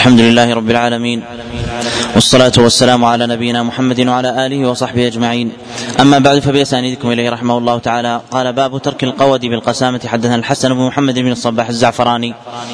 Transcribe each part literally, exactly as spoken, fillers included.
الحمد لله رب العالمين، والصلاة والسلام على نبينا محمد وعلى آله وصحبه أجمعين. أما بعد، فبأسانيدكم إليه رحمه الله تعالى قال: باب ترك القود بالقسامة. حدثنا الحسن بن محمد بن الصباح الزعفراني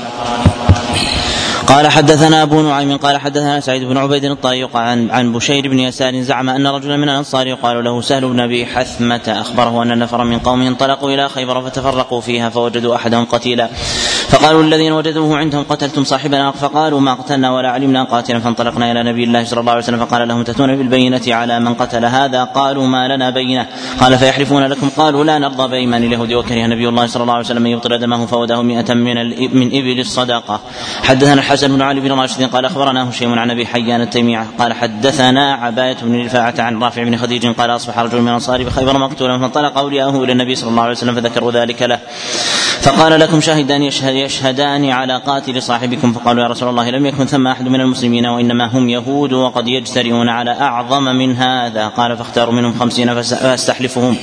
قال حدثنا أبو نعيم قال حدثنا سعيد بن عبيد الطائي عن عن بشير بن يسار زعم أن رجلا من الأنصار يقال له سهل بن أبي حثمة أخبره أن نفرا من قومه انطلقوا إلى خيبر فتفرقوا فيها فوجدوا أحدهم قتيلا، فقالوا الذين وجدوه عندهم: قتلتم صاحبنا؟ فقالوا: ما قتلنا ولا علمنا قاتلا. فانطلقنا إلى نبي الله صلى الله عليه وسلم فقال لهم: تأتون بالبينة على من قتل هذا؟ قالوا: ما لنا بينة. قال: فيحلفون لكم؟ قالوا: لا نرضى بأيمان اليهود. وكره نبي الله صلى الله عليه وسلم يبطل دمه فوداه مئة من, من إبل الصدقة. حدثنا الحسن بن علي بن راشد قال أخبرنا هشيم عن أبي حيان التيمي قال حدثنا عباية بن رفاعة عن رافع بن خديج قال: أصبح رجل من الأنصار بخيبر مقتولا، فانطلق أولياؤه إلى النبي صلى الله عليه وسلم فذكروا ذلك له، فقال: لكم شاهدان يشهد يشهدان على قاتل صاحبكم؟ فقالوا: يا رسول الله، لم يكن ثم أحد من المسلمين وإنما هم يهود وقد يجترئون على أعظم من هذا. قال: فاختاروا منهم خمسين فاستحلفهم،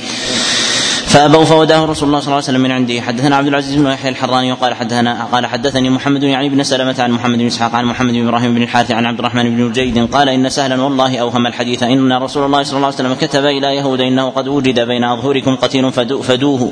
فأبوا فوداه رسول الله صلى الله عليه وسلم من عنده. حدثنا عبد العزيز بن يحيى الحراني وقال حدثنا قال حدثني محمد يعني بن سلمة عن محمد بن إسحاق عن محمد بن إبراهيم بن الحارث عن عبد الرحمن بن جيد قال: إن سهلا والله أوهم الحديث، إن رسول الله صلى الله عليه وسلم كتب إلى يهود: إنه قد وجد بين أظهركم قتيل فدوه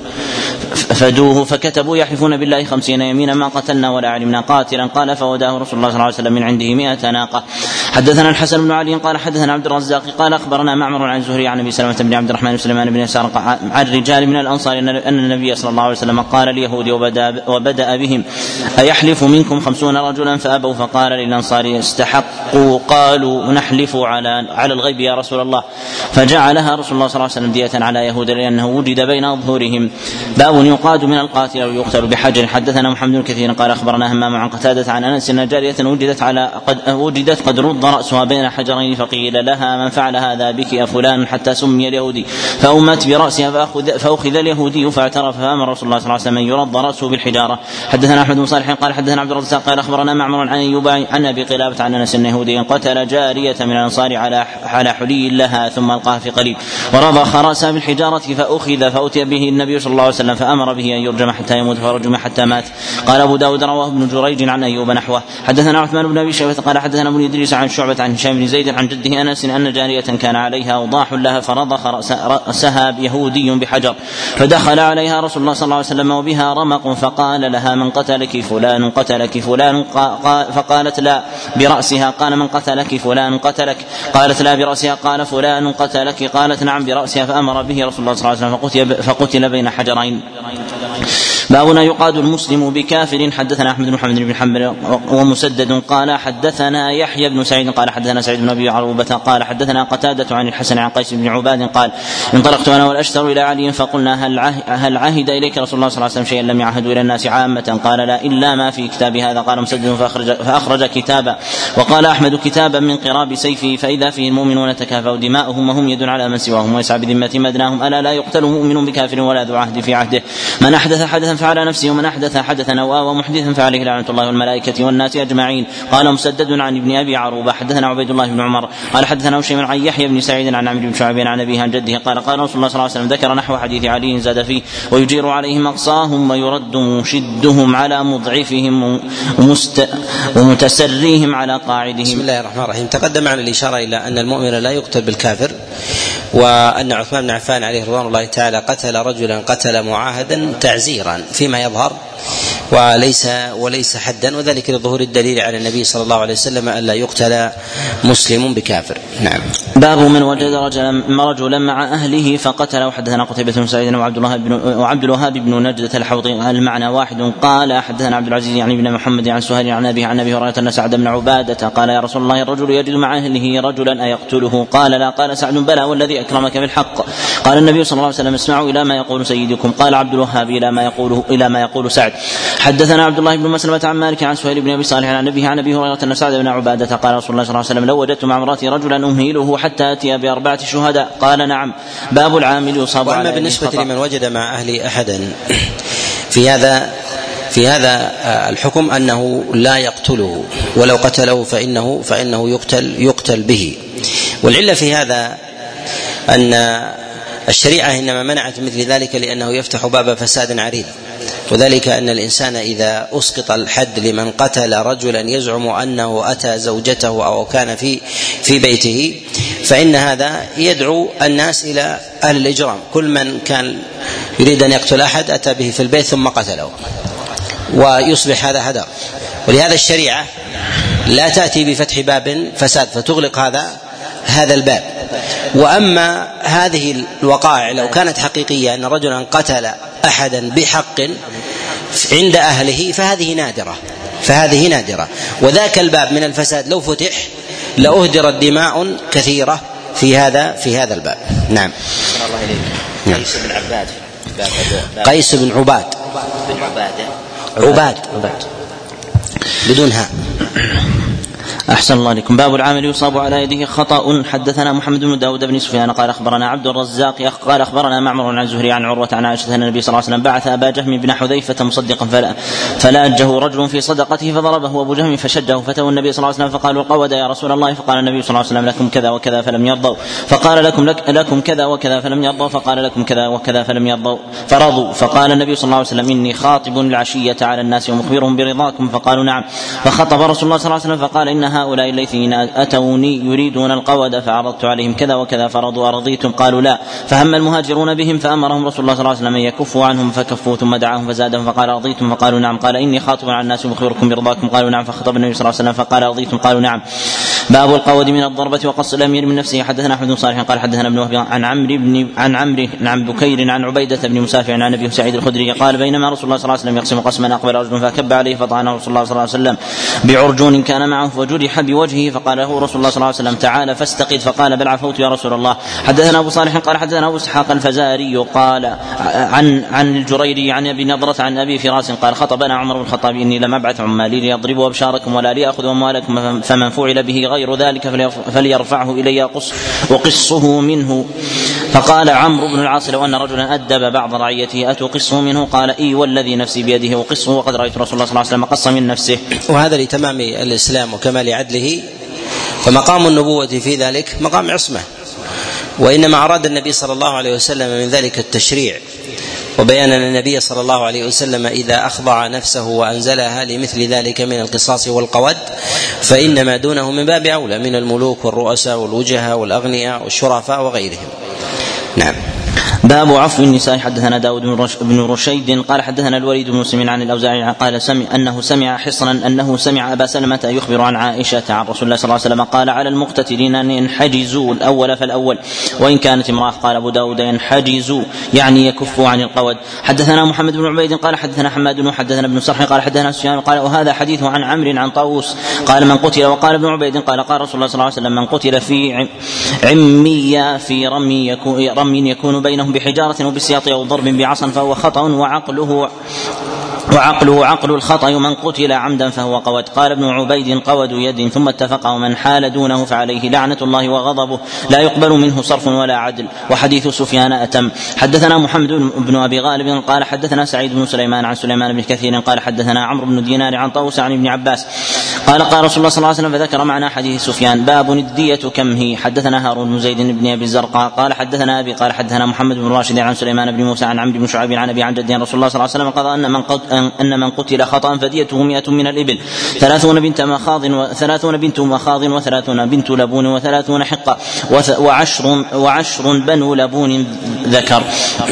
فدوه فكتبوا يحلفون بالله خمسين يمينا: ما قتلنا ولا علمنا قاتلا. قال: فوداه رسول الله صلى الله عليه وسلم من عنده مئة ناقة. حدثنا الحسن بن علي قال حدثنا عبد الرزاق قال أخبرنا معمر عن زهري عن أبي سلمة بن عبد الرحمن سليمان بن يسار عن رجال من الأنصار أن النبي صلى الله عليه وسلم قال اليهود وبدأ, وبدأ بهم: أيحلف منكم خمسون رجلا؟ فأبوا، فقال للأنصار: استحقوا. قالوا: نحلف على على الغيب يا رسول الله. فجعلها رسول الله صلى الله عليه وسلم دية على يهود لأنه وجد بين أظهرهم. باب يقاد من القاتل أو يقتل بحجر. حدثنا محمد بن كثير قال أخبرنا همام عن قتادة عن أنس أن جارية وجدت على قد وجدت قد رد رأسها بين حجرين، فقيل لها: من فعل هذا بك أفلان؟ حتى سمي اليهودي، فأمت برأسها فأخذ, فأخذ اليهودي فاعترف، فأمر رسول الله صلى الله عليه وسلم أن يرد رأسه بالحجارة. حدثنا أحمد بن صالح قال حدثنا عبد الرزاق قال أخبرنا معمر عن أيوب عن أبي قلابة عن أنس أن يهوديا قتل جارية من الأنصار على على حلي لها ثم ألقاها في قليب ورضخ رأسها بالحجارة، فأخذ فأتي به النبي صلى الله عليه وسلم فأمر به أن يرجم حتى يموت، فرجم حتى مات. قال أبو داود رواه ابن جريج عن أيوب نحوه. حدثنا عثمان بن أبي شيبة قال حدثنا ابن إدريس عن شعبة عن هشام بن زيد عن جده أنس أن جارية كان عليها أوضاح لها فرضخ رأسها يهودي بحجر، فدخل عليها رسول الله صلى الله عليه وسلم وبها رمق، فقال لها: من قتلك؟ فلان قتلك فلان. فقالت: لا برأسها. قال: من قتلك؟ فلان قتلك. قالت: لا برأسها. قال: فلان قتلك. قالت: نعم برأسها. فأمر به رسول الله صلى الله عليه وسلم فقتل بين حجرين. بابنا يقاد المسلم بكافر. حدثنا أحمد بن محمد بن حنبل ومسدد قال حدثنا يحيى بن سعيد قال حدثنا سعيد بن أبي عروبة قال حدثنا قتادة عن الحسن عن قيس بن عباد قال: انطلقت أنا والأشتر إلى علي فقلنا: هل عهد, هل عهد إليك رسول الله صلى الله عليه وسلم شيئا لم يعهد إلى الناس عامة؟ قال: لا، إلا ما في كتاب هذا. قال مسدد: فأخرج, فأخرج كتابا. وقال أحمد: كتابا من قراب سيفه، فإذا فيه المؤمنون تكافأوا دماؤهم وهم يد على من سواهم ويسعى بذمة مدناهم، ألا لا يقتل مؤمن بكافر ولا ذو عهد في عهده. من أحدث حدثا فعلى نفسه، ومن أحدث حدثا أو ومحدثا فعليه لعنة الله والملائكة والناس أجمعين. قال مسدد عن ابن أبي عروبة حدثنا عبيد الله بن عمر قال حدثنا هشيم عن يحيى بن سعيد عن عمرو بن شعيب عن أبيه عن جده قال: قال رسول الله صلى الله عليه وسلم: ذكر نحو حديث علي زاد فيه: ويجير عليهم أقصاهم ويرد مشدهم على مضعفهم ومتسريهم على قاعدهم. بسم الله الرحمن الرحيم. تقدم معنا الإشارة إلى أن المؤمن لا يقتل بالكافر، وأن عثمان بن عفان عليه رضوان الله تعالى قتل رجلا قتل معاهدا تعزيرا فيما يظهر وليس وليس حدا، وذلك لظهور الدليل على النبي صلى الله عليه وسلم ألا يقتل مسلم بكافر. نعم. باب من وجد رجلا رجلا مع أهله فقتله. حدثنا قتيبة بن سعيد وعبد الله بن وعبد الوهاب بن نجدة الحوضي المعنى واحد. قال حدثنا عبد العزيز يعني بن محمد عن سهيل عن أبيه عن أبي هريرة أن سعد بن عبادة قال: يا رسول الله، الرجل يجد مع أهله رجلا أيقتله؟ قال: لا. قال سعد: بلى، والذي أكرمك بالحق. قال النبي صلى الله عليه وسلم: اسمعوا إلى ما يقول سيدكم. قال عبد الوهاب: إلى ما يقوله إلى ما يقول سعد. حدثنا عبد الله بن مسلمة عن مالك عن سهيل بن أبي صالح عن أبيه عن أبي هريرة أن سعد بن عبادة قال: رسول الله صلى الله عليه وسلم: لو وجدت مع امرأتي رجلا أمهله حتى أتي بأربعة شهداء. قال: نعم. باب العامل يصاب على وأما بالنسبة لمن وجد مع أهل أحدا في هذا في هذا الحكم أنه لا يقتله، ولو قتله فإنه فإنه يقتل يقتل به. والعلة في هذا أن الشريعة إنما منعت مثل ذلك لأنه يفتح باب فساد عريض، وذلك أن الإنسان إذا أسقط الحد لمن قتل رجلا يزعم أنه أتى زوجته أو كان في في بيته فإن هذا يدعو الناس إلى أهل الإجرام. كل من كان يريد أن يقتل أحد أتى به في البيت ثم قتله ويصبح هذا هدر. ولهذا الشريعة لا تأتي بفتح باب فساد فتغلق هذا هذا الباب. وأما هذه الوقائع لو كانت حقيقية أن رجلا قتل أحدا بحق عند أهله فهذه نادرة فهذه نادرة وذاك الباب من الفساد لو فتح لأهدرت دماء كثيرة في هذا في هذا الباب. نعم. نعم. قيس بن عباد قيس بن عباد بن عباد عباد, عباد. بدونها. أحسن الله عليكم. باب العامل يصاب على يده خطأ. حدثنا محمد بن داود بن سفيان قال أخبرنا عبد الرزاق قال أخبرنا معمر عن الزهري عن عروة عن عائشة أن النبي صلى الله عليه وسلم بعث أبا جهم بن حذيفة مصدقا فلا فلاجه رجل في صدقته فضربه أبو جهم فشجه فتوى النبي صلى الله عليه وسلم فقالوا قود يا رسول الله فقال النبي صلى الله عليه وسلم لكم كذا وكذا فلم يرضوا فقال لكم لك لكم كذا وكذا فلم يرضوا فقال لكم كذا وكذا فلم يرضوا فرضوا فقال النبي صلى الله عليه وسلم إني خاطب العشية على الناس ومخبرهم برضاكم فقالوا نعم فخطب رسول الله صلى الله عليه وسلم فقال إن هؤلاء الليثين أتوني يريدون القود فعرضت عليهم كذا وكذا فرضوا أرضيتم قالوا لا فهم المهاجرون بهم فأمرهم رسول الله صلى الله عليه وسلم أن يكفوا عنهم فكفوا ثم دعاهم فزادهم فقال أرضيتم فقالوا نعم قال إني خاطب على الناس ومخبركم برضاكم قالوا نعم فخطب النبي صلى الله عليه وسلم فقال أرضيتم قالوا نعم. باب القود من الضربة وقص الأمير من نفسه. حدثنا أحمد بن صالح قال حدثنا ابن وهب عن عمرو بن عن عمرو عن بكير عن عبيدة بن مسافع عن أبي سعيد الخدري قال بينما رسول الله صلى الله عليه وسلم يقسم قسما أقبل رجل فكب عليه فطعنه رسول الله صلى الله عليه وسلم بعرجون كان معه فجرح بوجهه فقال له رسول الله صلى الله عليه وسلم تعالى فاستقد فقال بل عفوت يا رسول الله. حدثنا أبو صالح قال حدثنا أبو إسحاق الفزاري قال عن عن الجريري عن أبي نضرة عن أبي فراس قال خطبنا عمر بن الخطاب إني لم أبعث عمالي ليضربوا أبشاركم ولا ليأخذ أموالكم فمن فعل به غير ذلك فليرفعه إلي أقصه منه. فقال عمرو بن العاص لو أن رجلا أدب بعض رعيته أتقصه منه قال إي والذي نفسي بيده أقصه وقد رأيت رسول الله صلى الله عليه وسلم قص من نفسه. وهذا لتمام الإسلام وكمال عدله فمقام النبوة في ذلك مقام عصمة وإنما أراد النبي صلى الله عليه وسلم من ذلك التشريع وبيان أن النبي صلى الله عليه وسلم إذا أخضع نفسه وأنزلها لمثل ذلك من القصاص والقود فإنما دونه من باب أولى من الملوك والرؤساء والوجهاء والأغنياء والشرفاء وغيرهم. نعم. باب عفو النساء. حدثنا داود بن رشيد قال حدثنا الوليد بن مسلم عن الأوزاعي قال سمع أنه سمع حصنا أنه سمع أبا سلمة يخبر عن عائشة عن رسول الله صلى الله عليه وسلم قال على المقتتلين أن ينحجزوا الأول فالأول وإن كانت امرأة قال أبو داود ينحجزوا يعني يكفوا عن القود. حدثنا محمد بن عبيد قال حدثنا حماد وحدثنا ابن سرح قال حدثنا سفيان قال وهذا حديث عن عمرو عن طاووس قال من قتل وقال ابن عبيد قال قال رسول الله صلى الله عليه وسلم من قتل في عمية في رمي يكون, رمي يكون بينهم بحجارة وبالسياط أو ضرب بعصا فهو خطأ وعقله وعقله عقل الخطأ من قتل عمدا فهو قود. قال ابن عبيد قود يد ثم اتفق ومن حال دونه فعليه لعنة الله وغضبه لا يقبل منه صرف ولا عدل. وحديث سفيان أتم. حدثنا محمد بن أبي غالب قال حدثنا سعيد بن سليمان عن سليمان بن كثير قال حدثنا عمرو بن دينار عن طاووس عن ابن عباس قال قال رسول الله صلى الله عليه وسلم فذكر معنا حديث سفيان. باب الدية كم هي. حدثنا هارون بن زيد بن أبي الزرقاء قال حدثنا أبي قال حدثنا محمد بن راشد عن سليمان بن موسى عن عمرو بن شعيب عن أبي عن جده رسول الله صلى الله عليه وسلم قال أن من قد أن من قتل خطأ فديته مئة من الإبل ثلاثون بنت مخاض وثلاثون بنت مخاض وثلاثون بنت لبون وثلاثون حقة وعشر وعشر بنو لبون ذكر.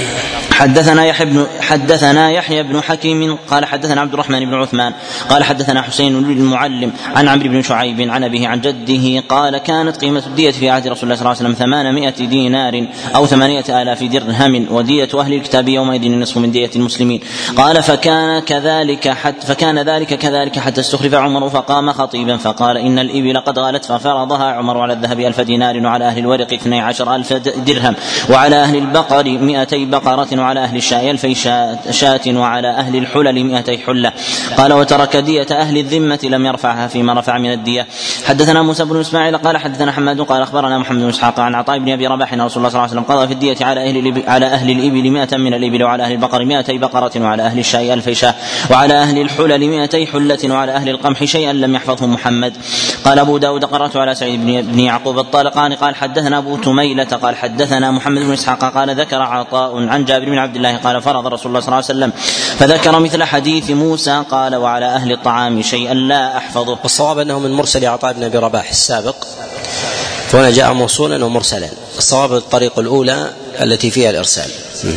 حدثنا يحيى بن حدثنا يحيى بن حكيم قال حدثنا عبد الرحمن بن عثمان قال حدثنا حسين بن المعلم عن عمرو بن شعيب عن أبيه عن جده قال كانت قيمة الدية في عهد رسول الله صلى الله عليه وسلم ثمانمائة دينار أو ثمانية آلاف درهم ودية أهل الكتاب يومئذ نصف من دية المسلمين. قال فكان كذلك حتى فكان ذلك كذلك حتى استخلف عمر فقام خطيبا فقال إن الإبل قد غالت ففرضها عمر على الذهب ألف دينار وعلى أهل الورق اثني عشر ألف درهم وعلى أهل البقر مئتي بقرة وعلى أهل الشاء ألفي شاة وعلى أهل الحلل مئتي حلة. قال وترك دية أهل الذمة لم يرفعها فيما رفع من الدية. حدثنا موسى بن إسماعيل قال حدثنا حماد قال أخبرنا محمد بن إسحاق عن عطاء بن أبي رباح أن رسول الله صلى الله عليه وسلم قضى في الدية على أهل الإبل على أهل الإبل مئة من الإبل وعلى أهل البقر مئتي بقرة وعلى أهل الشاء ألفي شاة وعلى أهل الحلل مئتي حلة وعلى أهل القمح شيئا لم يحفظه محمد. قال أبو داود قرأت على سعيد بن يعقوب الطالقاني قال حدثنا أبو تميلة قال حدثنا محمد بن إسحاق قال ذكر عطاء عن جابر بن عبد الله قال فرض رسول الله صلى الله عليه وسلم فذكر مثل حديث موسى قال وعلى أهل الطعام شيئا لا أحفظه. والصواب أنه من مرسل عطاء بن أبي رباح السابق، فهنا جاء موصولا ومرسلا. الصواب الطريق الأولى التي فيها الإرسال.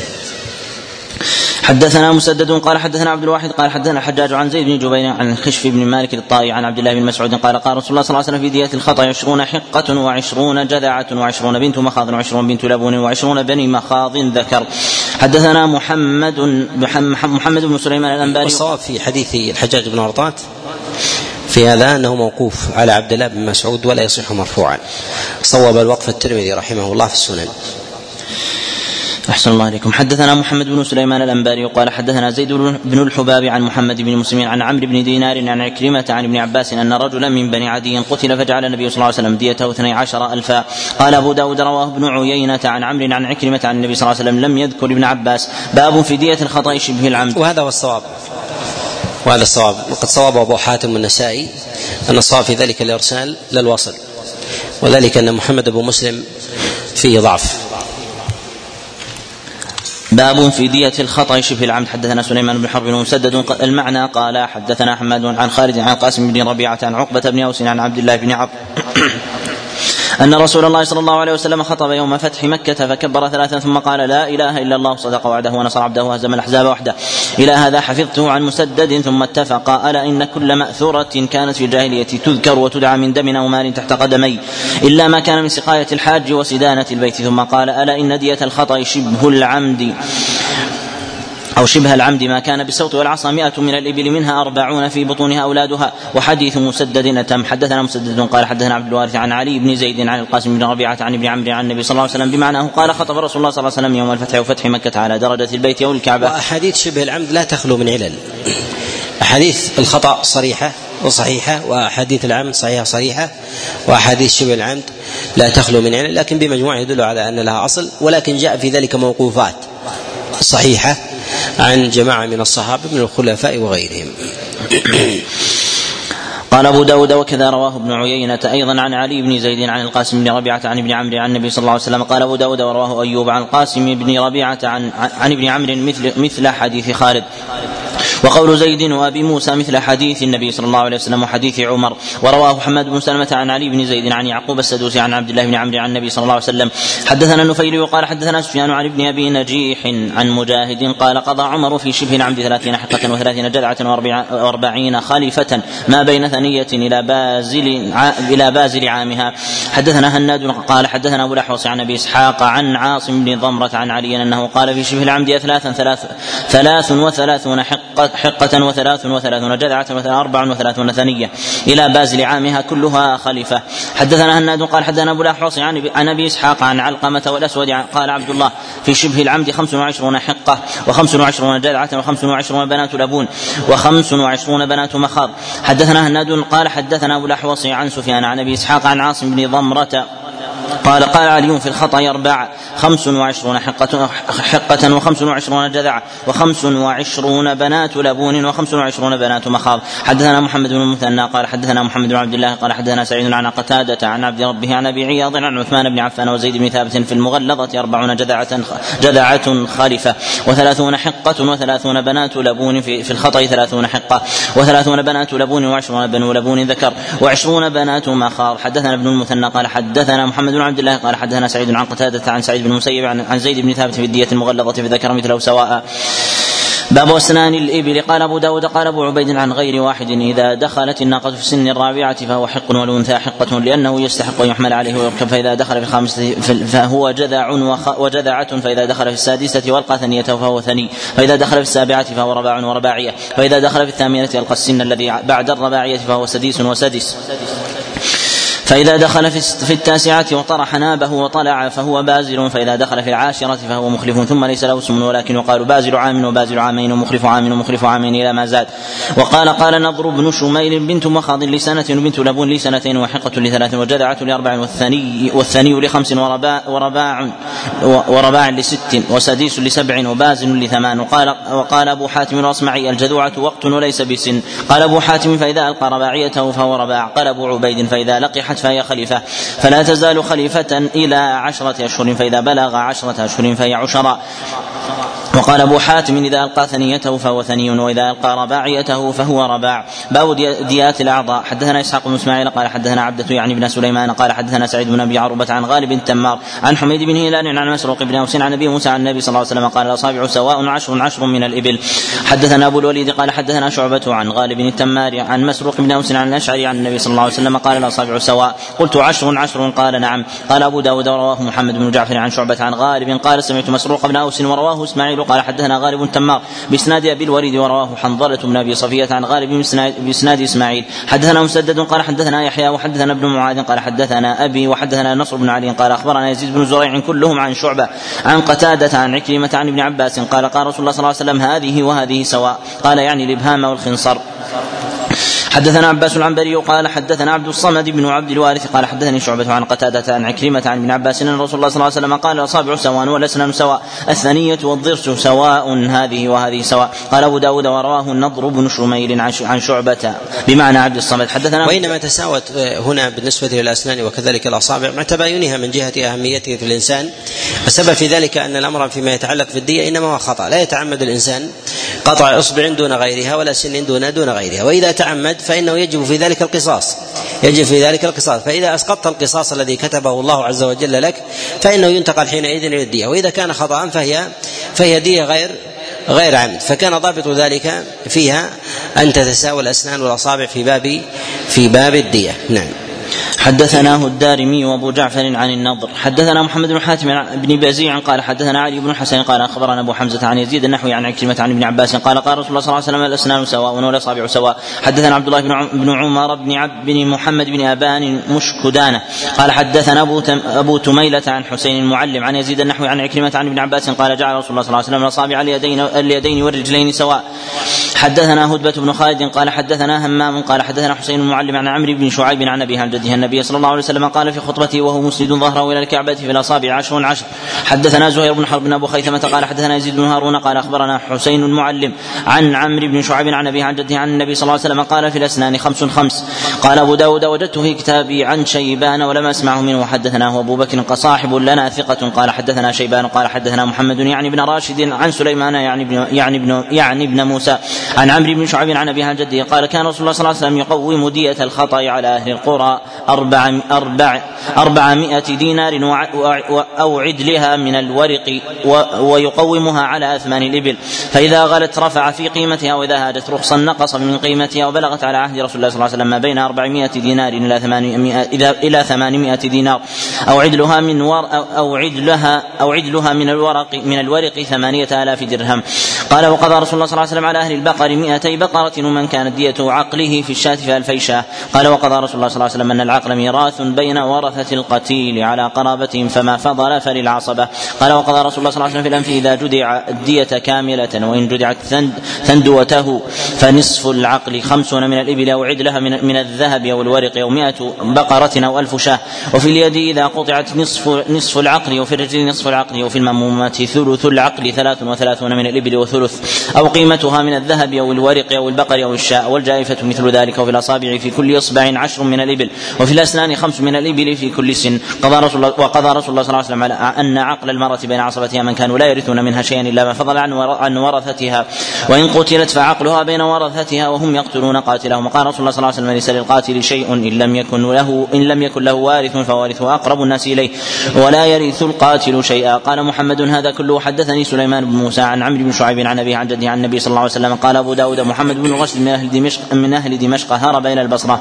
حدثنا مسدد قال حدثنا عبد الواحد قال حدثنا الحجاج عن زيد بن جبير عن خشف بن مالك الطائي عن عبد الله بن مسعود قال قال رسول الله صلى الله عليه وسلم في دية الخطأ عشرون حقة وعشرون جذعة وعشرون بنت مخاض وعشرون بنت لبون وعشرون بني مخاض ذكر. حدثنا محمد محمد بن سليمان الأنباري. والصواب في حديث الحجاج بن أرطاة في هذا أنه موقوف على عبد الله بن مسعود ولا يصح مرفوعا. صوب الوقف الترمذي رحمه الله في السنن. أحسن الله عليكم. حدثنا محمد بن سليمان الأنباري قال حدثنا زيد بن الحباب عن محمد بن مسلم عن عمرو بن دينار عن عكرمة عن ابن عباس أن رجلا من بني عدي قتل فجعل النبي صلى الله عليه وسلم ديته اثني عشر ألفا. قال أبو داود رواه ابن عيينة عن عمرو عن عكرمة عن النبي صلى الله عليه وسلم لم يذكر ابن عباس. باب في دية الخطأ شبه العمد. وهذا هو الصواب، وهذا الصواب. وقد صواب أبو حاتم النسائي أن الصواب في ذلك الإرسال للوصل، وذلك أن محمد بن مسلم فيه ضعف. باب في دية الخطأ شبه العمد. حدثنا سليمان بن حرب ومسدد المعنى قال حدثنا حماد عن خالد عن قاسم بن ربيعة عن عقبة بن أوس عن عبد الله بن عمرو أن رسول الله صلى الله عليه وسلم خطب يوم فتح مكة فكبر ثلاثا ثم قال لا إله إلا الله صدق وعده ونصر عبده وهزم الأحزاب وحده إلى هذا حفظته عن مسدد. ثم اتفق ألا إن كل مأثورة كانت في الجاهلية تذكر وتدعى من دم أو مال تحت قدمي إلا ما كان من سقاية الحاج وسدانة البيت. ثم قال ألا إن دية الخطأ شبه العمد أو شبه العمد ما كان بالصوت والعصا مئة من الإبل منها أربعون في بطونها أولادها. وحديث مسدد أتم. حدثنا مسدد قال حدثنا عبد الوارث عن علي بن زيد عن القاسم بن ربيعة عن ابن عمرو عن النبي صلى الله عليه وسلم بمعناه قال خطب رسول الله صلى الله عليه وسلم يوم الفتح وفتح مكة على درجة البيت أو الكعبة. وأحاديث شبه العمد لا تخلو من علل. أحاديث الخطأ صريحة وصحيحة، وأحاديث العمد صحيحة صريحة، وأحاديث شبه العمد لا تخلو من علل، لكن بمجموعه يدل على أن لها أصل. ولكن جاء في ذلك موقوفات صحيحة عن جماعة من الصحابة من الخلفاء وغيرهم. قال أبو داود وكذا رواه ابن عيينة أيضا عن علي بن زيد عن القاسم بن ربيعة عن ابن عمرو عن النبي صلى الله عليه وسلم. قال أبو داود ورواه أيوب عن القاسم بن ربيعة عن, عن ابن عمرو مثل, مثل حديث خالد. وقول زيد وابي موسى مثل حديث النبي صلى الله عليه وسلم وحديث عمر. ورواه محمد بن سلمة عن علي بن زيد عن يعقوب السدوسي عن عبد الله بن عمرو عن النبي صلى الله عليه وسلم. حدثنا النفيلي قال حدثنا سفيان عن ابن ابي نجيح عن مجاهد قال قضى عمر في شبه العمد ثلاثين حقة وثلاثين جذعة وأربعين خليفة ما بين ثنية إلى بازل إلى بازل عامها. حدثنا هناد قال حدثنا أبو الأحوص عن أبي إسحاق عن عاصم بن ضمرة عن علي أنه قال في شبه العمد ثلاثا ثلاث ثلاث وثلاثون حقة حقة وثلاث وثلاثون جذعة وأربع وثلاثون ثنية إلى بازل عامها كلها خليفة. حدثنا هناد قال حدثنا أبو الأحوص عن أبي إسحاق عن علقمة والأسود قال عبد الله في شبه العمد خمس وعشرون حقة وخمس وعشرون جذعة وخمس وعشرون بنات لبون وخمس وعشرون بنات مخاض. حدثنا هناد قال حدثنا أبو الأحوص عن سفيان عن أبي إسحاق عن عاصم بن ضمرة قال قال علي في الخطأ أربع خمس وعشرون حقة, حقة وخمس وعشرون جذعة وخمس وعشرون بنات لبون وخمس وعشرون بنات مخاض. حدثنا محمد بن المثنى قال حدثنا محمد بن عبد الله قال حدثنا سعيد عن قتادة عن عبد ربه عن أبي عياض عن عثمان بن عفان وزيد بن ثابت في المغلظة أربعون جذعة جذعة خلفة وثلاثون حقة وثلاثون بنات لبون في, في الخطأ ثلاثون حقة وثلاثون بنات لبون وعشرون بنو لبون ذكر وعشرون بنات مخاض. حدثنا ابن المثنى قال حدثنا محمد بن عبد الله قال حدثنا سعيد عن قتادة عن سعيد بن المسيب عن زيد بن ثابت في الدية المغلظة فذكر مثله سواء. باب أسنان الإبل. قال أبو داود قال أبو عبيد عن غير واحد إذا دخلت الناقة في سن الرابعة فهو حق والأنثى حقة لأنه يستحق أن يحمل عليه ويركب فإذا دخل في الخامسة فهو جذع وجذعة فإذا دخل في السادسة والقى ثنيته فهو ثني فإذا دخل في السابعة فهو رباع ورباعية فإذا دخل في الثامنة ألقى السن الذي بعد الرباعية فهو سديس وسدس فإذا دخل في التاسعة وطرح نابه وطلع فهو بازل فإذا دخل في العاشرة فهو مخلف ثم ليس له اسم ولكن يقال بازل عام وبازل عامين ومخلف عام ومخلف عامين إلى ما زاد. وقال قال نضر بن شميل بنت مخاض لسنة وبنت لبون لسنتين وحقة لثلاث وجذعة لأربع والثني, والثني لخمس ورباع, ورباع, ورباع لست وسديس لسبع وبازل لثمان. وقال, وقال أبو حاتم الأصمعي الجذوعة وقت وليس بسن. قال أبو حاتم فإذا ألقى رباعيته فهو رباع. قال أبو عبيد فإذا لقحت فهي خليفة فلا تزال خليفة إلى عشرة أشهر فإذا بلغ عشرة أشهر فهي عشرة. وقال أبو حاتم إذا ألقى ثنيته فهو ثني وإذا ألقى رباعيته فهو رباع. باب ديات الأعضاء. حدثنا إسحاق بن إسماعيل قال حدثنا عبدة يعني بن سليمان قال حدثنا سعيد بن أبي عروبة عن غالب التمار عن حميد بن هلال عن مسروق بن أوس عن أبي موسى عن النبي صلى الله عليه وسلم قال الأصابع سواء عشر عشر من الإبل. حدثنا أبو الوليد قال حدثنا شعبة عن غالب التمار عن مسروق بن أوس عن الأشعري عن النبي صلى الله عليه وسلم قال الأصابع سواء. قلت عشر عشر قال نعم. قال أبو داود ورواه محمد بن جعفر عن شعبة عن غالب قال سمعت مسروق بن أوس ورواه إسماعيل قال حدثنا غالب التمار بإسناد أبي الوليد ورواه حنظلة بن أبي صفية عن غالب بإسناد إسماعيل. حدثنا مسدد قال حدثنا يحيى وحدثنا ابن معاذ قال حدثنا أبي وحدثنا نصر بن علي قال أخبرنا يزيد بن زريع كلهم عن شعبة عن قتادة عن عكرمة عن ابن عباس قال قال رسول الله صلى الله عليه وسلم هذه وهذه سواء قال يعني الإبهام والخنصر. حدثنا عباس العنبري قال حدثنا عبد الصمد بن عبد الوارث قال حدثني شعبة عن قتادة عن عكرمة عن ابن عباس أن رسول الله صلى الله عليه وسلم قال الأصابع سواء والأسنان سواء الثنية والضرس سواء هذه وهذه سواء. قال أبو داود ورواه النضر بن شميل عن شعبة بمعنى عبد الصمد. حدثنا وإنما تساوت هنا بالنسبة للأسنان وكذلك الأصابع مع تباينها من جهة أهميته في الإنسان. السبب في ذلك أن الأمر فيما يتعلق في الدية إنما هو خطأ لا يتعمد الإنسان قطع إصبع دون غيرها ولا سن دون دون غيرها، وإذا تعمد فإنه يجب في ذلك القصاص يجب في ذلك القصاص فإذا أسقطت القصاص الذي كتبه الله عز وجل لك فإنه ينتقل حينئذ إلى الدية، وإذا كان خطأ فهي فهي دية غير غير عمد. فكان ضابط ذلك فيها أن تتساوى الأسنان والأصابع في باب في باب الدية. نعم. حدثناه الدارمي وابو جعفر عن النضر. حدثنا محمد بن حاتم بن بزيع قال حدثنا علي بن حسين قال اخبرنا ابو حمزه عن يزيد النحوي عن عكرمة عن ابن عباس قال قال رسول الله صلى الله عليه وسلم الاسنان سواء والاصابع سواء. حدثنا عبد الله بن عمر بن عبد بن محمد بن ابان مشكدانه قال حدثنا ابو تم ابو تميلة عن حسين المعلم عن يزيد النحوي عن عكرمة عن ابن عباس قال جعل رسول الله صلى الله عليه وسلم الاصابع اليدين اليدين والرجلين سواء. حدثنا هدبة بن خالد قال حدثنا همام قال حدثنا حسين المعلم عن عمرو بن شعيب عن ابيه عن جده النبي صلى الله عليه وسلم قال في خطبته وهو مسند ظهره الى الكعبة في الاصابع عشر عشر. حدثنا زهير بن حرب بن ابو خيثمة قال حدثنا يزيد بن هارون قال اخبرنا حسين المعلم عن عمرو بن شعيب عن ابيه عن جده عن النبي صلى الله عليه وسلم قال في الاسنان خمس خمس. قال ابو داود وجدت في كتابي عن شيبان ولم اسمعه منه. حدثناه ابو بكر صاحب لنا ثقة قال حدثنا شيبان قال حدثنا محمد يعني بن راشد عن سليمان يعني ابن يعني ابن يعني ابن موسى عن عمرو بن شعيب عن ابيه عن جده قال كان رسول الله صلى الله عليه وسلم يقوم دية الخطأ على اهل القرى أربع أربع أربعمائة دينار أو عدلها من الورق ويقومها على أثمان الإبل، فإذا غلت رفع في قيمتها وإذا هادت رخصا نقص من قيمتها. وبلغت على عهد رسول الله صلى الله عليه وسلم ما بين أربعمائة دينار إلى ثمانمائة إلى ثمانمائة دينار أو عدلها من ور أو عدلها أو عدلها من الورق من الورق ثمانية آلاف درهم. قال وقضى رسول الله صلى الله عليه وسلم على أهل البقر مائتي بقرة ومن كانت دية عقله في الشاة فألفي شاة. قال وقضى رسول الله صلى الله عليه وسلم أن العقل ميراث بين ورثة القتيل على قرابتهم فما فضل فللعصبة. قال وقضى رسول الله صلى الله عليه وسلم في الأنف إذا جدع الدية كاملة وإن جدعت ثندوته فنصف العقل خمسون من الإبل أو عدلها من, من الذهب أو الورق أو مائة بقرة أو ألف شاه. وفي اليد إذا قطعت نصف, نصف العقل وفي الرجل نصف العقل وفي الممومة ثلث العقل ثلاث وثلاثون من الإبل وثلث أو قيمتها من الذهب أو الورق أو البقر أو الشاء. والجائفة مثل ذلك. وفي الأصابع في كل إصبع عشر من الإبل وفي الأسنان خمس من الإبل في كل سن. قضى رسول الله وقضى رسول الله صلى الله عليه وسلم على أن عقل المرأة بين عصبتها من كانوا لا يرثون منها شيئا إلا ما فضل عن ورثتها وإن قتلت فعقلها بين ورثتها وهم يقتلون قاتلهم. وقال رسول الله صلى الله عليه وسلم ليس للقاتل شيء إن لم يكن له إن لم يكن له وارث فوارثه أقرب الناس إليه ولا يرث القاتل شيئا. قال محمد هذا كله. حدثني سليمان بن موسى عن عمرو بن شعيب عن أبيه عن جده عن النبي صلى الله عليه وسلم. قال أبو داود محمد بن رشد من أهل دمشق من أهل دمشق هرب إلى البصرة.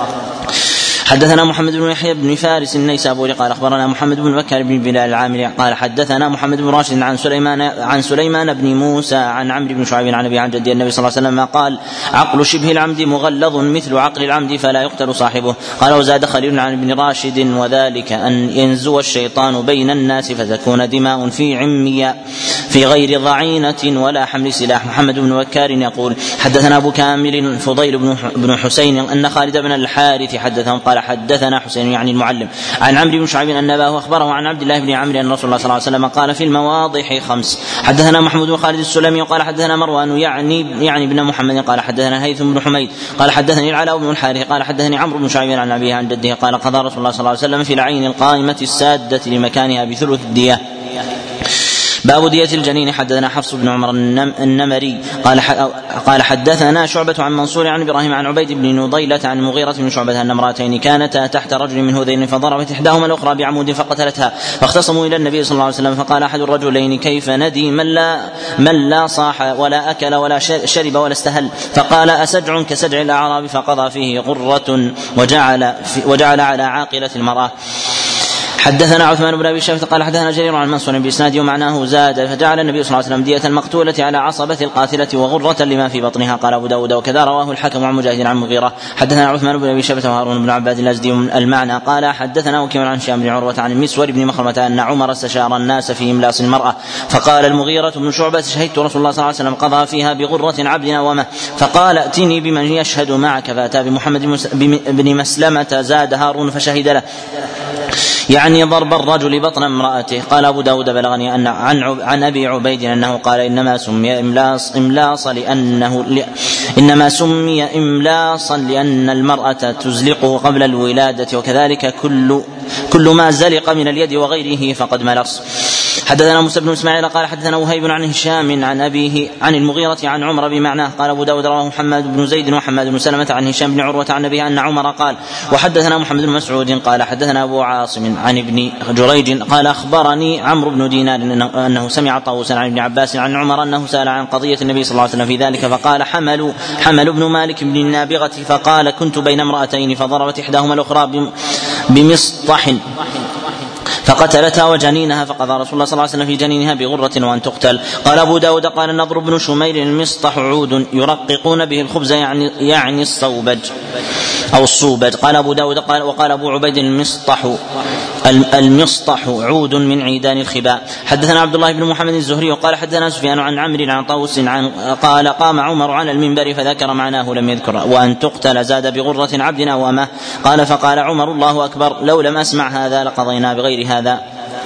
حدثنا محمد بن يحيى بن فارس النيسابوري قال اخبرنا محمد بن بكر بن بلال العامري قال حدثنا محمد بن راشد عن سليمان عن سليمان بن موسى عن عمرو بن شعيب عن ابي عن جدي النبي صلى الله عليه وسلم قال عقل شبه العمد مغلظ مثل عقل العمد فلا يقتل صاحبه. قال وزاد خليل عن ابن راشد وذلك ان ينزو الشيطان بين الناس فتكون دماء في عمية في غير ضعينة ولا حمل سلاح. محمد بن بكار يقول حدثنا ابو كامل فضيل بن حسين ان خالد بن الحارث حدثهم قال حدثنا حسين يعني المعلم عن عمرو بن شعيب أن أباه أخبره عن عبد الله بن عمرو أن رسول الله صلى الله عليه وسلم قال في المواضح خمس. حدثنا محمود بن خالد السلمي قال حدثنا مروان يعني يعني ابن محمد قال حدثنا هيثم بن حميد قال حدثني العلاء بن الحارث قال حدثني عمرو بن شعيب عن أبيه عن جده قال قضى رسول الله صلى الله عليه وسلم في العين القائمة السادة لمكانها بثلث الدية. باب دية الجنين. حدثنا حفص بن عمر النمري قال قال حدثنا شعبة عن منصور عن ابراهيم عن عبيد بن نضيلة عن المغيرة بن شعبة أن امرأتين كانتا تحت رجل من هذين فضربت إحداهما الأخرى بعمود فقتلتها، فاختصموا إلى النبي صلى الله عليه وسلم فقال أحد الرجلين كيف ندي من لا من لا صاح ولا أكل ولا شرب ولا استهل؟ فقال أسجع كسجع الأعراب؟ فقضى فيه غرة وجعل وجعل على عاقلة المرأة. حدثنا عثمان بن ابي شيبة قال حدثنا جرير عن منصور باسناده ومعناه زاد فجعل النبي صلى الله عليه وسلم دية المقتولة على عصبة القاتلة وغرة لما في بطنها. قال ابو داود وكذا رواه الحكم عن مجاهد عن مغيرة. حدثنا عثمان بن ابي شيبة وهارون بن عباد الازدي المعنى قال حدثنا وكيع عن هشام بن عروة عن المسور بن مخرمة ان عمر استشار الناس في املاص المرأة، فقال المغيرة بن شعبة شهدت رسول الله صلى الله عليه وسلم قضى فيها بغرة عبد ومه، فقال ائتني بمن يشهد معك، فاتى بمحمد بن مسلمة زاد هارون فشهد له، يعني ضرب الرجل بطن امرأته. قال أبو داود بلغني أن عن, عن أبي عبيد أنه قال إنما سمي إملاص إملاصا لأنه إنما سمي إملاصا لأن المرأة تزلقه قبل الولادة، وكذلك كل كل ما زلق من اليد وغيره فقد ملص. حدثنا موسى بن اسماعيل قال حدثنا وهيب عن هشام عن أبيه عن المغيرة عن عمر بمعناه. قال أبو داود رواه محمد بن زيد وحماد بن سلمة عن هشام بن عروة عن أبيه أن عمر قال. وحدثنا محمد بن مسعود قال حدثنا أبو عاصم عن ابن جريج قال أخبرني عمرو بن دينار أنه سمع طاووسا عن ابن عباس عن عمر أنه سأل عن قضية النبي صلى الله عليه وسلم في ذلك، فقال حمل حمل بن مالك بن النابغة، فقال كنت بين امرأتين فضربت إحداهما الأخرى بمسطح فقتلتها وجنينها، فقضى رسول الله صلى الله عليه وسلم في جنينها بغرة وأن تقتل. قال أبو داود قال النضر بن شميل المسطح عود يرققون به الخبز يعني, يعني الصوبج أو الصوبج. قال أبو داود قال وقال أبو عبيد المسطح المسطح عود من عيدان الخباء. حدثنا عبد الله بن محمد الزهري وقال حدثنا سفيان عن عمرو عن طاووس عن قال قام عمر على المنبر فذكر معناه لم يذكر وأن تقتل زاد بغرة عبدنا وأمه. قال فقال عمر الله أكبر لو لم أسمع هذا لقضينا بغير هذا.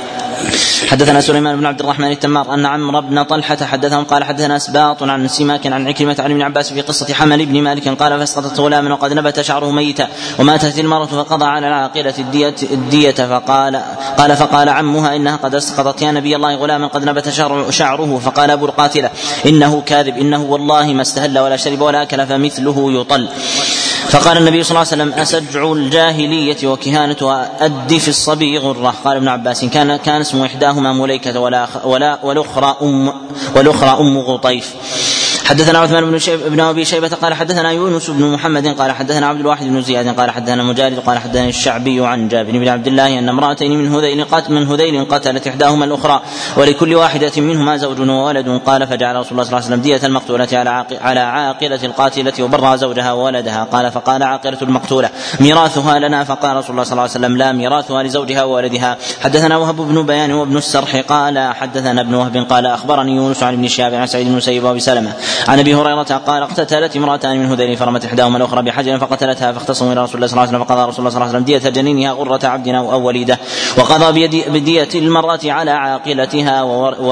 حدثنا سليمان بن عبد الرحمن التمار أن عمرو بن طلحة حدثهم قال حدثنا أسباط عن سماك عن عكرمة عن ابن عباس في قصة حمل بن مالك قال فاسقطت غلاما وقد نبت شعره ميتا وماتت المرأة فقضى على العاقلة الدية, الدية فقال قال فقال عمها إنها قد اسقطت يا نبي الله غلاما قد نبت شعره. فقال أبو القاتلة إنه كاذب إنه والله ما استهل ولا شرب ولا أكل فمثله يطل. فقال النبي صلى الله عليه وسلم أسجع الجاهلية وكهانتها أدي في الصبي غرة. قال ابن عباس كان كان اسم إحداهما مليكة ولا ولا والأخرى أم والأخرى أم غطيف. حدثنا عثمان بن, شيب بن أبي شيبة قال حدثنا يونس بن محمد قال حدثنا عبد الواحد بن زياد قال حدثنا مجالد قال حدثنا الشعبي عن جابر بن عبد الله أن امرأتين من هذيل قتل من هذيل قتلت إحداهما الأخرى ولكل واحدة منهما زوج وولد. قال فجعل رسول الله صلى الله عليه وسلم دية المقتولة على على عاقلة القاتلة وبرأ زوجها وولدها. قال فقال عاقلة المقتولة ميراثها لنا. فقال رسول الله صلى الله عليه وسلم لا ميراثها لزوجها وولدها. حدثنا وهب بن بيان وابن السرح قال حدثنا ابن وهب قال أخبرني يونس عن ابن شهاب عن سعيد بن المسيب وابي سلمة عن ابي هريره قال اقتتلت امراتان من هذيل فرمت احداهما الاخرى بحجر فقتلتها فاختصموا الى رسول الله صلى الله عليه وسلم فقضى رسول الله صلى الله عليه وسلم دية جنينها غرة عبدنا او وليده وقضى بدية المرأة على عاقلتها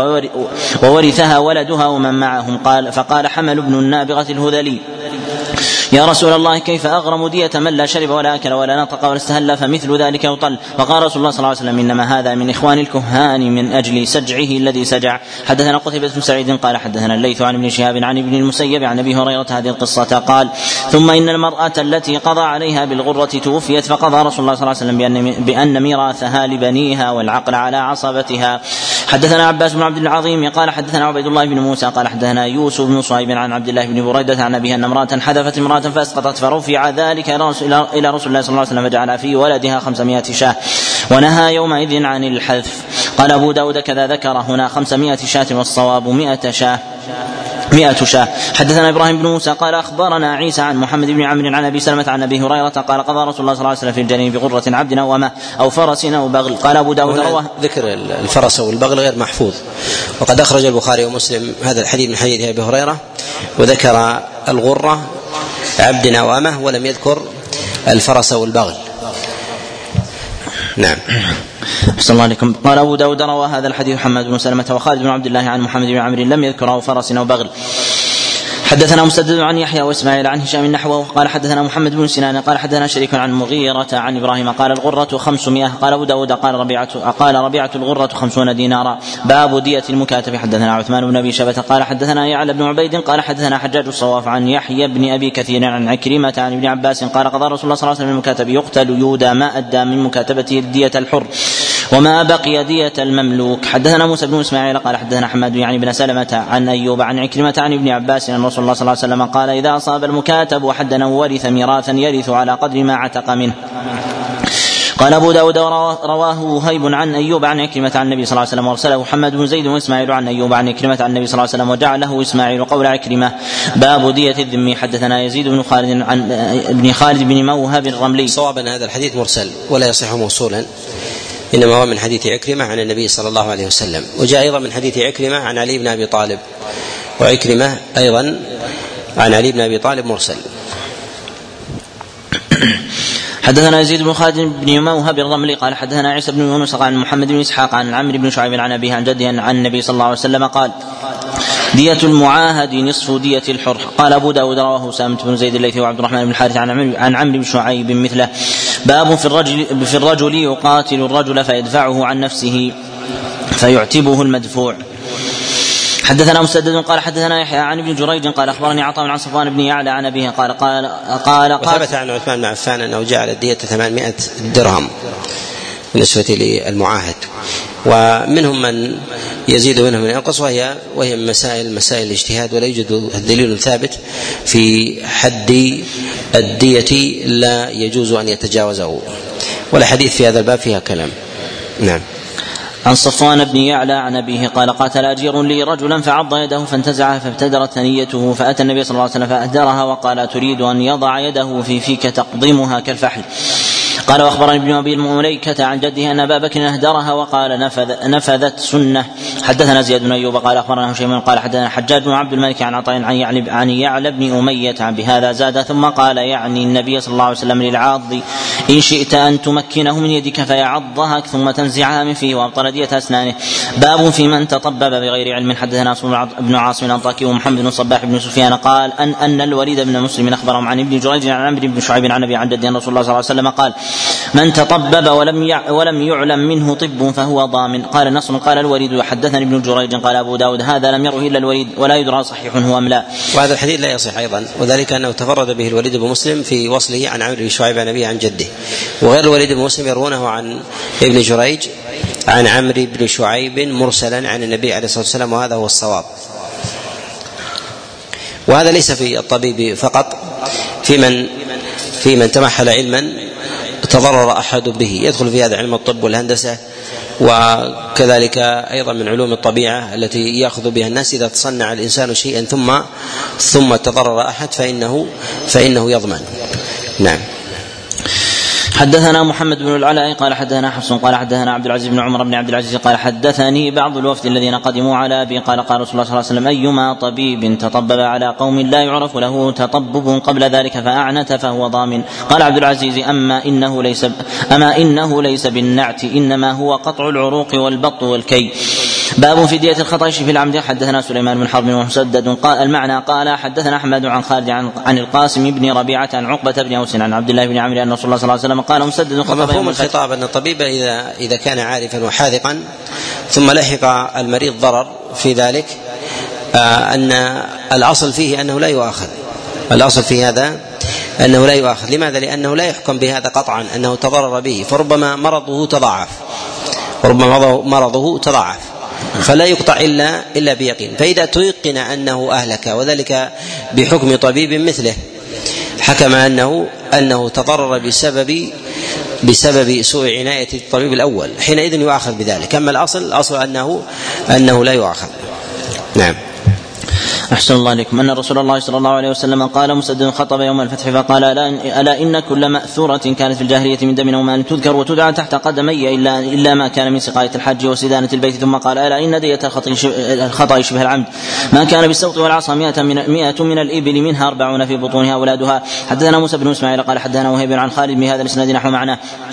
وورثها ولدها ومن معهم. قال فقال حمل بن النابغة الهذلي يا رسول الله كيف أغرم دية من لا شرب ولا أكل ولا نطق ولا استهل فمثل ذلك يطل. فقال رسول الله صلى الله عليه وسلم إنما هذا من إخوان الكهان من أجل سجعه الذي سجع. حدثنا قتيبة بن سعيد قال حدثنا الليث عن ابن شهاب عن ابن المسيب عن أبي هريرة هذه القصة قال ثم إن المرأة التي قضى عليها بالغرة توفيت فقضى رسول الله صلى الله عليه وسلم بأن, بأن ميراثها لبنيها والعقل على عصبتها. حدثنا عباس بن عبد العظيم قال حدثنا عبيد الله بن موسى قال حدثنا يوسف بن صهيب عن عبد الله بن بريدة عن أبيها أن امرأة حذفت امرأة فاسقطت فرفع ذلك إلى رسول الله صلى الله عليه وسلم فجعل في ولدها خمسمائة شاة ونهى يومئذ عن الحذف. قال أبو داود كذا ذكر هنا خمسمائة شاة والصواب مائة شاة مئة شاة. حدثنا إبراهيم بن موسى قال أخبرنا عيسى عن محمد بن عمرو عن أبي سلمة عن أبي هريرة قال قضى رسول الله صلى الله عليه وسلم في الجنين بغرة عبدنا وما أو فرس أو بغل. قال أبو داود رواه ذكر الفرس والبغل غير محفوظ وقد أخرج البخاري ومسلم هذا الحديث من حديث أبي هريرة وذكر الغرة عبدنا وأمه ولم يذكر الفرس والبغل. نعم. صلى الله عليكم. قال أبو داود روى هذا الحديث محمد بن سلمة وخالد بن عبد الله عن محمد بن عمرو لم يذكره فرس أو بغل. حدثنا مسدد عن يحيى واسماعيل عن هشام نحوه قال حدثنا محمد بن سنان قال حدثنا شريك عن مغيرة عن ابراهيم قال الغرة خمسمائة قال ابو داود قال ربيعة قال ربيعة الغرة خمسون دينارا. باب دية المكاتب. حدثنا عثمان بن ابي شبة قال حدثنا يعلى بن عبيد قال حدثنا حجاج الصواف عن يحيى بن ابي كثير عن عكرمة عن ابن عباس قال قضى رسول الله صلى الله عليه وسلم المكاتب يقتل يودى ما ادى من مكاتبته دية الحر وما بقي دية المملوك. حدثنا موسى بن اسماعيل قال حدثنا حماد يعني بن سلمة عن ايوب عن عكرمة عن ابن عباس ان رسول الله صلى الله عليه وسلم قال اذا اصاب المكاتب وحدا ورث ميراثا يرث على قدر ما عتق منه. قال أبو داود رواه وهيب عن أيوب عن عكرمة عن النبي صلى الله عليه وسلم وارسله محمد بن زيد وإسماعيل عن أيوب عن عكرمة عن النبي صلى الله عليه وسلم وجعله إسماعيل قول عكرمة. باب دية الذمي. حدثنا يزيد بن خالد عن ابن خالد بن موهب الرملي. صوابا هذا الحديث مرسل ولا يصح موصولا، إنما هو من حديث عكرمة عن النبي صلى الله عليه وسلم، وجاء أيضا من حديث عكرمة عن علي بن أبي طالب، وعكرمة أيضا عن علي بن أبي طالب مرسل. حدثنا يزيد بن خالد بن موهب الرملي قال حدثنا عيسى بن يونس عن محمد بن اسحاق عن عمرو بن شعيب عن ابيه عن جده عن النبي صلى الله عليه وسلم قال دية المعاهد نصف دية الحر. قال أبو داود رواه أسامة بن زيد الليثي وعبد الرحمن بن الحارث عن عمرو بن شعيب مثله. باب في الرجل, في الرجل يقاتل الرجل فيدفعه عن نفسه فيعتبه المدفوع. حدثنا مسدد قال حدثنا يحيى عن ابن جريج قال اخبرني عطاء عن صفوان بن يعلى عن ابيه قال قال قال وثبت عن عثمان بن عفان انه جعل الدية ثمانمائة درهم بالنسبة للمعاهد، ومنهم من يزيد ومنهم من ينقص، وهي وهي من مسائل مسائل الاجتهاد، ولا يوجد دليل ثابت في حد الدية لا يجوز ان يتجاوزه، ولا حديث في هذا الباب فيها كلام. نعم. عن صفوان بن يعلى عن أبيه قال قاتل أجير لي رجلا فعض يده فانتزعها فابتدرت ثنيته فأتى النبي صلى الله عليه وسلم فأهدرها وقال تريد أن يضع يده في فيك تقضمها كالفحل. قال واخبرني ابن ابي المليكة عن جده ان ابا بكر اهدرها وقال نفذ نفذت سنه. حدثنا زياد بن ايوب قال اخبرنا هشيم قال حدثنا حجاج بن عبد الملك عن عطاء عن يعلى عن يعلى بن اميه عن بهذا زاد ثم قال يعني النبي صلى الله عليه وسلم للعاض ان شئت ان تمكنه من يدك فيعضها ثم تنزعها من فيه وابطل دية اسنانه. باب في من تطبب بغير علم. حدثنا بن عاصم الانطاكي ومحمد بن صباح بن سفيان قال ان ان الوليد بن مسلم اخبرهم عن ابن جريج عن عمرو بن شعيب عن ابي عن جده رسول الله صلى الله عليه وسلم قال من تطبب ولم ولم يعلم منه طب فهو ضامن. قال نصر قال الوليد وحدثني ابن جريج قال ابو داود هذا لم يره الا الوليد ولا يدرى صحيح هو ام لا. وهذا الحديث لا يصح ايضا، وذلك انه تفرد به الوليد بن مسلم في وصله عن عمرو بن شعيب عن ابيه عن جده، وغير الوليد بن مسلم يروونه عن ابن جريج عن عمرو بن شعيب مرسلا عن النبي عليه الصلاه والسلام، وهذا هو الصواب. وهذا ليس في الطبيب فقط، في من في من تمحل علما تضرر أحد به، يدخل في هذا علم الطب والهندسة، وكذلك أيضا من علوم الطبيعة التي يأخذ بها الناس. إذا تصنع الإنسان شيئا ثم ثم تضرر أحد فإنه فإنه يضمن. نعم. حدثنا محمد بن العلاء قال حدثنا حفص قال حدثنا عبد العزيز بن عمر بن عبد العزيز قال حدثني بعض الوفد الذين قدموا على أبي قال قال رسول الله صلى الله عليه وسلم أيما طبيب تطبب على قوم لا يعرف له تطبب قبل ذلك فأعنت فهو ضامن. قال عبد العزيز أما إنه ليس أما إنه ليس بالنعت إنما هو قطع العروق والبط والكي. باب في دية الخطايش في العمد. حدثنا سليمان بن حرب ومسدد قال المعنى قال حدثنا أحمد عن خالد عن, عن القاسم بن ربيعة عن عقبة بن أوس عن عبد الله بن عمرو أن رسول الله صلى الله عليه وسلم قال مسدد خطب. ومفهوم الخطاب أن الطبيب إذا إذا كان عارفا وحاذقا ثم لحق المريض ضرر في ذلك آه أن الأصل فيه أنه لا يؤاخذ، الأصل في هذا أنه لا يؤاخذ. لماذا؟ لأنه لا يحكم بهذا قطعا أنه تضرر به، فربما مرضه تضاعف ربما مرضه تضاعف فلا يقطع إلا إلا بيقين. فإذا تيقن أنه أهلك وذلك بحكم طبيب مثله حكم أنه أنه تضرر بسبب بسبب سوء عناية الطبيب الأول، حينئذ يؤاخذ بذلك. أما الأصل الأصل أنه أنه لا يؤاخذ. نعم. أحسن الله عليكم. أن رسول الله صلى الله عليه وسلم قال مسدد خطب يوم الفتح فقال ألا, ألا إن كل مأثورة كانت في الجاهلية من دم ومال تذكر وتدعى تحت قدمي إلا, إلا ما كان من سقاية الحج وسدانة البيت. ثم قال ألا إن دية الخطأ شبه العمد ما كان بالسوط والعصا مئة من, مئة من الإبل منها أربعون في بطونها أولادها. حدثنا موسى بن إسماعيل قال حدثنا وهيب عن خالد بهذا الإسناد نحو معناه.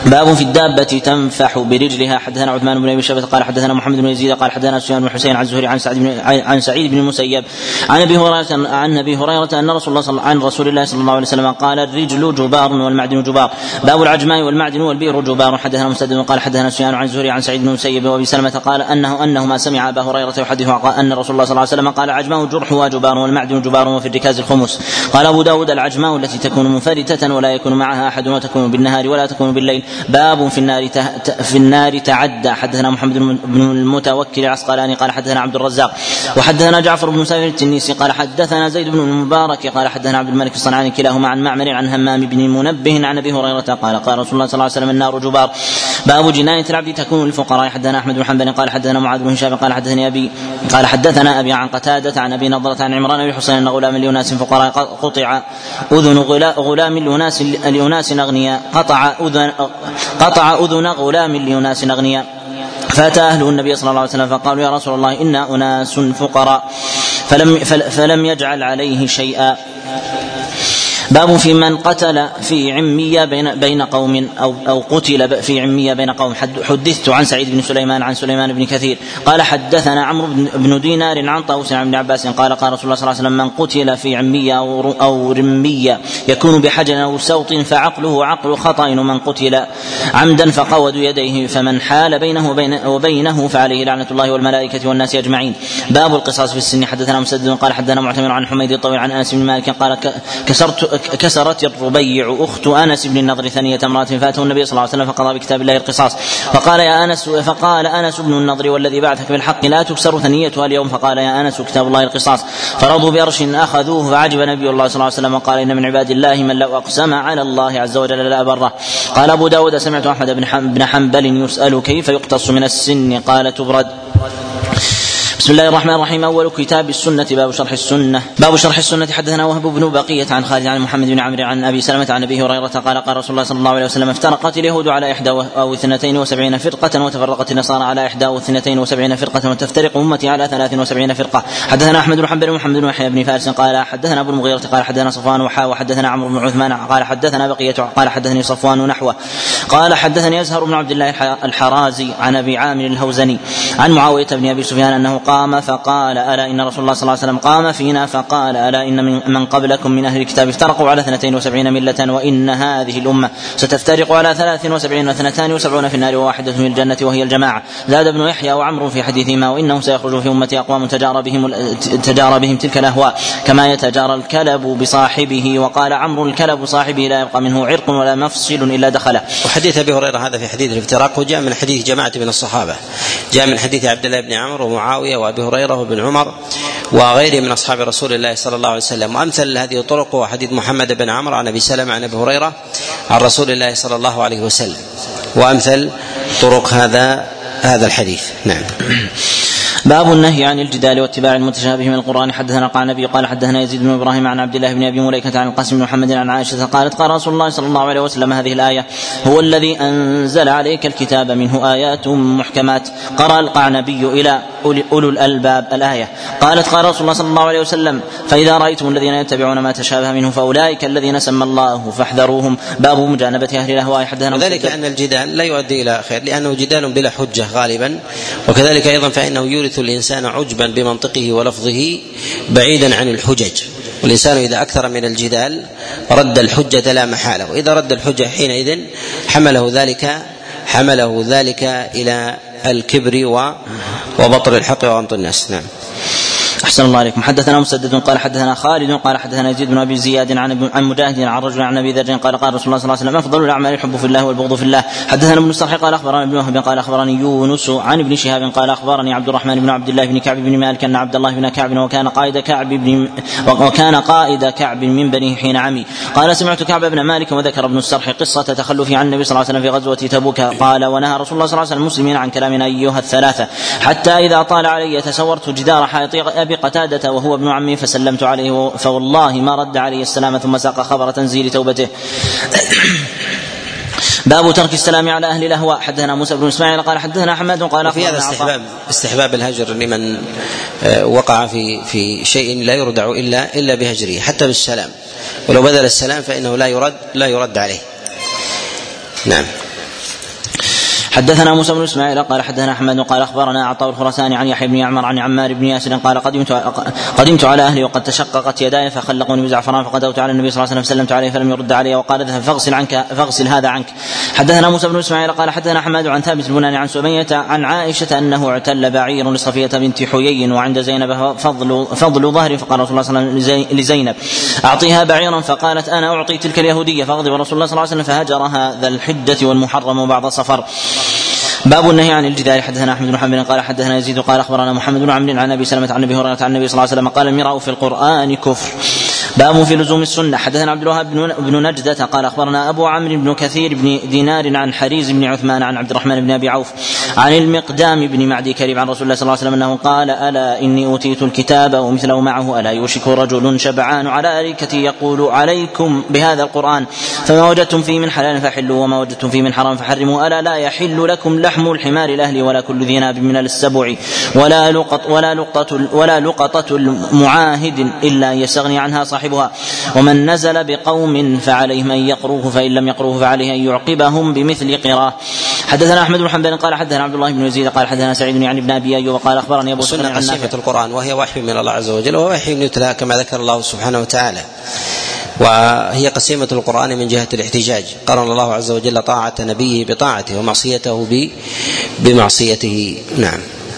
باب في الدابة تنفح برجلها. حدثنا عثمان بن ابي شيبة قال حدثنا محمد بن يزيد قال حدثنا سفيان بن حسين عن الزهري عن سعيد بن عن سعيد بن المسيب عن ابي هريرة عن ابي هريرة ان رسول الله عن رسول الله صلى الله عليه وسلم قال الرجل جبار والمعدن جبار. باب العجماء والمعدن والبئر جبار. حدثنا مسدد قال حدثنا سفيان عن الزهري عن سعيد بن المسيب وابي سلمة قال انه انهما سمع ابا هريرة يحدث ان رسول الله صلى الله عليه وسلم قال العجماء جرح وجبار والمعدن جبار وفي الركاز الخمس. قال ابو داود العجماء التي تكون منفردة ولا يكون معها احد وتكون بالنهار ولا تكون بالليل. باب في النار في النار تعدى. حدثنا محمد بن المتوكل العسقلاني قال حدثنا عبد الرزاق وحدثنا جعفر بن سافر التنيسي قال حدثنا زيد بن المبارك قال حدثنا عبد الملك الصنعاني كلاهما عن معمر عن همام بن منبه عن ابي هريرة قال قال رسول الله صلى الله عليه وسلم النار جبار. باب جناية العبد تكون للفقراء. حدثنا احمد بن حنبل قال حدثنا معاذ بن هشام قال حدثني ابي قال حدثنا ابي عن قتادة عن ابي نضرة عن عمران بن حسين ان غلام لأناس فقراء قطع اذن غلام لأناس لأناس اغنياء قطع اذن قطع اذن غلام لأناس اغنياء فأتى أهله النبي صلى الله عليه وسلم فقالوا يا رسول الله إنا أناس فقراء فلم, فلم يجعل عليه شيئا. باب في من قتل في عمية بين, بين قوم أو, أو قتل في عمية بين قوم. حدثت عن سعيد بن سليمان عن سليمان بن كثير قال حدثنا عمرو بن دينار عن طاووس عن ابن عباس قال قال رسول الله صلى الله عليه وسلم من قتل في عمية أو, أو رمية يكون بحجر أو سوط فعقله عقل خطأ ومن قتل عمدا فقود يديه فمن حال بينه وبين وبينه فعليه لعنة الله والملائكة والناس أجمعين. باب القصاص في السن. حدثنا مسدد قال حدثنا معتمر عن حميد الطويل عن أنس بن مالك قال كسرت كسرت الربيع أخت أنس بن النضر ثنية امرأة فاته النبي صلى الله عليه وسلم فقضى بكتاب الله القصاص فقال يا أنس فقال أنس بن النضر والذي بعثك بالحق لا تكسر ثنيتها اليوم فقال يا أنس كتاب الله القصاص فرضوا بأرش أخذوه فعجب نبي الله صلى الله عليه وسلم وقال إن من عباد الله من لو أقسم على الله عز وجل لا بره. قال أبو داود سمعت أحمد بن حنبل يسأل كيف يقتص من السن قال تبرد. بسم الله الرحمن الرحيم. أول كتاب السنة باب شرح السنة. باب شرح السنة. حدثنا وهب بن بقية عن خالد عن محمد بن عمرو عن أبي سلمة عن أبي هريرة قال قال رسول الله صلى الله عليه وسلم افترقت اليهود على إحدى أو اثنتين وسبعين فرقة وتفرقت النصارى على إحدى أو اثنتين وسبعين فرقة وتفترق أمتي على ثلاث وسبعين فرقة. حدثنا أحمد بن حنبل ومحمد بن يحيى بن فارس قال حدثنا أبو المغيرة قال حدثنا صفوان وحا وحدثنا عمرو بن عثمان قال حدثنا بقية قال حدثني صفوان نحوه قال حدثني أزهر بن عبد الله الحرازي عن أبي عامر الهوزني عن معاوية بن أبي سفيان أنه قام فقال ألا إن رسول الله صلى الله عليه وسلم قام فينا فقال ألا إن من, من قبلكم من أهل الكتاب افترقوا على اثنتين وسبعين ملة وإن هذه الأمة ستفترق على ثلاث وسبعين واثنتان وسبعون في النار وواحدة في الجنة وهي الجماعة. زاد ابن يحيى وعمر في حديثهما وإنه سيخرج في أمتي أقوام تجارى بهم, تجارى بهم تلك الأهواء كما يتجارى الكلب بصاحبه وقال عمرو الكلب صاحبه لا يبقى منه عرق ولا مفصل إلا دخله. وحديث أبي هريرة هذا في حديث الافتراق وجاء من حديث جماعة من الصحابة جاء من حديث عبد الله بن عمرو ومعاوية وأبي هريرة وابن عمر وغيره من أصحاب رسول الله صلى الله عليه وسلم. وأمثل هذه الطرق وحديث محمد بن عمرو عن أبي سلمة عن أبي هريرة عن رسول الله صلى الله عليه وسلم وأمثل طرق هذا هذا الحديث. نعم. باب النهي عن الجدال واتباع المتشابه من القرآن. حدثنا قال النبي قال حدثنا يزيد بن إبراهيم عن عبد الله بن أبي مليكة عن القاسم بن محمد عن عائشة قالت قال رسول الله صلى الله عليه وسلم هذه الآية هو الذي أنزل عليك الكتاب منه آيات محكمات قرأ القعنبي إلى أولو الألباب الآية. قالت قال رسول الله صلى الله عليه وسلم فإذا رأيتم الذين يتبعون ما تشابه منه فأولئك الذين سمى الله فاحذروهم. باب مجانبة أهل الأهواء. حدثنا وذلك أن الجدال لا يؤدي إلى خير لأنه جدال بلا حجة غالبا وكذلك أيضا فإنه يورث الإنسان عجبا بمنطقه ولفظه بعيدا عن الحجج والإنسان إذا أكثر من الجدال رد الحجة لا محالة وإذا رد الحجة حينئذ حمله ذلك حمله ذلك إلى الكبر وبطر الحق وغمط الناس. نعم. أحسن الله عليكم. حدثنا مسدد قال حدثنا خالد قال حدثنا يزيد بن أبي زياد عن عن مجاهد عن رجل عن أبي ذر قال قال رسول الله صلى الله عليه وسلم أفضل الأعمال الحب في الله والبغض في الله. حدثنا ابن الصرح قال أخبرنا ابن وهب قال أخبرني يونس عن ابن شهاب قال أخبرني عبد الرحمن بن عبد الله بن كعب بن مالك أن عبد الله بن كعب وكان قائد كعب بن وكان قائد كعب من بنيه حين عمي قال سمعت كعب بن مالك وذكر ابن الصرح قصة تخلف عن النبي صلى الله عليه وسلم في غزوة تبوك قال ونهى رسول الله صلى الله عليه وسلم المسلمين عن كلامنا أيها الثلاثة حتى إذا طال علي تصورت جدار حائط أبي قتادة وهو ابن عمي فسلمت عليه فوالله ما رد علي السلام ثم ساق خبر تنزيل توبته. باب ترك السلام على أهل الأهواء. حدثنا موسى بن إسماعيل قال حدثنا حماد قال في هذا استحباب استحباب الهجر لمن وقع في في شيء لا يردع إلا إلا بهجره حتى بالسلام ولو بذل السلام فإنه لا يرد لا يرد عليه. نعم. حدثنا موسى بن اسماعيل قال حدثنا احمد قال اخبرنا عطاء الخراساني عن يحيى بن يعمر عن عمار بن ياسر قال قدمت قدمت على اهلي وقد تشققت يداي فخلقوني بزعفران فقدوت على النبي صلى الله عليه وسلم فسلمت عليه فلم يرد علي وقال اذهب فاغسل عنك فاغسل هذا عنك. حدثنا موسى بن اسماعيل قال حدثنا احمد عن ثابت البناني عن سمية عن عائشة انه اعتل بعير لصفية بنت حيي وعند زينب فضل فضل ظهر فقال رسول الله صلى الله عليه وسلم لزينب اعطيها بعيرا فقالت انا اعطي تلك اليهودية فغضب رسول الله صلى الله عليه وسلم فهجرها ذا الحجة والمحرم بعد صفر. باب النهي عن الجدال. حدثنا احمد بن حنبل قال حدثنا يزيد قال اخبرنا محمد بن عمرو عن ابي سلمة عن ابي هريرة عن النبي صلى الله عليه وسلم قال المراء في القرآن كفر. باب في لزوم السنة. حدثنا عبد الوهاب بن نجدة قال اخبرنا ابو عمرو بن كثير بن دينار عن حريز بن عثمان عن عبد الرحمن بن ابي عوف عن المقدام بن معدي كريب عن رسول الله صلى الله عليه وسلم انه قال الا اني اوتيت الكتاب ومثله معه الا يوشك رجل شبعان على اريكتي يقول عليكم بهذا القرآن فما وجدتم فيه من حلال فحلوا وما وجدتم فيه من حرام فحرموا الا لا يحل لكم لحم الحمار الاهلي ولا كل ذي ناب من السبع ولا لقط ولا لقطة ولا لقطة المعاهد الا يستغني عنها صاحبها ومن نزل بقوم فعليه من يقروه فإن لم يقروه فعليه أن يعقبهم بمثل قراه. حدثنا أحمد بن حنبل قال حدثنا عبد الله بن يزيد قال حدثنا سعيد يعني بن أبي أيوب قال أخبرني أبو سنة قسيمة القرآن وهي وحي من الله عز وجل ووحي يتلى كما ذكر الله سبحانه وتعالى وهي قسيمة القرآن من جهة الاحتجاج قرن الله عز وجل طاعة نبيه بطاعته ومعصيته بمعصيته. نعم.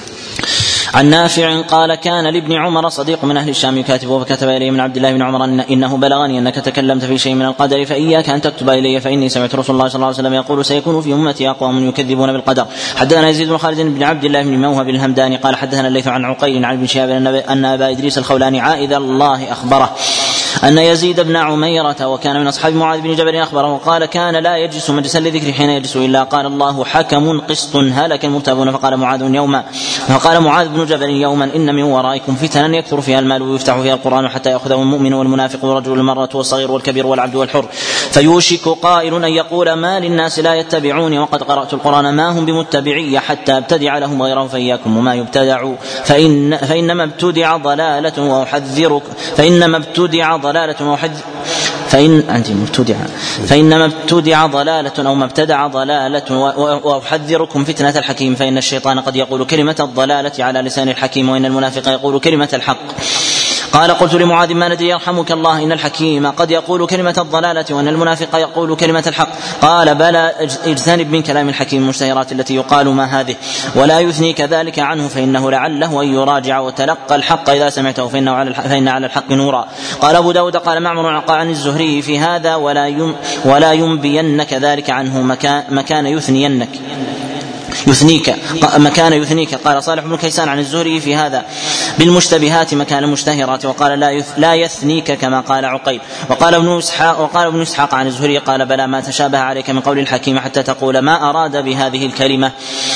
عن نافع قال كان لابن عمر صديق من أهل الشام يكاتبه فكتب إليه من عبد الله بن عمر إن إنه بلغني أنك تكلمت في شيء من القدر فإياك أن تكتب إلي فإني سمعت رسول الله صلى الله عليه وسلم يقول سيكون في أمتي أقوام يكذبون بالقدر. حدثنا يزيد بن خالد بن عبد الله بن موهب الهمداني قال حدثنا الليث عن عقيل عن ابن شهاب أن أبا إدريس الخولاني عائذ الله أخبره أن يزيد بن عميرة وكان من أصحاب معاذ بن جبل أخبره قال كان لا يجلس مجلسا لذكر حين يجلس إلا قال الله حكم قسط هلك المرتابون فقال معاذ يوما فقال معاذ بن جبل يوما إن من ورائكم فتنا يكثر فيها المال ويفتح فيها القرآن حتى يأخذه المؤمن والمنافق والرجل والمرة والصغير والكبير والعبد والحر فيوشك قائل أن يقول ما للناس لا يتبعوني وقد قرأت القرآن ما هم بمتبعي حتى ابتدع لهم غيره فإياكم وما يبتدع فإن فإنما ابتدع ضلالة وأحذرك فإنما ابتدع ضلالة وأحذر فإن أنت مبتدع فإنما ابتدع ضلالة أو ما ابتدع ضلالة وأحذركم فتنة الحكيم فإن الشيطان قد يقول كلمة الضلالة على لسان الحكيم وإن المنافق يقول كلمة الحق. قال قلت لمعاذ ما ندري يرحمك الله إن الحكيم قد يقول كلمة الضلالة وأن المنافق يقول كلمة الحق. قال بلى اجتنب من كلام الحكيم المشتهرات التي يقال ما هذه ولا يثني كذلك عنه فإنه لعله أن يراجع وتلقى الحق إذا سمعته فإنه على فإن على الحق نورا. قال أبو داود قال معمر عن الزهري في هذا ولا يم ولا ينبينك ذلك عنه مكان, مكان يثنينك يثنيك مكان يثنيك. قال صالح بن كيسان عن الزهري في هذا بالمشتبهات مكان المشتهرات وقال لا لا يثنيك كما قال عقيل. وقال ابن اسحاق وقال ابن اسحاق عن الزهري قال بلى ما تشابه عليك من قول الحكيم حتى تقول ما أراد بهذه الكلمة.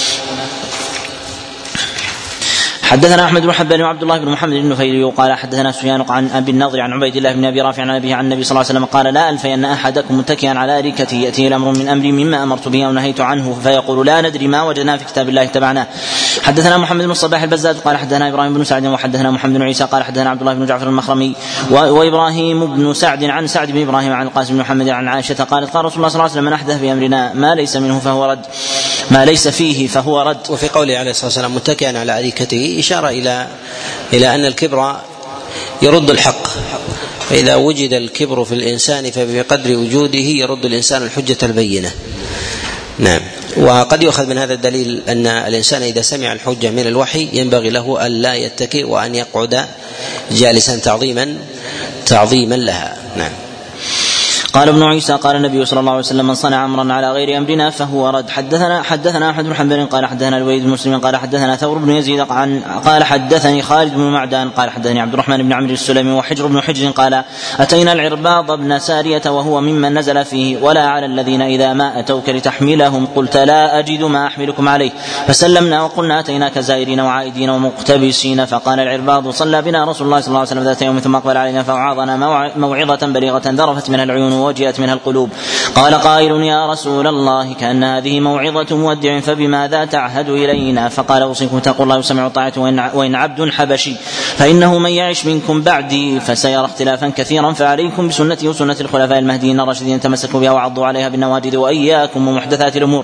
حدثنا احمد بن حنبل وعبد الله بن محمد بن نفيل قال حدثنا سفيان عن ابي النضر عن عبيد الله بن ابي رافع عن ابيه عن النبي صلى الله عليه وسلم قال لا الفين احدكم متكئا على اريكتي ياتيه الامر من امري مما امرت به او نهيت عنه فيقول لا ندري ما وجدنا في كتاب الله اتبعناه. حدثنا محمد بن الصباح البزاز قال حدثنا ابراهيم بن سعد وحدثنا محمد بن عيسى قال حدثنا عبد الله بن جعفر المخرمي وابراهيم بن سعد عن سعد بن ابراهيم عن القاسم بن محمد عن عائشه قالت قال رسول الله صلى الله عليه وسلم من احدث في امرنا ما ليس منه فهو رد ما ليس فيه فهو رد. وفي قوله عليه الصلاه والسلام متكئا على اريكته اشاره الى إلى أن الكبر يرد الحق فإذا وجد الكبر في الإنسان فبقدر وجوده يرد الإنسان الحجة البينة. نعم. وقد يؤخذ من هذا الدليل أن الإنسان إذا سمع الحجة من الوحي ينبغي له أن لا يتكئ وأن يقعد جالسا تعظيما تعظيما لها. نعم. قال ابن عيسى قال النبي صلى الله عليه وسلم من صنع امرا على غير امرنا فهو رد. حدثنا حدثنا احمد بن حنبل قال حدثنا الوليد بن مسلم قال حدثنا ثور بن يزيد عن قال حدثني خالد بن معدان قال حدثني عبد الرحمن بن عمرو السلمي وحجر بن حجر قال اتينا العرباض بن سارية وهو ممن نزل فيه ولا على الذين اذا ما اتوك لتحملهم قلت لا اجد ما احملكم عليه فسلمنا وقلنا اتيناك زائرين وعائدين ومقتبسين فقال العرباض صلى بنا رسول الله صلى الله عليه وسلم ذات يوم ثم اقبل علينا فوعظنا موعظة بليغة ذرفت منها العيون ووجئت منها القلوب. قال قائل يا رسول الله كأن هذه موعظة مودع فبماذا تعهد إلينا؟ فقال أوصيكم تقول الله يسمع الطاعة وإن عبد حبشي فإنه من يعش منكم بعدي فسيرى اختلافا كثيرا فعليكم بسنتي وسنة الخلفاء المهديين الراشدين تمسكوا بها وعضوا عليها بالنواجذ وإياكم ومحدثات الأمور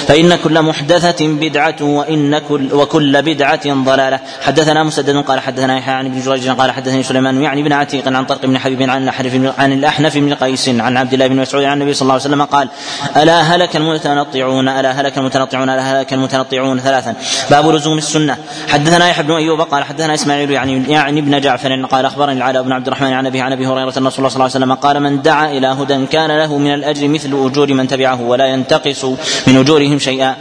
فإن كل محدثة بدعة وإن كل وكل بدعة ضلالة. حدثنا مسدد قال حدثنا يحيى عن ابن جريج قال حدثني سليمان يعني بن عتيق عن طارق بن حبيب عن عن الأحنف بن قيس عن عبد الله بن مسعود عن النبي صلى الله عليه وسلم قال: ألا هلك المتنطعون ألا هلك المتنطعون ألا هلك المتنطعون ثلاثا. باب لزوم السنة. حدثنا يحيى بن أيوب قال حدثنا إسماعيل يعني يعني ابن جعفر قال أخبرني العلاء بن عبد الرحمن عن أبي عن أبي هريرة أن رسول الله صلى الله عليه وسلم قال: من دعا إلى هدى كان له من الأجر مثل أجور من تبعه ولا ينتقص من أجورهم شيئا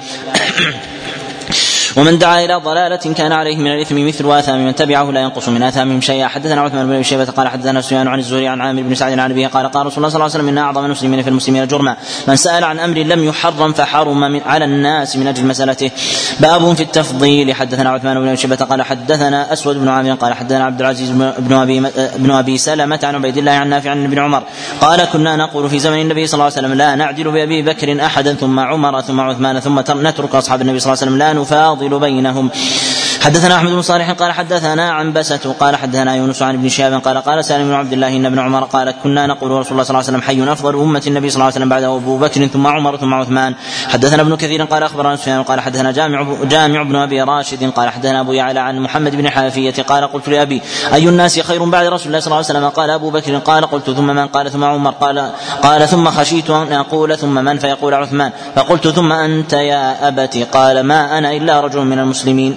ومن دعا إلى ضلالة كان عليه من الإثم مثل آثام من تبعه لا ينقص من آثامهم شيئا. حدثنا عثمان بن أبي شيبة قال حدثنا سفيان عن الزهري عن عامر بن سعد عن أبيه قال: قال رسول الله صلى الله عليه وسلم: إن أعظم المسلمين في المسلمين جرما من سأل عن أمر لم يحرم فحرم من على الناس من أجل مسألته. باب في التفضيل. حدثنا عثمان بن أبي شيبة قال حدثنا أسود بن عامر قال حدثنا عبد العزيز بن أبي بن أبي سلمة عن عبيد الله عن نافع عن ابن عمر قال: كنا نقول في زمن النبي صلى الله عليه وسلم: لا نعدل بأبي بكر أحدا ثم عمر ثم عثمان ثم نترك أصحاب النبي صلى الله عليه وسلم لا نفاضل بينهم. حدثنا أحمد بن صالح قال حدثنا عنبسة قال حدثنا يونس عن ابن شهاب قال قال سالم بن عبد الله إن ابن عمر قال: كنا نقول رسول الله صلى الله عليه وسلم: حي أفضل أمة النبي صلى الله عليه وسلم بعده أبو بكر ثم عمر ثم عثمان. حدثنا ابن كثير قال أخبرنا سفيان قال حدثنا جامع جامع بن أبي راشد قال حدثنا أبو يعلى عن محمد بن حافية قال: قلت لأبي: أي الناس خير بعد رسول الله صلى الله عليه وسلم؟ قال: أبو بكر. قال: قلت: ثم من؟ قال: ثم عمر. قال قال ثم خشيت أن أقول ثم من؟ فيقول عثمان. فقلت: ثم أنت يا أبت؟ قال: ما أنا إلا رجل من المسلمين.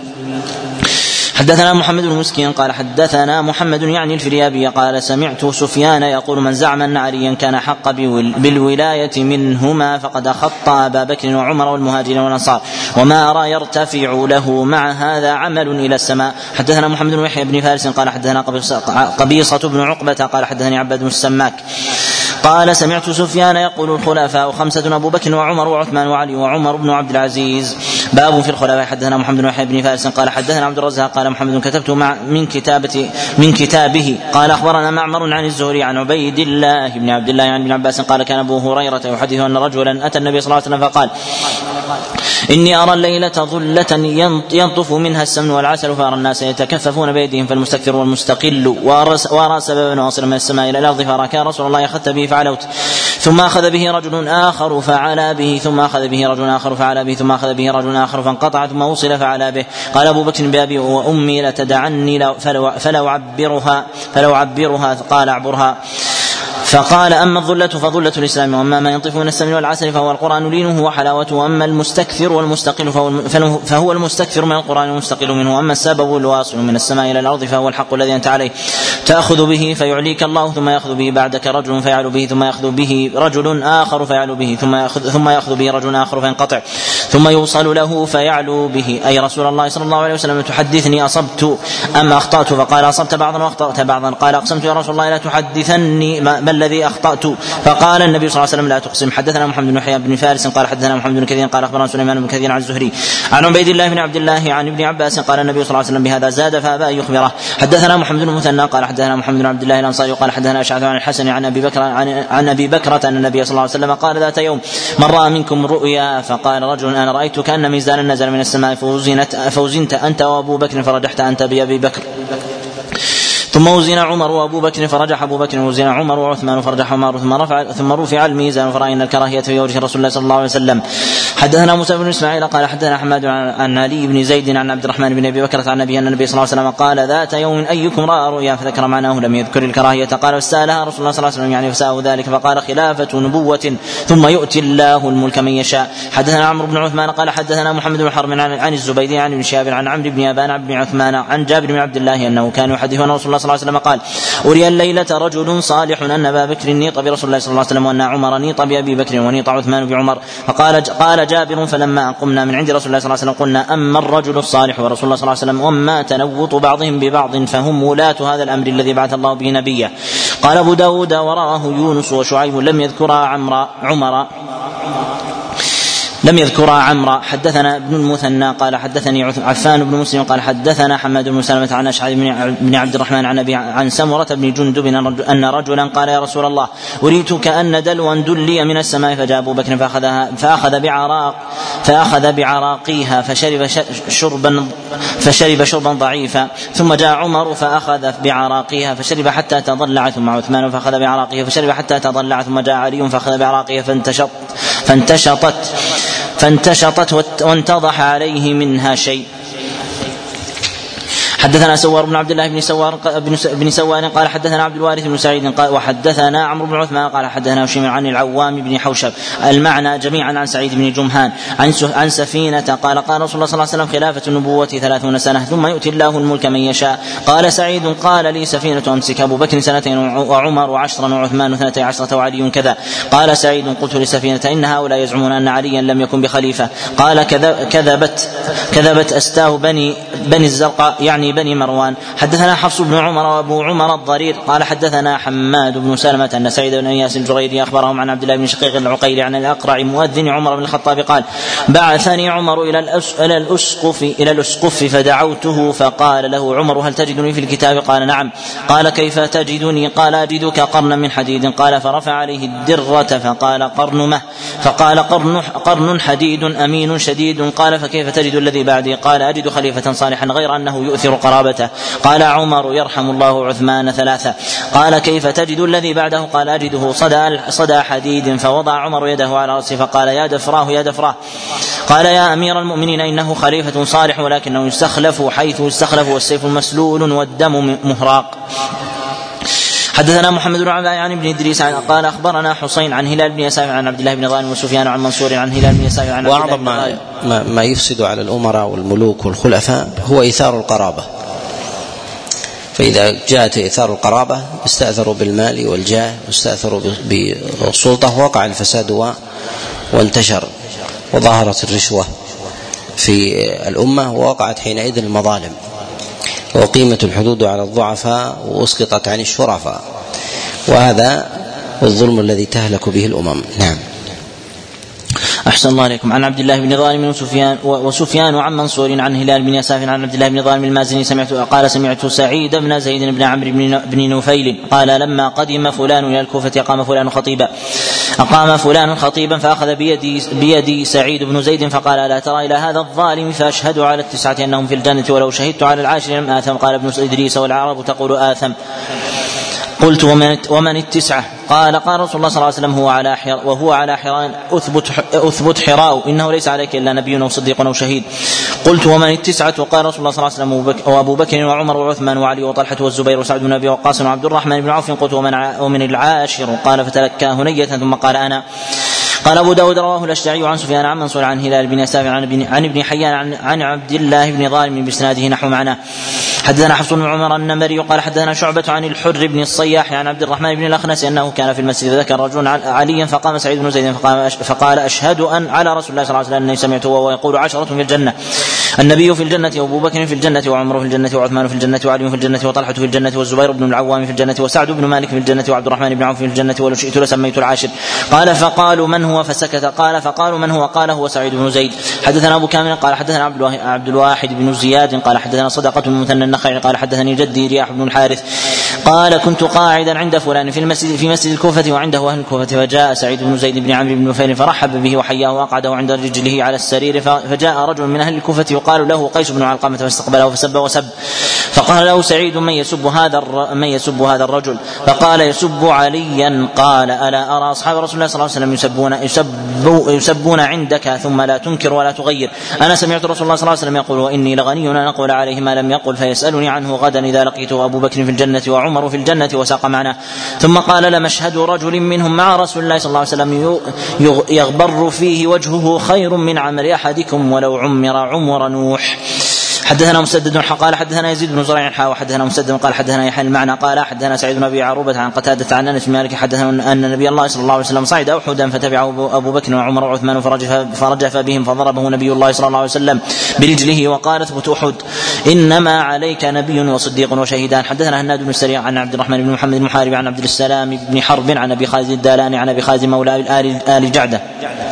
حدثنا محمد بن مسكين قال حدثنا محمد يعني الفريابي قال: سمعت سفيان يقول: من زعم أن عليا كان حق بالولاية منهما فقد أخطأ أبا بكر وعمر والمهاجرين والأنصار وما أرى يرتفع له مع هذا عمل إلى السماء. حدثنا محمد بن يحيى بن فارس قال حدثنا قبيصة بن عقبة قال حدثني عباد بن السماك قال: سمعت سفيان يقول: الخلفاء خمسة أبو بكر وعمر وعثمان وعلي وعمر بن عبد العزيز. باب في الخلفاء. حدثنا محمد بن يحيى بن فارس قال حدثنا عبد الرزاق قال: محمد كتبت مع من كتابة من كتابه قال: أخبرنا معمر عن الزهري عن عبيد الله بن عبد الله عن ابن عباس قال: كان أبو هريرة يحدث أن رجلا أتى النبي صلى الله عليه وسلم فقال: إني أرى الليلة ظلة ينطف منها السمن والعسل فأرى الناس يتكففون بيدهم فالمستكثر والمستقل وأرى سببا واصلا من السماء إلى الأرض فأراك يا رسول الله أخذت به فعلوت ثم أخذ به رجل آخر فعلى به ثم أخذ به رجل آخر فعلى به ثم أخذ به رجل آخر فانقطع ثم وصل فعلى به. قال أبو بكر: بأبي وأمي لتدعني فلو, فلو عبرها فلو عبرها قال: أعبرها. فقال: أما الظلة فظلة الإسلام وأما ما ينطف من السمن والعسل فهو القرآن لينه وحلاوته وأما المستكثر والمستقل فهو المستكثر من القرآن والمستقل منه وأما السبب الواصل من السماء إلى الأرض فهو الحق الذي أنت عليه تأخذ به فيعليك الله ثم يأخذ به بعدك رجل فيعلو به ثم يأخذ به رجل آخر فيعلو به ثم يأخذ, ثم يأخذ به رجل آخر فينقطع ثم يوصل له فيعلو به. أي رسول الله صلى الله عليه وسلم تحدثني أصبت أم أخطأت؟ فقال: أصبت بعضا وأخطأت بعضا. قال: أقسمت يا رسول الله لا تحدثني ما الذي أخطأت؟ فقال النبي صلى الله عليه وسلم: لا تقسم. حدثنا محمد بن يحيى بن فارس قال حدثنا محمد بن كثير قال أخبرنا سليمان بن كثير عن الزهري عن عبيد الله بن عبد الله عن ابن عباس قال النبي صلى الله عليه وسلم: بهذا زاد فأبى أن يخبره. حدثنا محمد بن المثنى قال حدثنا محمد بن عبد الله الأنصاري قال حدثنا أشعث عن الحسن عن أبي بكر عن, عن أبي بكرة أن النبي صلى الله عليه وسلم قال ذات يوم: من رأى منكم رؤيا فقال رجل: أنا رأيت كأن ميزانا نزل من السماء فوزنت, فوزنت أنت وأبو بكر فرجحت أنت بأبي بكر ثم وزن عمر وابو بكر فرجح ابو بكر ووزن عمر وعثمان فرجح عمر ثم رفع ثم رفع الميزان فرأينا الكراهية في وجه رسول الله صلى الله عليه وسلم. حدثنا موسى بن اسماعيل قال حدثنا حماد عن علي بن زيد عن عبد الرحمن بن ابي بكر عن النبي ان النبي صلى الله عليه وسلم قال: ذات يوم ايكم راى رؤيا فذكر معناه لم يذكر الكراهية. قال: فسألها رسول الله صلى الله عليه وسلم يعني فسأله ذلك فقال: خلافة نبوة ثم يؤتي الله الملك من يشاء. حدثنا عمرو بن عثمان قال حدثنا محمد بن حرب عن الزبيدي عن ابن شهاب عن عمرو بن ابان عن ابن عثمان عن جابر بن عبد الله انه كان يحدث ان رسول الله صلى الله عليه وسلم قال: أري الليلة رجل صالح أن أبا بكر نيط برسول الله صلى الله عليه وسلم وأن عمر نيط بأبي بكر ونيط عثمان بعمر. فقال قال جابر: فلما قمنا من عند رسول الله صلى الله عليه وسلم قلنا: أما الرجل الصالح ورسول الله صلى الله عليه وسلم وما تنوط بعضهم ببعض فهم ولاة هذا الأمر الذي بعث الله به نبيه. قال أبو داود: وراه يونس وشعيب لم يذكر عمر عمر لم يذكر عمرا. حدثنا ابن المثنى قال حدثني عفان بن مسلم قال حدثنا حماد بن سلمة عن أشعث بن عبد الرحمن عن أبي عن سمرة بن جندب أن رجلا قال: يا رسول الله أريت كأن دلوا دلي من السماء فجاء أبو بكر فأخذها فأخذ بعراق فأخذ بعراقيها فشرب شربا فشرب شربا ضعيفا ثم جاء عمر فأخذ بعراقيها فشرب حتى تضلع ثم عثمان فأخذ بعراقيها فشرب حتى تضلع ثم جاء علي فأخذ بعراقيها فانتشط فانتشطت فانتشطت وانتضح عليه منها شيء. حدثنا سوار بن عبد الله بن سوار بن سوار قال حدثنا عبد الوارث بن سعيد قال وحدثنا عمرو بن عثمان قال حدثنا هشيم عن العوام بن حوشب المعنى جميعا عن سعيد بن جمهان عن عن سفينة قال قال رسول الله صلى الله عليه وسلم خلافة النبوة ثلاثون سنة ثم يؤتي الله الملك من يشاء. قال سعيد قال لي سفينة أمسك أبو بكر سنتين وعمر عشرا وعثمان اثنتي عشرة وعلي كذا. قال سعيد قلت لسفينة إن هؤلاء يزعمون أن عليا لم يكن بخليفة. قال كذبت كذبت أستاه بني بني الزرقاء يعني بني مروان. حدثنا حفص بن عمر وابو عمر الضرير قال حدثنا حماد بن سلمة أن سعيد بن اياس الجريري اخبرهم عن عبد الله بن شقيق العقيلي عن الاقرع مؤذن عمر بن الخطاب قال بعثني عمر الى الى الاسقف الى الاسقف فدعوته فقال له عمر هل تجدني في الكتاب؟ قال نعم. قال كيف تجدني؟ قال اجدك قرنا من حديد. قال فرفع عليه الدرة فقال قرن مه فقال قرن قرن حديد امين شديد. قال فكيف تجد الذي بعدي؟ قال اجد خليفة صالحا غير انه يؤثر قرابته. قال عمر يرحم الله عثمان ثلاثة. قال كيف تجد الذي بعده؟ قال أجده صدى صدى حديد. فوضع عمر يده على رأسه فقال يا دفراه يا دفراه. قال يا أمير المؤمنين إنه خليفة صالح ولكنه يستخلف حيث يستخلف والسيف مسلول والدم مهراق. حدثنا محمد بن عبد عن ابن ادريس قال اخبرنا حسين عن هلال بن يسار عن عبد الله بن ظالم وسفيان عن منصور عن هلال بن يسار عن عبد الله بن ما, ما يفسد على الامراء والملوك والخلفاء هو ايثار القرابه. فاذا جاءت ايثار القرابه استاثروا بالمال والجاه واستاثروا بالسلطه وقع الفساد وانتشر وظهرت الرشوه في الامه ووقعت حينئذ المظالم وقيمت الحدود على الضعفاء واسقطت عن الشرفاء وهذا الظلم الذي تهلك به الامم. نعم. أحسن الله عليكم. عن عبد الله بن ظالم وسفيان وسفيان عن منصور عن هلال بن يساف عن عبد الله بن ظالم المازني سمعت قال سمعت سعيد بن زيد بن عمرو بن نفيل قال لما قدم فلان إلى الكوفة أقام فلان خطيبا أقام فلان خطيبا فأخذ بيدي, بيدي سعيد بن زيد فقال لا ترى إلى هذا الظالم فأشهد على التسعة أنهم في الجنة ولو شهدت على العاشر لم آثم. قال ابن إدريس والعرب تقول آثم. قلت ومن, ومن التسعة؟ قال قال رسول الله صلى الله عليه وسلم هو على حر وهو على حران أثبت, أثبت حراء إنه ليس عليك إلا نبي أو صديق أو شهيد. قلت ومن التسعة؟ قال رسول الله صلى الله عليه وسلم وأبو بكر وعمر وعثمان وعلي وطلحة والزبير وسعد بن أبي وقاص وعبد الرحمن بن عوف. قلت ومن, ومن العاشر؟ قال فتلكى هنية ثم قال أنا. قال أبو داود رواه الأشجعي عن سفيان عن منصور عن هلال بن يساف عن ابن, عن ابن حيان عن, عن عبد الله بن ظالم بإسناده نحو معناه. حدثنا حفص بن عمر النمري قال حدثنا شعبة عن الحر بن الصياح عن عبد الرحمن بن الأخنس أنه كان في المسجد ذكر رجل عليا فقام سعيد بن زيد فقال أشهد أن على رسول الله صلى الله عليه وسلم أني سمعته وهو يقول عشرة في الجنة النبي في الجنة وأبو بكر في الجنة وعمر في الجنة وعثمان في الجنة وعلي في الجنة وطلحة في الجنة والزبير بن العوام في الجنة وسعد بن مالك في الجنة وعبد الرحمن بن عوف في الجنة ولو شئت لسميت العاشر. قال فقالوا من هو؟ فسكت. قال فقالوا من هو؟ قال هو سعيد بن زيد. حدثنا أبو كامل قال حدثنا عبد الواحد بن زياد قال حدثنا صدقة بن مثنى النخعي قال حدثني جدي رياح بن الحارث قال كنت قاعدا عند فلان في المسجد في مسجد الكوفة وعنده أهل الكوفة فجاء سعيد بن زيد بن عمرو بن نفيل فرحب به وحياه وأقعده عند رجله على السرير فجاء رجل من أهل الكوفة يقال له قيس بن علقمة فاستقبله فسب وسب فقال له سعيد من يسب هذا من يسب هذا الرجل؟ فقال يسب عليا. قال ألا أرى أصحاب رسول الله صلى الله عليه وسلم يسبون, يسبون, يسبون عندك ثم لا تنكر ولا تغير؟ أنا سمعت رسول الله صلى الله عليه وسلم يقول وإني لغني أن أقول عليه ما لم يقل فيسألني عنه غدا إذا لقيته أبو بكر في الجنة وعمر في الجنة وساق معنا. ثم قال لمشهد رجل منهم مع رسول الله صلى الله عليه وسلم يغبر فيه وجهه خير من عمر أحدكم ولو عمر عمر نوح. حدثنا مسدد قال حدثنا يزيد بن زريع حا وحدثنا مسدد قال حدثنا يحيى المعنى قال حدثنا سعيد بن ابي عروبه عن قتاده عن انس بن مالك حدثنا ان نبي الله صلى الله عليه وسلم صعد احدا فتبعه ابو بكر وعمر وعثمان فرجف, فرجف بهم فضربه نبي الله صلى الله عليه وسلم برجله وقال اثبت احد انما عليك نبي وصديق وشهيدان. حدثنا هناد بن السريع عن عبد الرحمن بن محمد المحاربي عن عبد السلام بن حرب عن ابي خالد الدالاني عن ابي خالد مولى ال ال جعده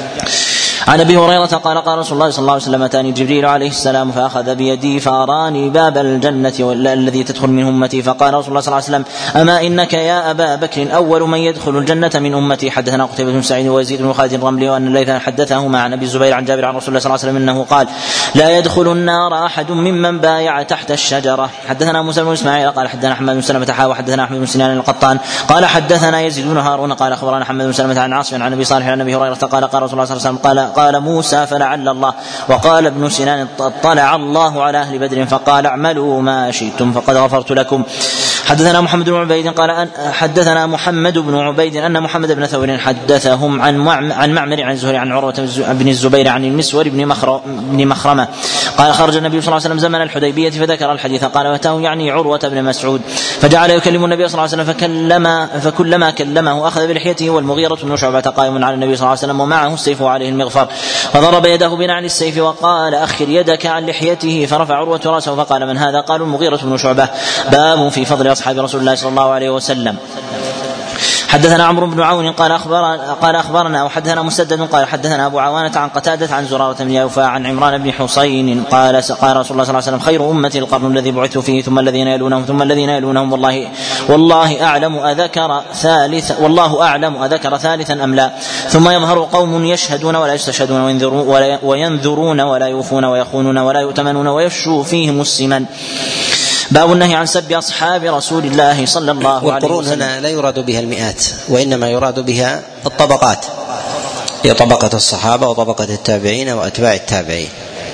عن ابي هريره قال قال رسول الله صلى الله عليه وسلم اتاني جبريل عليه السلام فاخذ بيدي فاراني باب الجنه الذي تدخل من امتي فقال رسول الله صلى الله عليه وسلم اما انك يا ابا بكر اول من يدخل الجنه من امتي. حدثنا قتيبة بن سعيد ويزيد بن خالد الرملي وان الليث حدثهما عن ابي الزبير عن جابر عن رسول الله صلى الله عليه وسلم انه قال لا يدخل النار احد ممن بايع تحت الشجره. حدثنا موسى بن اسماعيل قال حدثنا احمد بن سلمة حا وحدثنا احمد بن سنان القطان قال حدثنا يزيد بن هارون قال اخبرنا محمد بن سلمة عن عاصم عن ابي صالح عن ابي هريره قال قال رسول الله صلى الله عليه وسلم قال فقال موسى فلعل الله. وقال ابن سنان اطلع الله على أهل بدر فقال اعملوا ما شئتم فقد غفرت لكم. حدثنا محمد بن عبيد قال حدثنا محمد بن عبيد أن محمد بن ثور حدثهم عن عن معمر عن الزهري عن عروة بن الزبير عن المسور بن مخرمة قال خرج النبي صلى الله عليه وسلم زمن الحديبية فذكر الحديث قال واتاه يعني عروة بن مسعود فجعل يكلم النبي صلى الله عليه وسلم فكلم فكلما كلمه أخذ بلحيته والمغيرة بن شعبة قائم على النبي صلى الله عليه وسلم ومعه السيف وعليه المغفر فضرب يده بنعل السيف وقال أخر يدك عن لحيته فرفع عروة رأسه فقال من هذا؟ قالوا المغيرة بن شعبة. باب في فضل أصحاب رسول الله صلى الله عليه وسلم. حدثنا عمرو بن عون قال أخبرنا قال أخبرنا وحدثنا مسدد قال حدثنا أبو عوانة عن قتادة عن زرارة بن يوفى عن عمران بن حسين قال قال رسول الله صلى الله عليه وسلم خير أمتي القرن الذي بعثت فيه ثم الذين يلونهم ثم الذين يلونهم والله والله أعلم أذكر ثالث والله أعلم أذكر ثالثا أم لا. ثم يظهر قوم يشهدون ولا يستشهدون وينذرون ولا يوفون ويخونون ولا يؤتمنون ويفشوا فيهم السمن. باب النهي عن سب أصحاب رسول الله صلى الله عليه وسلم. والقرون هنا لا يراد بها المئات وإنما يراد بها الطبقات، هي طبقة الصحابة وطبقة التابعين وأتباع التابعين.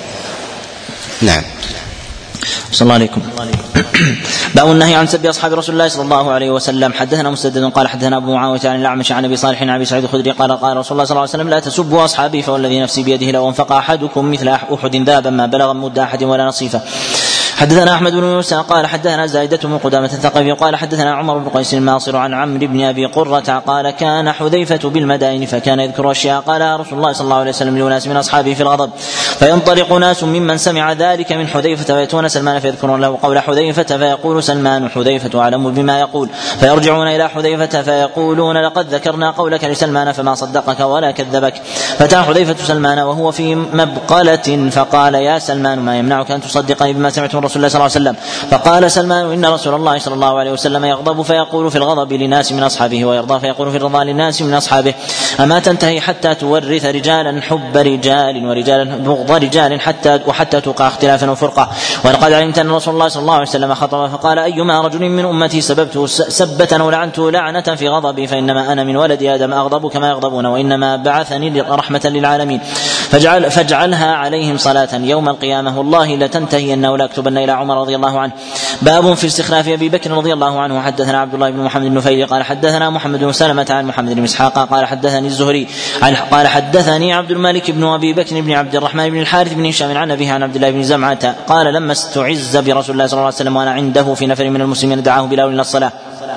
نعم. صلى الله عليكم. باب النهي عن سب أصحاب رسول الله صلى الله عليه وسلم. حدثنا مسدد قال حدثنا أبو معاوية عن الأعمش عن أبي صالح عن أبي سعيد الخدري قال قال رسول الله صلى الله عليه وسلم لا تسبوا أصحابي فوالذي نفسي بيده لو انفق أحدكم مثل أحد ذهبا ما بلغ مد أحد ولا نصيفه. حدثنا أحمد بن موسى قال حدثنا زائدة بن قدامة الثقفي قال حدثنا عمر بن قيس الماصر عن عمرو بن أبي قرة قال كان حذيفة بالمدائن فكان يذكر أشياء قال رسول الله صلى الله عليه وسلم لناس من أصحابه في الغضب فينطلق ناس ممن سمع ذلك من حذيفة فيأتون سلمان فيذكرون له قول حذيفة فيقول سلمان حذيفة أعلم بما يقول فيرجعون إلى حذيفة فيقولون لقد ذكرنا قولك لسلمان فما صدقك ولا كذبك. فتاه حذيفة سلمان وهو في مبقلة فقال يا سلمان ما يمنعك أن تصدقني بما سمعت من رسول الله صلى الله عليه وسلم؟ فقال سلمان إن رسول الله صلى الله عليه وسلم يغضب فيقول في الغضب لناس من أصحابه ويرضى فيقول في الرضا لناس من أصحابه أما تنتهي حتى تورث رجالا حب رجال ورجالا بغض رجال حتى وحتى توقع اختلافا وفرقة. ولقد علمت أن رسول الله صلى الله عليه وسلم خطب فقال أيما رجل من أمتي سببته سبة ولعنته لعنة في غضبي فإنما أنا من ولد آدم أغضب كما يغضبون وإنما بعثني رحمة للعالمين فاجعل فاجعلها عليهم صلاة يوم القيامة والله لتنتهين ولا أكتبن إلى عمر رضي الله عنه. باب في استخلاف أبي بكر رضي الله عنه. حدثنا عبد الله بن محمد بن نفيل قال حدثنا محمد بن سلمة عن محمد بن إسحاق قال حدثني الزهري قال حدثني عبد الملك بن أبي بكر بن عبد الرحمن بن الحارث بن هشام عن أبيه عن عبد الله بن زمعة قال لما استعز برسول الله صلى الله عليه وسلم وأنا عنده في نفر من المسلمين دعاه بلال إلى الصلاة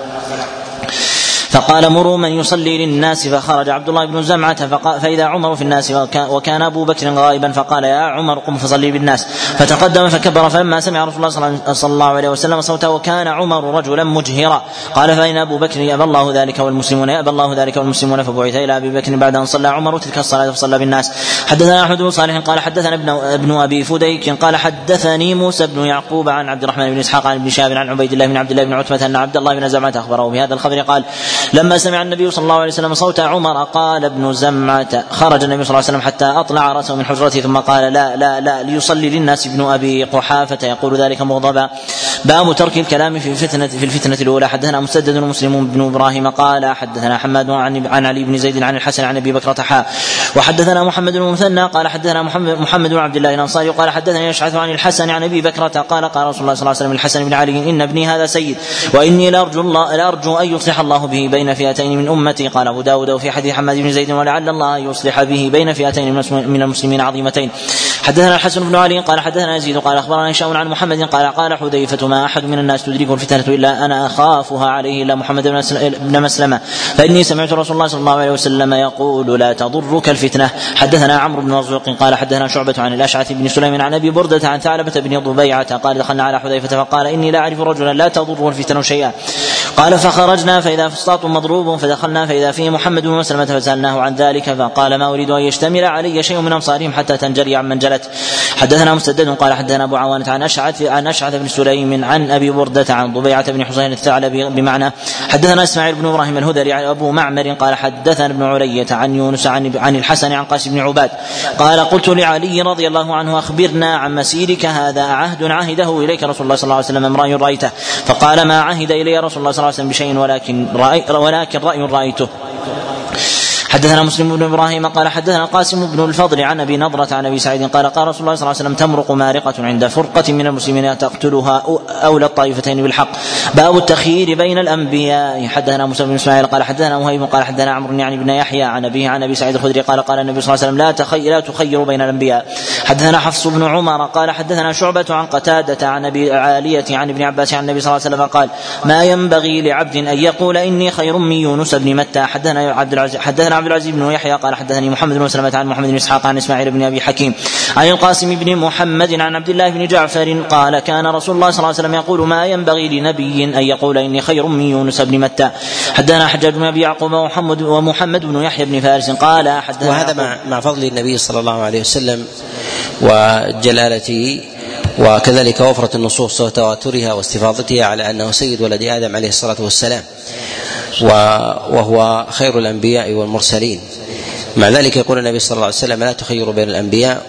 فقال مروا من يصلي للناس فخرج عبد الله بن زمعة فإذا عمر في الناس وكان أبو بكر غائبا فقال يا عمر قم فصلي بالناس فتقدم فكبر فلما سمع رسول الله صلى الله عليه وسلم صوته وكان عمر رجلا مجهرا قال فإن أبو بكر يأبى الله ذلك والمسلمون يأبى الله ذلك والمسلمون فبعث إلى أبي بكر بعد أن صلى عمر تلك الصلاة فصلى بالناس. حدثنا أحمد بن صالح قال حدثنا ابن, ابن أبي فديك قال حدثني موسى بن يعقوب عن عبد الرحمن بن إسحاق عن ابن شهاب عن عبيد الله بن عبد الله بن عتبة أن عبد الله بن زمعة أخبره بهذا الخبر قال لما سمع النبي صلى الله عليه وسلم صوت عمر قال ابن زمعة خرج النبي صلى الله عليه وسلم حتى أطلع رأسه من حجرته ثم قال لا لا لا ليصلي للناس ابن أبي قحافة يقول ذلك مغضبا. باب ترك الكلام في الفتنة في الفتنة الأولى. حدثنا مسدد ومسلم بن إبراهيم قال حدثنا حماد عن عن علي بن زيد عن الحسن عن أبي بكر حا وحدثنا محمد بن المثنى قال حدثنا محمد محمد بن عبد الله الأنصاري قال حدثني يشعث عن الحسن عن أبي بكر قال قال رسول الله صلى الله عليه وسلم الحسن بن علي إن ابني هذا سيد وإني لأرجو الله لأرجو أن يصلح الله به بين فئتين من أمتي. قال أبو داود وفي حديث حماد بن زيد ولعل الله يصلح به بين فئتين من المسلمين عظيمتين. حدثنا الحسن بن علي قال حدثنا يزيد قال أخبرنا هشام عن محمد قال قال حذيفة ما أحد من الناس تدركه الفتنة إلا أنا أخافها عليه إلا محمد بن مسلمة فإني سمعت رسول الله صلى الله عليه وسلم يقول لا تضرك الفتنة. حدثنا عمرو بن مرزوق قال حدثنا شعبة عن الأشعث بن سليم عن أبي بردة عن ثعلبة بن ضبيعة قال دخلنا على حذيفة فقال إني لا أعرف رجلا لا تضره الفتنة شيئا قال فخرجنا فإذا فسطاط مضروب فدخلنا فإذا فيه محمد بن مسلمة فسألناه عن ذلك فقال ما أريد أن يشتمل علي شيء من أمصارهم حتى تنجلي عمن جلت. حدثنا مسدد قال حدثنا أبو عوانة عن أشعث عن أشعث بن سليم عن أبي بردة عن ضبيعة بن حسين الثعلبي بمعنى. حدثنا إسماعيل بن إبراهيم الهذلي عن أبو معمر قال حدثنا ابن علية عن يونس عن, عن الحسن عن قاسم بن عباد قال قلت لعلي رضي الله عنه أخبرنا عن مسيرك هذا عهد عهده إليك رسول الله صلى الله عليه وسلم أم رأي رأيته؟ فقال ما عهد إلي رسول الله صلى الله عليه وسلم بشيء ولكن رأي ولكن رأي رأيته. حدثنا مسلم بن ابراهيم قال حدثنا القاسم بن الفضل عن ابي نضرة عن ابي سعيد قال قال رسول الله صلى الله عليه وسلم تمرق مارقة عند فرقة من المسلمين تقتلها اولى الطائفتين بالحق. باب التخيير بين الانبياء. حدثنا موسى بن اسماعيل قال حدثنا وهيب قال حدثنا عمرو يعني بن يحيى عن ابيه عن ابي سعيد الخدري قال قال النبي صلى الله عليه وسلم لا تخير لا تخيروا بين الانبياء. حدثنا حفص بن عمر قال حدثنا شعبة عن قتادة عن ابي عالية عن ابن عباس عن النبي صلى الله عليه وسلم قال ما ينبغي لعبد ان يقول اني خير من يونس بن متى. حدثنا عبد العزيز حدثنا عبد العزيز بن يحيى قال حدثني محمد بن سلمة عن محمد بن اسحاق عن اسماعيل بن ابي حكيم عن القاسم بن محمد عن عبد الله بن جعفر قال كان رسول الله صلى الله عليه وسلم يقول ما ينبغي لنبي ان يقول اني خير من يونس بن متى. حدثنا حجاج بن ابي يعقوب ومحمد ومحمد بن يحيى بن فارس قال حدثنا وهذا مع, مع فضل النبي صلى الله عليه وسلم وجلالته وكذلك وفرة النصوص وتواترها واستفاضتها على أنه سيد ولد آدم عليه الصلاة والسلام وهو خير الأنبياء والمرسلين. مع ذلك يقول النبي صلى الله عليه وسلم لا تخيروا بين الأنبياء،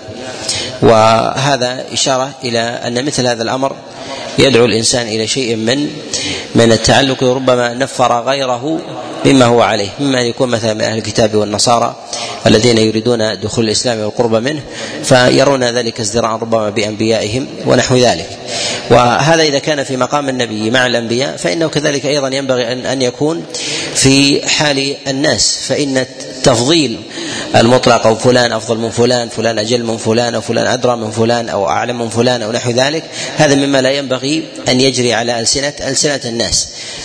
وهذا إشارة إلى أن مثل هذا الأمر يدعو الإنسان إلى شيء من من التعلق، وربما نفر غيره مما هو عليه، مما يكون مثلا من أهل الكتاب والنصارى الذين يريدون دخول الإسلام والقرب منه فيرون ذلك ازدراء ربما بأنبيائهم ونحو ذلك. وهذا إذا كان في مقام النبي مع الأنبياء فإنه كذلك أيضا ينبغي أن أن يكون في حال الناس، فإن التفضيل المطلق أو فلان أفضل من فلان، فلان أجل من فلان، أو فلان أدرى من فلان، أو أعلم من فلان، أو نحو ذلك، هذا مما لا ينبغي أن يجري على ألسنة ألسنة الناس.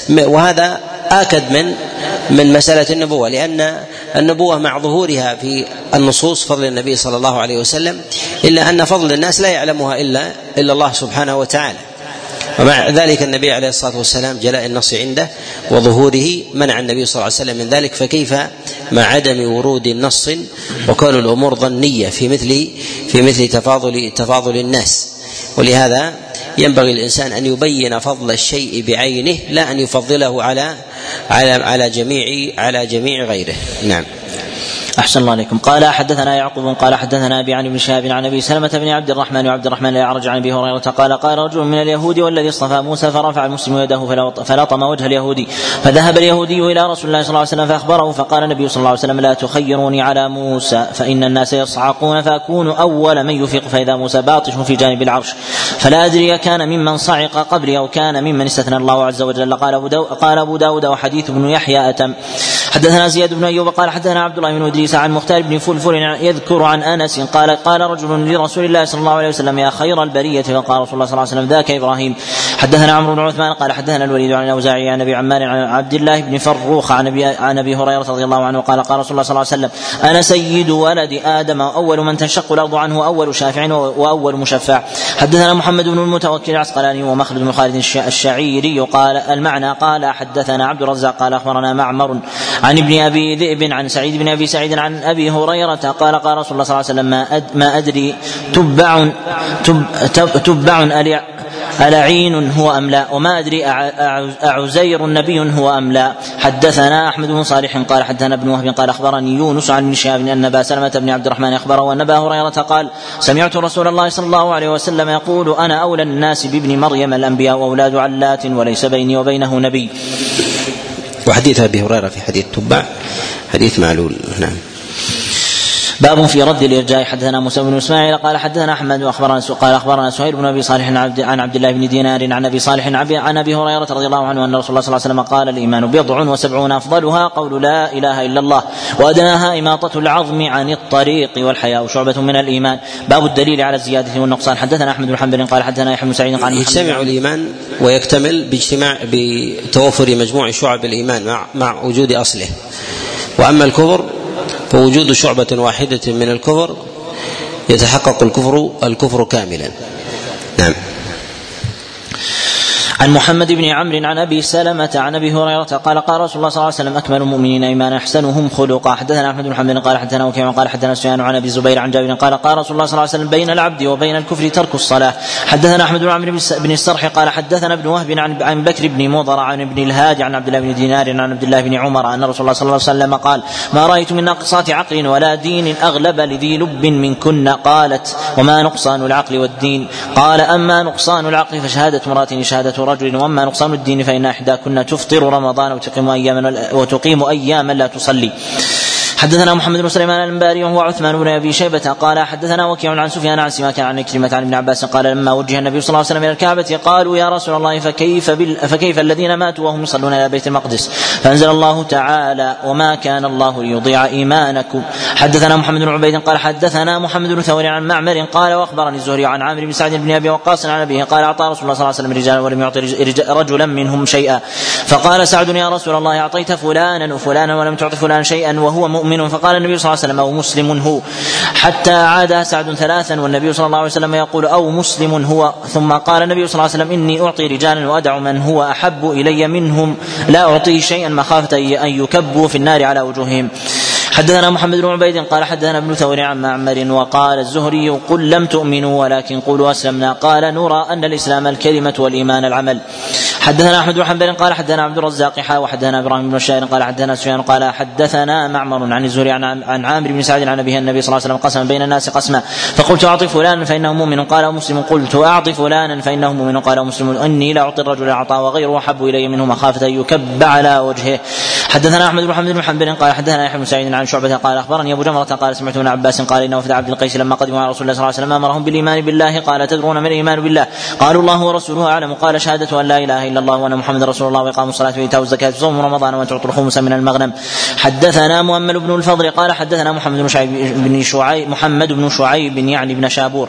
وهذا آكد من من مسألة النبوة، لأن النبوة مع ظهورها في النصوص فضل النبي صلى الله عليه وسلم، إلا أن فضل الناس لا يعلمها إلا إلا الله سبحانه وتعالى. ومع ذلك النبي عليه الصلاة والسلام جلاء النص عنده وظهوره منع النبي صلى الله عليه وسلم من ذلك، فكيف مع عدم ورود النص وكون الأمور ظنية في مثل في مثل تفاضل تفاضل الناس. ولهذا ينبغي الإنسان أن يبين فضل الشيء بعينه، لا أن يفضله على على على جميع على جميع غيره. نعم. أحسن الله عليكم. قال حدثنا يعقوب قال حدثنا أبي عن ابن شهاب عن أبي سلمة بن عبد الرحمن وعبد الرحمن الأعرج عن أبي هريرة قال قال رجل من اليهود والذي اصطفى موسى فرفع المسلم يده فلطم وجه اليهودي، فذهب اليهودي إلى رسول الله صلى الله عليه وسلم فأخبره، فقال النبي صلى الله عليه وسلم لا تخيروني على موسى فإن الناس يصعقون فأكون أول من يفيق فإذا موسى باطش في جانب العرش، فلا أدري كان ممن صعق قبلي أو كان ممن استثنى الله عز وجل. قال أبو داود, قال أبو داود وحديث ابن يحيى أتم. حدثنا زياد بن أيوب قال حدثنا عبد الله بن إدريس عن مختار بن فلفل يذكر عن أنس قال قال رجل لرسول الله صلى الله عليه وسلم يا خير البرية، فقال رسول الله صلى الله عليه وسلم ذاك إبراهيم. حدثنا عمرو بن عثمان قال حدثنا الوليد عن الأوزاعي عن أبي عمار عن عبد الله بن فروخ عن أبي, عن أبي هريرة رضي الله عنه قال قال رسول الله صلى الله عليه وسلم أنا سيد ولد آدم أول من تنشق الأرض عنه أول شافع وأول مشفع. حدثنا محمد بن المتوكل العسقلاني ومخلد بن خالد الشعيري قال المعنى قال حدثنا عبد الرزاق قال أخبرنا معمر عن ابن أبي ذئب عن سعيد بن أبي سعيد عن أبي هريرة قال قال رسول الله صلى الله عليه وسلم ما, أد ما أدري تبع تب تبع ألعين هو أم لا، وما أدري أعزير نبي هو أم لا. حدثنا أحمد بن صالح قال حدثنا ابن وهب قال أخبرني يونس عن ابن شهاب أن أبا سلمة بن عبد الرحمن أخبره وأن أبا هريرة قال سمعت رسول الله صلى الله عليه وسلم يقول أنا أولى الناس بابن مريم الأنبياء وأولاد علات وليس بيني وبينه نبي. وحديث أبي هريرة في حديث تبع حديث معلول. نعم. باب في رد الإرجاء. حدثنا موسى بن اسماعيل قال حدثنا احمد واخبرنا قال اخبرنا سهيل بن ابي صالح عن عبد الله بن دينار عن ابي صالح عن ابي هريره رضي الله عنه ان رسول الله صلى الله عليه وسلم قال الايمان بضع وسبعون افضلها قول لا اله الا الله وادناها اماطه العظم عن الطريق والحياء شعبه من الايمان. باب الدليل على الزياده والنقصان. حدثنا احمد بن حنبل قال حدثنا يحيى بن سعيد قال يجتمع الايمان ويكتمل باجتماع بتوفر مجموع شعب الايمان مع مع وجود اصله. واما الكفر فوجود شعبة واحدة من الكفر يتحقق الكفر الكفر كاملا. نعم. عن محمد بن عمرو عن ابي سلمة عن ابي هريرة قال قال رسول الله صلى الله عليه وسلم اكمل المؤمنين ايمانا احسنهم خلقا. حدثنا احمد بن حنبل قال حدثنا وكيع قال حدثنا سفيان عن ابي الزبير عن جابر قال قال رسول الله صلى الله عليه وسلم بين العبد وبين الكفر ترك الصلاة. حدثنا احمد بن عمرو بن السرح قال حدثنا ابن وهب عن عن بكر بن مضر عن ابن الهادي عن عبد الله بن دينار عن عبد الله بن عمر ان رسول الله صلى الله عليه وسلم قال ما رايت من ناقصات عقل ولا دين اغلب لذي لب منكن. قالت وما نقصان العقل والدين؟ قال اما نقصان العقل فشهادة امرأة شهادة رجل، واما نقصان الدين فإن إحداكن تفطر رمضان وتقيم أياما, وتقيم أياما لا تصلي. حدثنا محمد بن سليمان الأنباري وهو عثمان بن أبي شيبة قال حدثنا وكيع عن سفيان عن سماك عن كلمة عن ابن عباس قال لما وجه النبي صلى الله عليه وسلم إلى الكعبة قالوا يا رسول الله فكيف, فكيف الذين ماتوا وهم يصلون إلى بيت المقدس؟ فأنزل الله تعالى وما كان الله ليضيع إيمانكم. حدثنا محمد بن عبيد قال حدثنا محمد بن ثور عن معمر قال واخبرني الزهري عن عامر بن سعد بن أبي وقاص عن أبيه قال أعطى رسول الله صلى الله عليه وسلم رجالا ولم يعطي رجلا منهم شيئا فقال سعد يا رسول الله أعطيت فلانا وفلانا ولم تعطي فلانا شيئا وهو مؤمن؟ فقال النبي صلى الله عليه وسلم أو مسلم هو، حتى عاد سعد ثلاثا والنبي صلى الله عليه وسلم يقول أو مسلم هو. ثم قال النبي صلى الله عليه وسلم إني أعطي رجالا وأدع من هو أحب إلي منهم لا أعطيه شيئا مخافة أن يكبوا في النار على وجوههم. حدثنا محمد بن عبيد قال حدثنا ابن ثور عن معمر وقال الزهري قل لم تؤمنوا ولكن قولوا أسلمنا قال نرى أن الإسلام الكلمة والإيمان العمل. حدثنا أحمد بن حنبل قال حدثنا عبد الرزاق حا وحدثنا إبراهيم بن الشاعر قال حدثنا سفيان قال حدثنا معمر عن الزهري عن عامر بن سعد عن أبيه النبي صلى الله عليه وسلم قسم بين الناس قسما فقلت أعطي فلانا فإنه مؤمن قال مسلم قلت أعطي فلانا فإنه مؤمن قال مسلم إني لا أعطي الرجل العطاء وغيره أحب إلي منه مخافة أن يكب على وجهه. حدثنا أحمد بن محمد بن حنبل قال حدثنا يحيى بن سعيد عن شعبة قال أخبرني أبو جمرة قال سمعت ابن عباس قال إنه وفد عبد القيس لما قدموا على رسول الله صلى الله عليه وسلم أمرهم بالإيمان بالله قال تدرون من الإيمان بالله؟ قالوا الله ورسوله أعلم قال شهادة أن لا إله إلا الله وأن محمد رسول الله وإقام الصلاة وإيتاء الزكاة وصوم رمضان وتعطوا الخمس من المغنم. حدثنا مؤمل بن الفضل قال حدثنا محمد بن شعيب بن شعيب محمد بن شعيب يعني بن شابور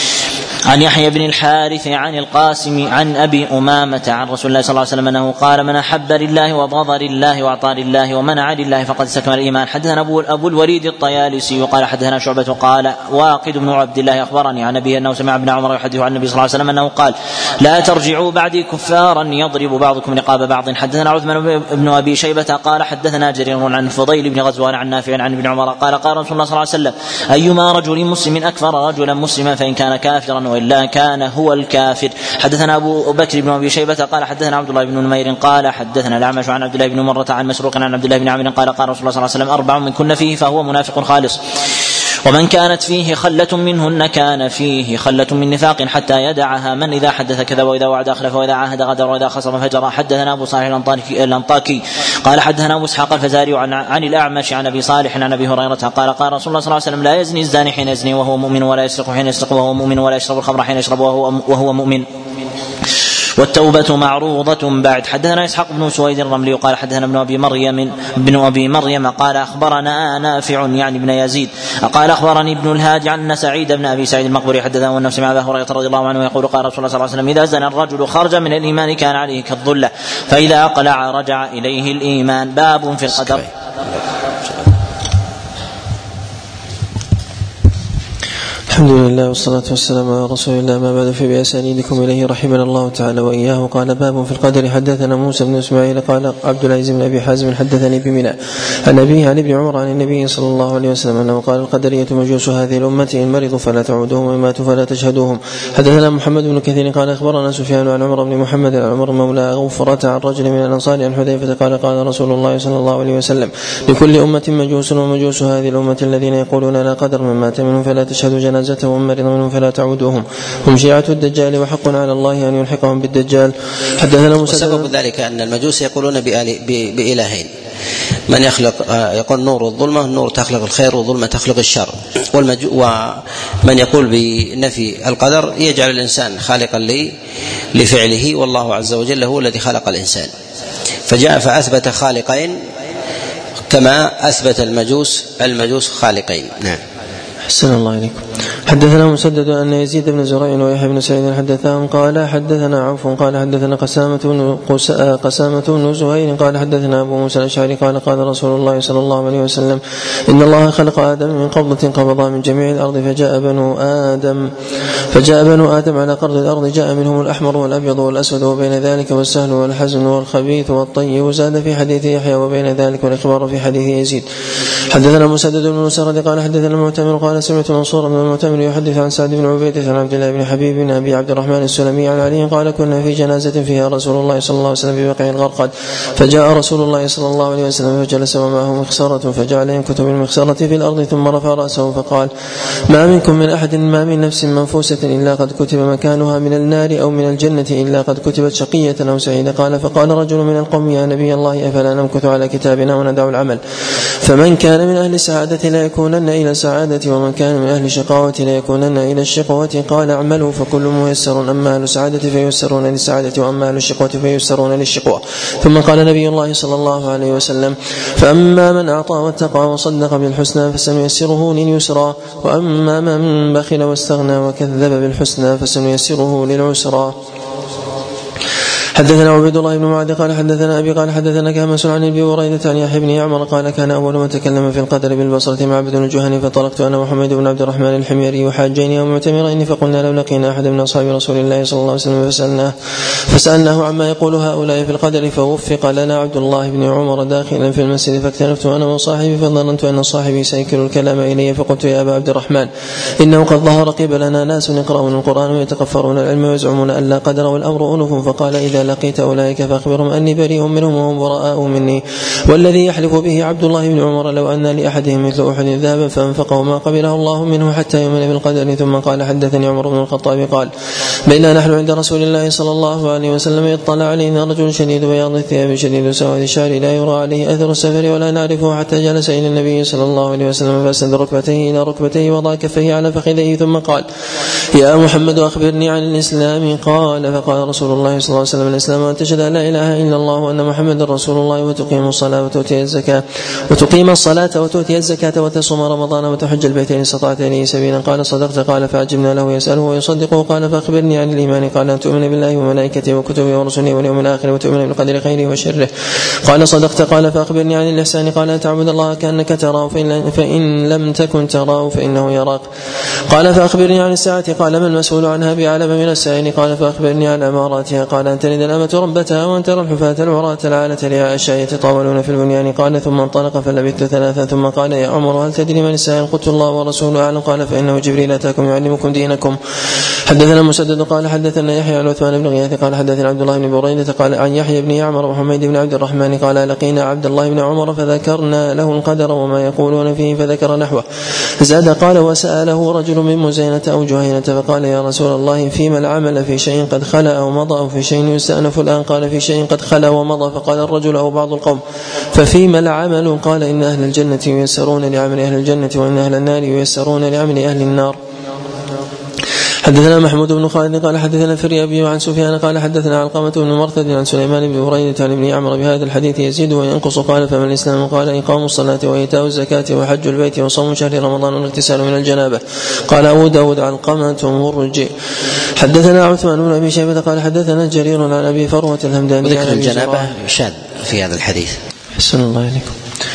عن يحيى بن الحارث عن القاسم عن أبي أمامة عن رسول الله صلى الله عليه وسلم أنه قال من أحب لله وبغض لله وأعطى لله ومنع لله فقد استكمل الإيمان. حدثنا أبو الوليد الطيالسي وقال حدثنا شعبة قال واقد بن عبد الله أخبرني عن أبيه أنه سمع ابن عمر يحدث عن النبي صلى الله عليه وسلم أنه قال لا ترجعوا بعدي كفارا يضرب بعضكم رقاب بعض. حدثنا عثمان بن أبي شيبة قال حدثنا جرير عن فضيل بن غزوان عن نافع عن ابن عمر قال قال رسول الله صلى الله عليه وسلم أيما رجل مسلم أكفر رجلا مسلما فإن كان كافرا وإلا كان هو الكافر. حدثنا أبو بكر بن أبي شيبة قال حدثنا عبد الله بن نمير قال حدثنا الأعمش عن عبد الله بن مرة عن مسروق عن عبد الله بن عمرو قال قال رسول الله صلى الله عليه وسلم أربع من كن فيه فهو منافق خالص ومن كانت فيه خلة منهن كان فيه خلة من نفاق حتى يدعها من إذا حدث كذا وإذا وعد أخلف وإذا عاهد غدر وإذا خصم فجر. حدثنا أبو صالح الأنطاكي قال حدثنا أبو إسحاق الفزاري عن, عن الأعمش عن أبي صالح عن أبي هريرة قال قال رسول الله صلى الله عليه وسلم لا يزني الزاني حين يزني وهو مؤمن ولا يسرق حين يسرق وهو مؤمن ولا يشرب الخمر حين يشرب وهو, وهو مؤمن والتوبة معروضة بعد. حدثنا إسحاق بن سويد الرملي قال حدثنا ابن أبي مريم ابن أبي مريم قال أخبرنا نافع يعني ابن يزيد قال أخبرني ابن الهادي عن سعيد بن أبي سعيد المقبري حدثنا أنه سمع أبا هريرة رضي الله عنه يقول قال رسول الله صلى الله عليه وسلم إذا زنى الرجل خرج من الإيمان كان عليه كالظلة فإذا أقلع رجع إليه الإيمان. باب في القدر. الحمد لله والصلاة والسلام على رسول الله ما بعد فبأسانيدكم إليه رحمنا الله تعالى وإياه. قال باب في القدر. حدثنا موسى بن إسماعيل قال عبد العزيز بن أبي حازم حدثني بمنى عن أبيه عن ابن عمر عن النبي صلى الله عليه وسلم أنه قال القدرية مجوس هذه الأمة إن مرضوا فلا تعودوهم وإن ماتوا فلا تشهدوهم. حدثنا محمد بن كثير قال أخبرنا سفيان عن عمر بن محمد عن عمر مولى غفرة عن رجل من الأنصار عن حذيفة قال قال رسول الله صلى الله عليه وسلم لكل أمة مجوس ومجوس هذه الأمة الذين يقولون لا قدر من مات منهم فلا تشهدوا جنازة ومن مرض منهم فلا تعودوهم هم شيعة الدجال وحق على الله أن يلحقهم بالدجال. حدثنا وسبب ذلك أن المجوس يقولون بإلهين من يخلق يقول نور الظلمة النور تخلق الخير والظلمة تخلق الشر ومن يقول بنفي القدر يجعل الإنسان خالقا لفعله والله عز وجل هو الذي خلق الإنسان فجاء فأثبت خالقين كما أثبت المجوس المجوس خالقين. نعم. أحسن الله إليكم. حدثنا مسدد أن يزيد بن زريع ويحيى بن سعيد حدثهم قال حدثنا عوف قال حدثنا قسامة قسامة بن زهير قال حدثنا أبو موسى الأشعري قال قال رسول الله صلى الله عليه وسلم إن الله خلق آدم من قبضة قبضها من جميع الأرض فجاء بنو آدم فجاء بنو آدم على قرض الأرض جاء منهم الأحمر والأبيض والأسود وبين ذلك والسهل والحزن والخبيث والطيب وزاد في حديث يحيى وبين ذلك والإخبار في حديث يزيد. حدثنا مسدد بن مسرد قال حدثنا المعتمر قال سمعت منصور بن المعتمر عامر يحدث عن سعد بن عبيدة عن عبد الله بن حبيب بن أبي عبد الرحمن السلمي عن علي قال كنا في جنازة فيها رسول الله صلى الله عليه وسلم في بقيع الغرقد فجاء رسول الله صلى الله عليه وسلم فجلس ومعه مخصرة فجعل ينكت بالمخصرة في الأرض ثم رفع رأسه فقال ما منكم من أحد ما من نفس منفوسة إلا قد كتب مكانها من النار أو من الجنة إلا قد كتبت شقية أو سعيدة. قال فقال رجل من القوم يا نبي الله أفلا نمكث على كتابنا وندع العمل فمن كان من أهل السعادة لا يكونن إلى السعادة ومن كان من أهل الشقاوة لا يكونن إلى الشقوة. قال اعملوا فكل ميسر أما أهل السعادة فييسرون للسعادة وأما أهل الشقوة فييسرون للشقوة. ثم قال نبي الله صلى الله عليه وسلم فأما من أعطى واتقى وصدق بالحسنى فسنيسره لليسرى وأما من بخل واستغنى وكذب بالحسنى فسنيسره للعسرى. حدثنا عبيد الله بن معاذ قال حدثنا أبي قال حدثنا كهمس عن أبي هريرة عن يحيى بن يعمر قال كان أول من تكلم في القدر بالبصرة معبد الجهني فطلقت أنا وحميد بن عبد الرحمن الحميري حاجين أو معتمرين فقلنا لو لقينا أحد من أصحاب رسول الله صلى الله عليه وسلم فسألناه, فسألناه عما يقول هؤلاء في القدر فوفق لنا عبد الله بن عمر داخلا في المسجد فاكتنفت أنا وصاحبي فظننت أن صاحبي سيكل الكلام إلي فقلت يا أبا عبد الرحمن إنه قد ظهر قبلنا ناس يقرؤون القرآن ويتكفرون العلم ويزعمون أن لا قدر والأمر أنف. فقال إذا لقيت أولئك فأخبرهم أني بريء منهم وهم براء مني والذي يحلف به عبد الله بن عمر لو أن لأحدهم مثل أحد ذهبا فأنفقه ما قبله الله منه حتى يؤمن بالقدر. ثم قال حدثني عمر بن الخطاب قال بيننا نحن عند رسول الله صلى الله عليه وسلم اطلع علينا رجل شديد بياض الثياب شديد سواد الشعر لا يرى عليه أثر السفر ولا نعرفه حتى جلس إلى النبي صلى الله عليه وسلم فأسند ركبتيه إلى ركبتيه وضع كفيه على فخذيه ثم قال يا محمد أخبرني عن الإسلام. قال فقال رسول الله صلى الله عليه وسلم الإسلام أن تشهد لا إله إلا الله وأن محمد رسول الله وتقيم الصلاة وتؤتي الزكاة وتقيم الصلاة وتؤتي الزكاة وتصوم رمضان وتحج البيت إن استطعت إليه سبيلا. قال صدقت. قال فأعجبنا له يسأله ويصدقه. قال فأخبرني عن الإيمان. قال أن تؤمن بالله وملائكته وكتبه ورسله واليوم الآخر وتؤمن بالقدر خيره وشره. قال صدقت. قال فأخبرني عن الإحسان. قال أن تعبد الله كأنك تراه فإن لم تكن تراه فإنه يراك. قال فأخبرني عن الساعة. قال ما المسؤول عنها بأعلم من السائل. قال فأخبرني عن أماراتها. قال أن تلد الأمة ربتها وأن ترى الحفاة العراة العالة لعائشة يتطاولون في البنيان. قال ثم انطلق فلبثت ثلاثا ثم قال يا عمر هل تدري من السائل؟ قلت الله ورسوله أعلم. قال فإنه جبريل أتاكم يعلمكم دينكم. حدثنا مسدد قال حدثنا يحيى عن عثمان بن غياث قال حدثنا عبد الله بن بريدة قال عن يحيى بن يعمر وحميد بن عبد الرحمن قال لقينا عبد الله بن عمر فذكرنا له القدر وما يقولون فيه فذكر نحوه. زاد قال وسأله رجل من مزينة أو جهينة فقال يا رسول الله فيما العمل في شيء قد خلا أو مضى أو في شيء يستأنف الآن؟ قال في شيء قد خلا ومضى. فقال الرجل أو بعض القوم ففيما العمل؟ قال إن أهل الجنة ييسرون لعمل أهل الجنة وإن أهل النار ييسرون لعمل أهل النار. حدثنا محمود بن خالد قال حدثنا الفريابي عن سفيان قال حدثنا علقمة بن مرثد عن سليمان بن بريدة عن ابن يعمر بهذا الحديث يزيد وينقص. قال فمن الإسلام؟ قال إقام الصلاة وإيتاء الزكاة وحج البيت وصوم شهر رمضان والاغتسال من الجنابة. قال أبو داود علقمة مرجئ. حدثنا عثمان بن أبي شيبة قال حدثنا جرير عن أبي فروة الهمداني. وذكر الجنابة شاذ في هذا الحديث. حسن الله عليكم.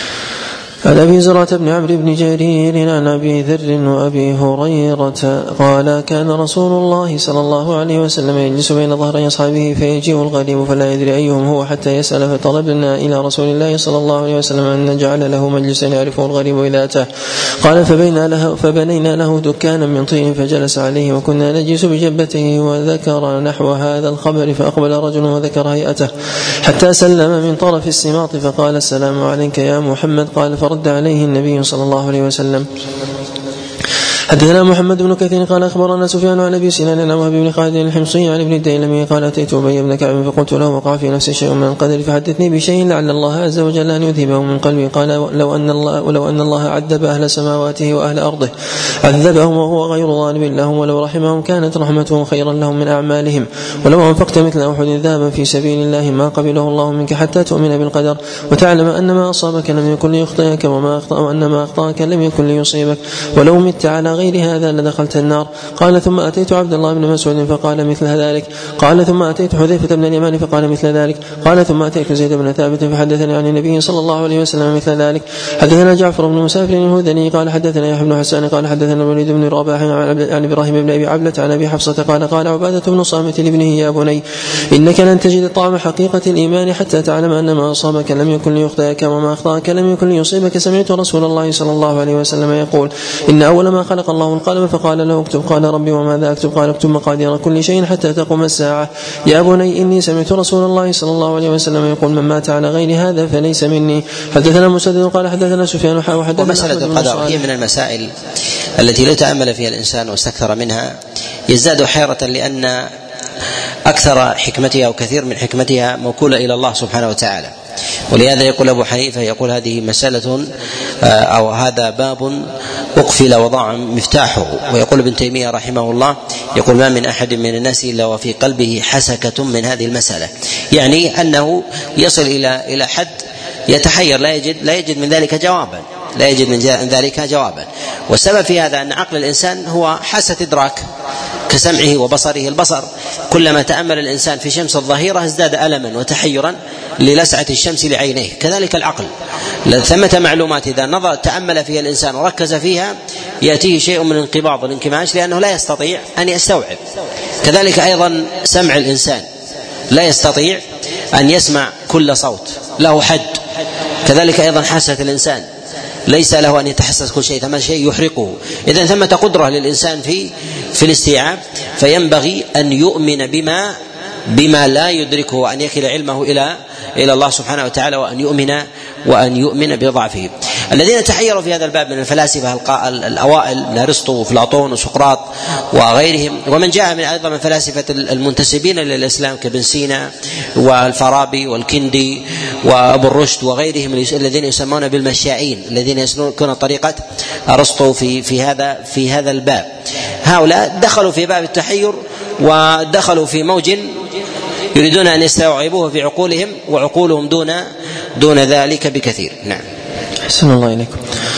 عن أبي زرعة بن عمرو بن جرير عن أبي ذر وأبي هريرة قال كان رسول الله صلى الله عليه وسلم يجلس بين ظهري أصحابه فيجيء الغريب فلا يدري أيهم هو حتى يسأل فطلبنا إلى رسول الله صلى الله عليه وسلم أن نجعل له مجلسا يعرفه الغريب إذا أتاه. قال فبنينا له, فبنينا له دكانا من طين فجلس عليه وكنا نجلس بجبته وذكر نحو هذا الخبر فأقبل رجل وذكر هيئته حتى سلم من طرف السماط فقال السلام عليك يا محمد. قال فرد عليه النبي صلى الله عليه وسلم. حدثنا محمد بن كثير قال أخبرنا سفيان عن أبي سنان عن وهب بن خالد الحمصي عن ابن الديلمي قال أتيت أبي بن كعب فقلت له وقع في نفسي شيء من القدر فحدثني بشيء لعل الله عز وجل أن يذهبه من قلبي. قال لو أن الله ولو أن الله عذب أهل سماواته وأهل أرضه عذبهم وهو غير ظالم لهم ولو رحمهم كانت رحمته خيرا لهم من أعمالهم ولو أنفقت مثل أحد ذهبا في سبيل الله ما قبله الله منك حتى تؤمن بالقدر وتعلم أن ما أصابك لم يكن ليخطئك وما أخطأ وأن ما أخطأك لم يكن ليصيبك ولو مت على غير هذا لدخلت النار. قال ثم أتيت عبد الله بن مسعود فقال مثل ذلك. قال ثم أتيت حذيفة بن اليمان فقال مثل ذلك. قال ثم أتيت زيد بن ثابت فحدثني عن النبي صلى الله عليه وسلم مثل ذلك. حدثنا جعفر بن مسافر الهذلي قال حدثنا يحيى بن حسان قال حدثنا الوليد بن رباح عن إبراهيم بن أبي عبلة عن أبي حفصة قال قال عبادة بن صامت لابنه يا بني إنك لن تجد طعم حقيقة الإيمان حتى تعلم أن ما أصابك لم يكن ليخطئك وما أخطأك لم يكن ليصيبك. سمعت رسول الله صلى الله عليه وسلم يقول إن أول ما خلق فألقى الله القلم فقال له اكتب. قال ربي وماذا أكتب؟ قال اكتب مقادير كل شيء حتى تقوم الساعة. يا بني إني سمعت رسول الله صلى الله عليه وسلم يقول من مات على غير هذا فليس مني. حدثنا مسدد قال حدثنا سفيان وحدثنا. ومسألة القدر هي من المسائل التي لو تأمل فيها الإنسان واستكثر منها يزداد حيرة، لأن أكثر حكمتها أو كثير من حكمتها موكولة إلى الله سبحانه وتعالى. ولهذا يقول أبو حنيفة يقول هذه مسألة أو هذا باب أقفل وضاع مفتاحه. ويقول ابن تيمية رحمه الله يقول ما من أحد من الناس إلا وفي قلبه حسكة من هذه المسألة، يعني أنه يصل إلى إلى حد يتحير لا يجد لا يجد من ذلك جوابا لا يجد من ذلك جوابا. والسبب في هذا أن عقل الإنسان هو حاسة إدراك كسمعه وبصره. البصر كلما تأمل الإنسان في شمس الظهيرة ازداد ألما وتحيرا للسعة الشمس لعينيه، كذلك العقل ثمة معلومات إذا نظر تأمل فيها الإنسان وركز فيها يأتيه شيء من انقباض والانكماش لأنه لا يستطيع أن يستوعب. كذلك أيضا سمع الإنسان لا يستطيع أن يسمع كل صوت، له حد. كذلك أيضا حاسة الإنسان ليس له أن يتحسس كل شيء، ثم شيء يحرقه. إذن ثمة قدرة للإنسان في في الاستيعاب، فينبغي أن يؤمن بما بما لا يدركه وأن يكل علمه إلى إلى الله سبحانه وتعالى، وأن يؤمن وأن يؤمن بضعفه. الذين تحيروا في هذا الباب من الفلاسفة الأوائل من أرسطو وأفلاطون وسقراط وغيرهم، ومن جاء من أيضا من فلاسفة المنتسبين للإسلام كابن سينا والفارابي والكندي وأبو الرشد وغيرهم الذين يسمون بالمشائين الذين يسلكون طريقة أرسطو في في هذا في هذا الباب. هؤلاء دخلوا في باب التحير ودخلوا في موج يريدون أن يستوعبوه في عقولهم، وعقولهم دون دون ذلك بكثير. نعم. أحسن الله إليكم.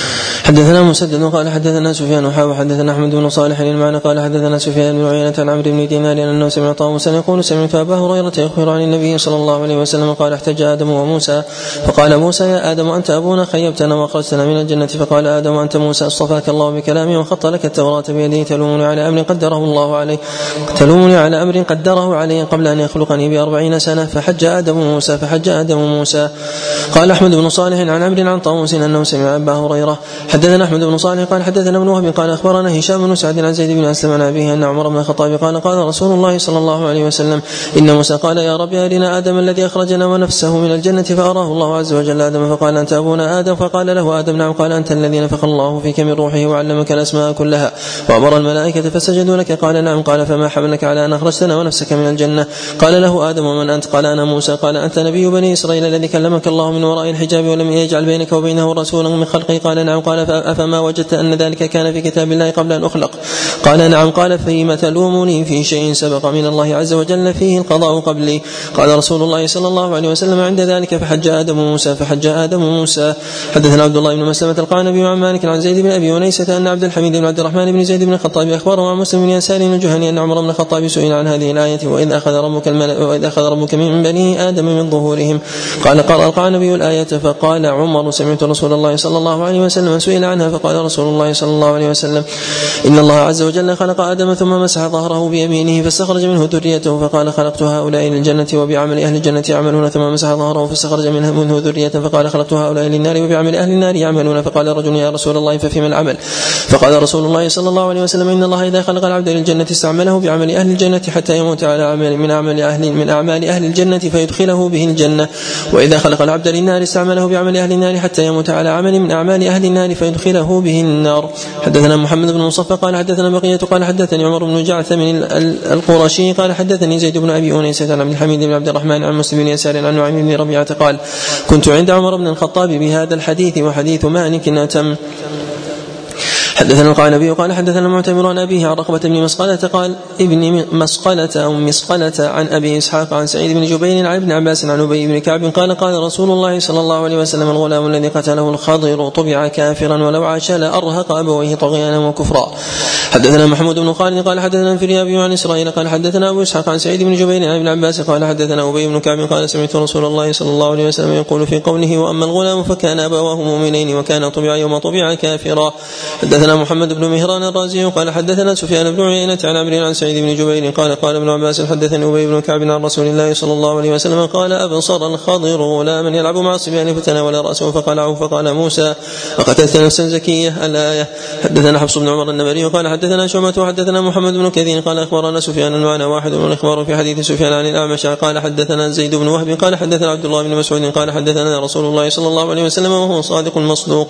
حدثنا مسدد قال حدثنا سفيان وحاوى حدثنا أحمد بن صالح المعنى قال حدثنا سفيان بن عيينة عن عمرو بن دينار أنه سمع طاووسا يقول سمعت أبا هريرة يخبر عن النبي صلى الله عليه وسلم قال احتج آدم وموسى فقال موسى يا آدم أنت أبونا خيبتنا وأخرجتنا من الجنة، فقال آدم أنت موسى اصطفاك الله بكلامه وخط لك التوراة بيده تلومني على أمر قدره الله عليه تلومني على أمر قدره عليه قبل أن يخلقني بأربعين سنة. فحج آدم موسى فحج آدم موسى. قال أحمد بن صالح عن عمرو عن طاووس أنه سمع أبا هريرة. حدثنا أحمد بن صالح قال حدثنا ابن وهب قال أخبرنا هشام بن سعد عن زيد بن أسلم عن أبيه أن عمر بن الخطاب قال قال رسول الله صلى الله عليه وسلم إن موسى قال يا رب أرنا آدم الذي أخرجنا ونفسه من الجنة، فأراه الله عز وجل آدم فقال أنت أبونا آدم، فقال له آدم نعم، قال أنت الذي نفخ الله فيك من روحه وعلمك الأسماء كلها وأمر الملائكة فسجدوا لك، قال نعم، قال فما حملك على أن أخرجتنا ونفسك من الجنة؟ قال له آدم ومن أنت؟ قال أنا موسى. قال أنت نبي بني إسرائيل الذي كلمك الله من وراء الحجاب ولم يجعل بينك وبينه رسولا من خلقه؟ قال نعم. قال أفما وجدت أن ذلك كان في كتاب الله قبل أن أخلق؟ قال نعم. قال فيما تلومني في شيء سبق من الله عز وجل فيه القضاء قبلي؟ قال رسول الله صلى الله عليه وسلم عند ذلك فحج آدم موسى فحج آدم موسى. حدثنا عبد الله بن مسلمة القعنبي عن مالك عن زيد بن أبي ونيسة أن عبد الحميد بن عبد الرحمن بن زيد بن الخطاب أخبره عن مسلم بن يسار الجهني أن عمر بن الخطاب سئل عن هذه الآية وإذ أخذ ربك وإذ أخذ ربك من بني آدم من ظهورهم. قال قرأ القعنبي الآية فقال عمر سمعت رسول الله صلى الله عليه وسلم سئل عنها فقال رسول الله صلى الله عليه وسلم إن الله عز وجل خلق آدم ثم مسح ظهره بيمينه فاستخرج منه ذريته فقال خلقت هؤلاء للجنة وبعمل أهل الجنة يعملون، ثم مسح ظهره فاستخرج منه ذرية فقال خلقت هؤلاء للنار وبعمل أهل النار يعملون. فقال رجل يا رسول الله ففيما العمل؟ فقال رسول الله صلى الله عليه وسلم إن الله إذا خلق العبد للجنة استعمله بعمل أهل الجنة حتى يموت على عمل من أعمال أهل من أعمال أهل الجنة فيدخله به الجنة، وإذا خلق العبد للنار استعمله بعمل أهل النار حتى يموت على عمل من أعمال أهل النار فيدخله به النار. حدثنا محمد بن مصطفى قال حدثنا بقية قال حدثني عمر بن جعثم القرشي قال حدثني زيد بن أبي أنيسة عن عبد الحميد بن عبد الرحمن عن مسلم بن يسار عن نعيم بن ربيعة قال كنت عند عمر بن الخطاب بهذا الحديث وحديث مالك أتم. حدثنا القعنبي قال حدثنا معتمر عن أبيه عن رقبة بن مسقلة قال ابن مسقلة أو مسقلة عن أبي إسحاق عن سعيد بن جبير عن ابن عباس عن أبي بن كعب قال قال رسول الله صلى الله عليه وسلم الغلام الذي قتله الخضر طبع كافرا ولو عاش لأرهق أبويه طغيانا وكفرا. حدثنا محمود بن خالد قال حدثنا الفريابي عن إسرائيل قال حدثنا أبو إسحاق عن سعيد بن جبير عن ابن عباس قال حدثنا أبي بن كعب قال سمعت رسول الله صلى الله عليه وسلم يقول في قوله وأما الغلام فكان أبواه مؤمنين وكان طبع يوم طبع كافرا. حدثنا حدثنا محمد بن مهران الرازي قال حدثنا سفيان بن عيينة عن عمرو عن سعيد بن جبير قال قال ابن عباس حدثني أبي بن كعب عن رسول الله صلى الله عليه وسلم قال أبصر الخضر غلاما يلعب مع الصبيان فتناول رأسه فقلعه فقال موسى وقتلت نفسا زكية الآية. حدثنا حفص بن عمر النمري قال حدثنا شعبة وحدثنا محمد بن كثير قال أخبرنا سفيان المعنى واحد من الإخبار في حديث سفيان عن الأعمش قال حدثنا زيد بن وهب قال حدثنا عبد الله بن مسعود قال حدثنا رسول الله صلى الله عليه وسلم وهو صادق مصدوق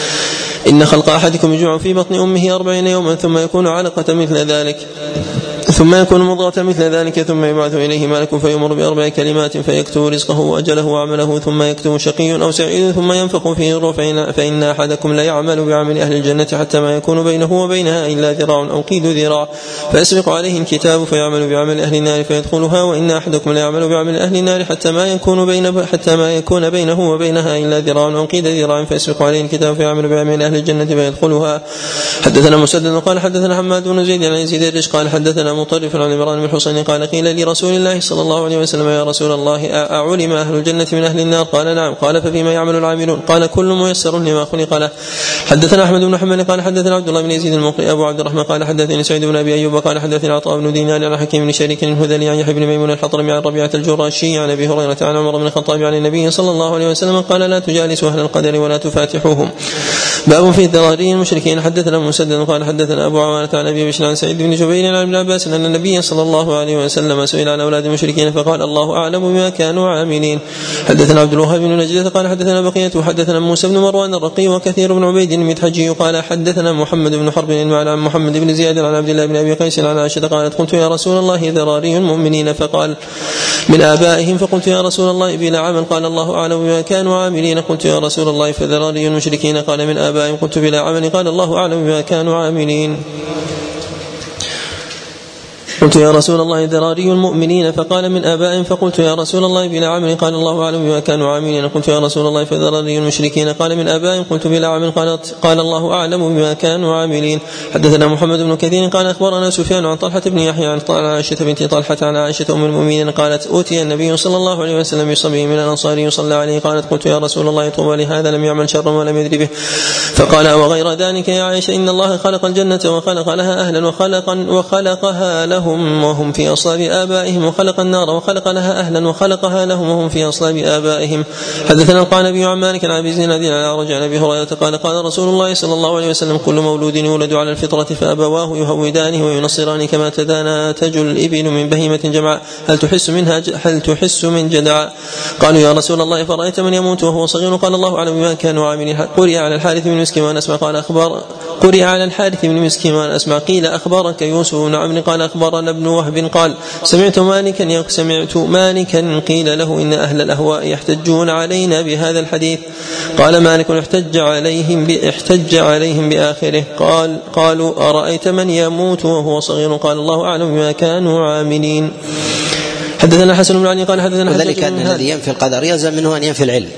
إن خلق أحدكم يجمع في بطن أمه أربعين يوما ثم يكون علقة مثل ذلك ثم يكون مضغة مثل ذلك ثم يبعث إليه ملك فيمر بأربع كلمات فيكتب رزقه وأجله وعمله ثم يكتب شقي أو سعيد ثم ينفخ فيه الروح فإن أحدكم لا يعمل بعمل أهل الجنة حتى ما يكون بينه وبينها إلا ذراع أو قيد ذراع فيسبق عليه الكتاب فيعمل بعمل أهل النار فيدخلها وإن أحدكم لا يعمل بعمل أهل النار حتى ما يكون بين حتى ما يكون بينه وبينها إلا ذراع أو قيد ذراع فيسبق عليه الكتاب فيعمل بعمل أهل الجنة فيدخلها. حدثنا مسدد قال حدثنا حماد بن زيد عن يزيد الرشق قال حدثنا مطرف عن عمران بن حسين قال قيل لرسول الله صلى الله عليه وسلم يا رسول الله أعلم أهل الجنة من أهل النار قال نعم قال ففيما يعمل العاملون قال كل ميسر لما خلق له. حدثنا أحمد بن حنبل قال حدثنا عبد الله بن يزيد المقري أبو عبد الرحمن قال حدثني سعيد بن أبي أيوب قال حدثني عطاء بن دينار عن حكيم بن شريك الهذلي عن يحيى بن ميمون الحضرمي عن ربيعة الجراشي عن أبي هريرة عن عمر بن الخطاب عن النبي صلى الله عليه وسلم قال لا تجالسوا أهل القدر ولا تفاتحوهم. باب في ذراري المشركين. حدثنا مسدد قال حدثنا أبو عوانة عن أبي بشر عن سعيد بن جبير عن ابن عباس أن النبي صلى الله عليه وسلم سئل عن أولاد المشركين فقال الله أعلم بما كانوا عاملين. حدثنا عبد الوهاب بن نجدة قال حدثنا بقية وحدثنا موسى بن مروان الرقي وكثير بن عبيد المدحجي قال حدثنا محمد بن حرب المعنى عن محمد بن زياد عن عبد الله بن أبي قيس عن عائشة قالت قلت يا رسول الله ذراري المؤمنين فقال من آبائهم فقلت يا رسول الله بلا عمل قال الله أعلم بما كانوا عاملين قلت يا رسول الله فذراري المشركين قال من آبائهم قلت بلا عمل قال الله أعلم بما كانوا عاملين. قلت يا رسول الله ذراري المؤمنين فقال من آبائهم فقلت يا رسول الله بلا عمل قال الله أعلم بما كانوا عاملين قلت يا رسول الله فذراري المشركين قال من آبائهم قلت بلا عمل قال الله أعلم بما كانوا عاملين. حدثنا محمد بن كثير قال أخبرنا سفيان عن طلحة بن يحيى عن عائشة بنت طلحة عن عائشة أم المؤمنين قالت أوتي النبي صلى الله عليه وسلم بصبي من الأنصار يصلى عليه قالت قلت يا رسول الله طوبى لهذا لم يعمل شرا ولم يدري به فقال وغير ذلك يا عائشة إن الله خلق الجنة وخلق لها أهلا وخلق وخلقها لهم وهم في أصلاب آبائهم وخلق النار وخلق لها أهلا وخلقها لهم وهم في أصلاب آبائهم. حدثنا القعنبي عن مالك عن أبي زناد عن أعرج عن أبي هريرة قال قال رسول الله صلى الله عليه وسلم كل مولود يولد على الفطرة فأبواه يهودانه وينصرانه كما تنتج الإبل من بهيمة جمعاء هل تحس منها هل تحس من جدعاء قالوا يا رسول الله فرأيت من يموت وهو صغير قال الله أعلم بما كانوا عاملين. قرئ على الحارث بن مسكين وأن أسمع قال أخبار قرئ على الحارث بن مسكين وأن أسمع قيل أخبرك يوسف بن عمرو قال أخبرنا ابن وهب قال سمعت مالكا سمعت مالكا قيل له إن أهل الأهواء يحتجون علينا بهذا الحديث قال مالك احتج عليهم احتج عليهم بآخره قال قالوا أرأيت من يموت وهو صغير قال الله أعلم بما كانوا عاملين. حدثنا حسن بن علي قال حدثنا وذلك أن الذي ينفي القدر يلزم منه أن ينفي العلم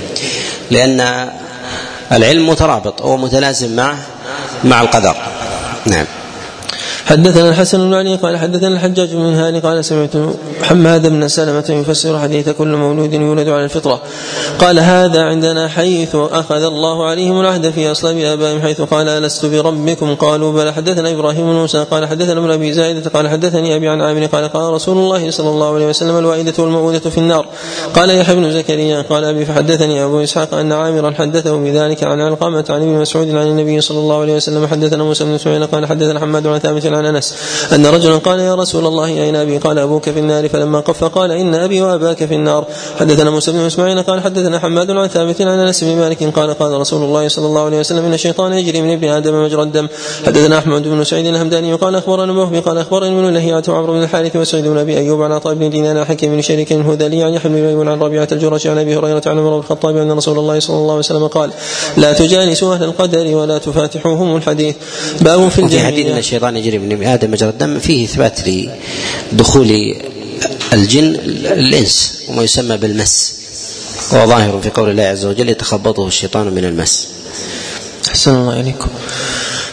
لأن العلم مترابط أو متلازم مع مع القدر. نعم. حدثنا الحسن بن علي قال حدثنا الحجاج بن هاني قال سمعت حماد بن سلمة يفسر حديث كل مولود يولد على الفطرة قال هذا عندنا حيث أخذ الله عليهم العهد في أصلاب آبائهم حيث قال ألست بربكم قالوا بل. حدثنا إبراهيم بن موسى قال حدثنا ابن أبي زايدة قال حدثني أبي عن عامر قال قال رسول الله صلى الله عليه وسلم الوائدة والموءودة في النار قال يحيى بن زكريا قال أبي فحدثني أبو إسحاق أن عامرا حدثه بذلك عن علقمة عن ابن مسعود عن النبي صلى الله عليه وسلم. حدثنا موسى بن اسماعيل قال حدثنا حماد بن ثابت عن أنس أن رجلا قال يا رسول الله أين أبي قال أبوك في النار فلما قف قال إن أبي وأباك في النار. حدثنا موسى بن اسماعيل قال حدثنا حماد عن ثابت عن أنس بن مالك قال قال رسول الله صلى الله عليه وسلم إن الشيطان يجري من ابن آدم مجرى الدم. حدثنا أحمد بن سعيد الهمداني قال أخبرنا وهبي قال أخبرنا ابن لهيعة وعمرو بن الحارث وسعيد بن أبي أيوب عن عطاء بن دينار حكيم بن شريك الهذلي عن يحيى بن ميمون عن ربيعة الجراشي عن أبي هريرة عن عمر بن الخطاب أن رسول الله صلى الله عليه وسلم قال لا تجالسوا أهل القدر ولا تفاتحوهم الحديث. باب في الجاهلية. حديث أن الشيطان يجري من ابن آدم مجرى الدم فيه إثبات لدخول الجن الإنس وما يسمى بالمس وهو ظاهر في قول الله عز وجل يتخبطه الشيطان من المس. أحسن الله إليكم.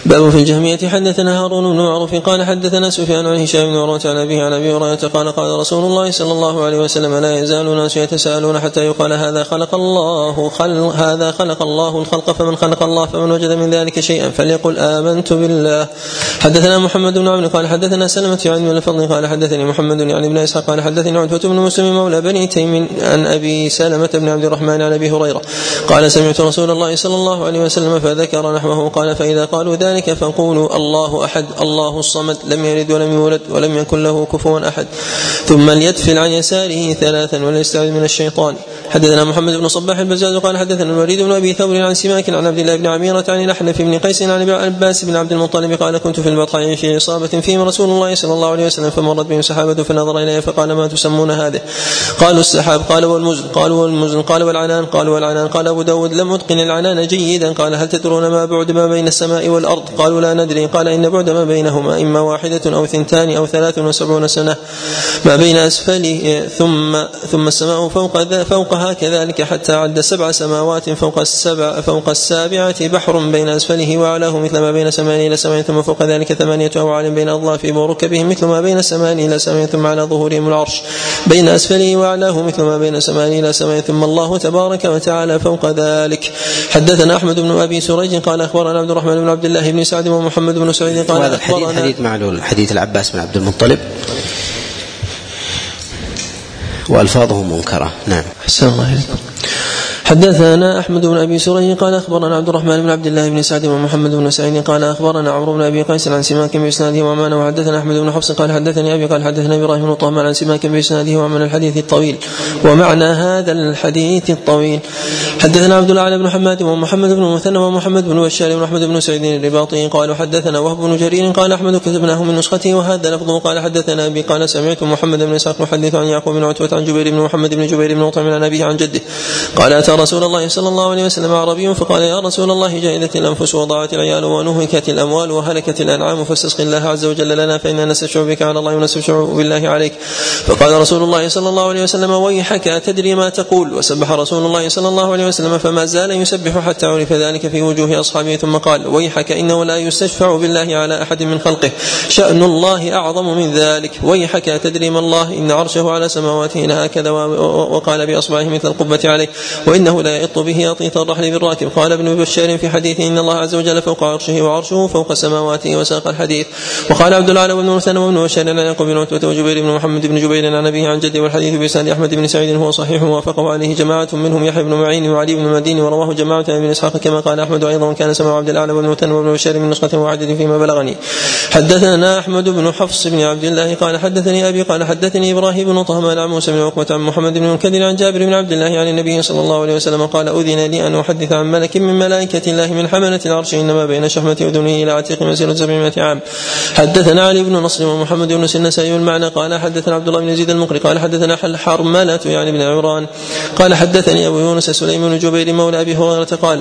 باب في الجهمية. حدثنا هارون بن معروف قال حدثنا سفيان عن هشام بن عروة عن أبيه عن أبي هريرة قال قال رسول الله صلى الله عليه وسلم لا يزال الناس يتساءلون حتى يقال هذا خلق الله خلق هذا خلق الله الخلق فمن خلق الله فمن وجد من ذلك شيئا فليقل آمنت بالله. حدثنا محمد بن عمرو قال حدثنا سلمة عن بن الفضل قال حدثني محمد يعني بن إسحاق قال حدثني عتبة بن مسلم مولى بني تيم عن أبي سلمة بن عبد الرحمن عن أبي هريرة قال سمعت رسول الله صلى الله عليه وسلم فذكر نحوه قال فإذا قالوا ذلك فقولوا الله أحد الله الصمد لم يلد ولم يولد ولم يكن له كفوا أحد ثم ليدفل عن يساره ثلاثا وليستعذ من الشيطان. حدثنا محمد بن صباح البزاز قال حدثنا الوليد بن أبي ثور عن سماك عن عبد الله بن عميرة عن الأحنف بن قيس عن عباس بن عبد المطلب قال كنت في البطحاء في إصابة فيهم رسول الله صلى الله عليه وسلم فمرت بهم سحابة فنظر إليه فقال ما تسمون هذه؟ قالوا السحاب. قال والمزن؟ قالوا والمزن. قال والعنان؟ قالوا والعنان. قال أبو داود لم أتقن العنان جيدا. قال هل تدرون ما بعد ما بين السماء والأرض؟ قالوا لا ندري. قال إن بعد ما بينهما إما واحدة أو ثنتان أو ثلاث وسبعون سنة ما بين أسفله ثم ثم السماء فوق فوقها كذلك حتى عد سبع سماوات فوق السبع فوق السابعة بحر بين أسفله وأعلاه مثل ما بين سماء إلى سماء ثم فوق ذلك ثمانية أوعال بين أظلافهم وركبهم مثل ما بين سماء إلى سماء ثم على ظهورهم العرش بين أسفله وأعلاه مثل ما بين سماء إلى سماء ثم الله تبارك وتعالى فوق ذلك. حدثنا أحمد بن أبي سريج قال أخبرنا عبد الرحمن بن عبد الله بن سعد ومحمد بن سعيد قال هذا الحديث حديث معلول حديث العباس بن عبد المطلب وألفاظه منكرة. نعم. أحسن الله إليكم. حدثنا أحمد بن أبي سريج قال أخبرنا عبد الرحمن بن عبد الله بن سعد ومحمد بن سعيد قال أخبرنا عمرو بن أبي قيس عن سماك بإسناده وعمان. وحدثنا أحمد بن حفص قال حدثني أبي قال حدثنا إبراهيم بن طهمان عن سماك بإسناده وعمان الحديث الطويل ومعنى هذا الحديث الطويل. حدثنا عبد الأعلى بن حماد ومحمد بن المثنى ومحمد بن بشار وأحمد بن سعيد الرباطي قالوا حدثنا وهب بن جرير قال أحمد كتبناه من نسخته وهذا لفظه قال حدثنا أبي قال سمعت محمد بن إسحاق يحدث عن يعقوب بن عتبة عن جبير بن محمد بن جبير بن مطعم عن أبيه عن جده قال أتى رسول الله صلى الله عليه وسلم عربي فقال يا رسول الله جاهدت الأنفس وضاعت العيال ونهكت الأموال وهلكت الأنعام فاستسقي الله عز وجل لنا فإننا نستشفع بك على الله ونستشفع بالله عليك. فقال رسول الله صلى الله عليه وسلم ويحك أتدري ما تقول؟ وسبح رسول الله صلى الله عليه وسلم فما زال يسبح حتى عرف ذلك في وجوه أصحابه ثم قال ويحك إنه لا يستشفع بالله على أحد من خلقه شأن الله أعظم من ذلك. ويحك أتدري ما الله؟ إن عرشه على سماواته هكذا وقال بأصبعه مثل القبة عليه وإنه لا يطب به أطيط الرحل بالراكب. قال ابن بشار في حديثه إن الله عز وجل فوق عرشه وعرشه فوق سماواته وساق الحديث. وقال عبد الأعلى بن مثنى وابن بشار عن يعقوب بن عتبة وجبير بن محمد بن جبير عن أبيه عن جده والحديث بإسناد أحمد بن سعيد هو صحيح ووافقه عليه جماعة منهم يحيى بن معين وعلي بن المديني ورواه جماعة من إسحاق كما قال أحمد أيضا وكان سمع عبد الأعلى بن مثنى وابن بشار من نسخة واحدة فيما بلغني. حدثنا أحمد بن حفص بن عبد الله قال حدثني أبي قال حدثني إبراهيم بن طهمان عن موسى بن عقبة عن محمد بن منكدر عن جابر بن عبد الله عن النبي صلى الله عليه وسلم قال أذن لي أن أحدث عن ملك من ملائكة الله من حملة العرش إنما بين شحمة أذنه إلى عتيق مسيرة سبعمائة عام. حدثنا علي بن نصر ومحمد بن النسائي المعنى قال حدثنا عبد الله بن يزيد المقري قال حدثنا حرملة يعني بن عمران قال حدثني أبو يونس سليم بن جبير مولى أبي هريرة قال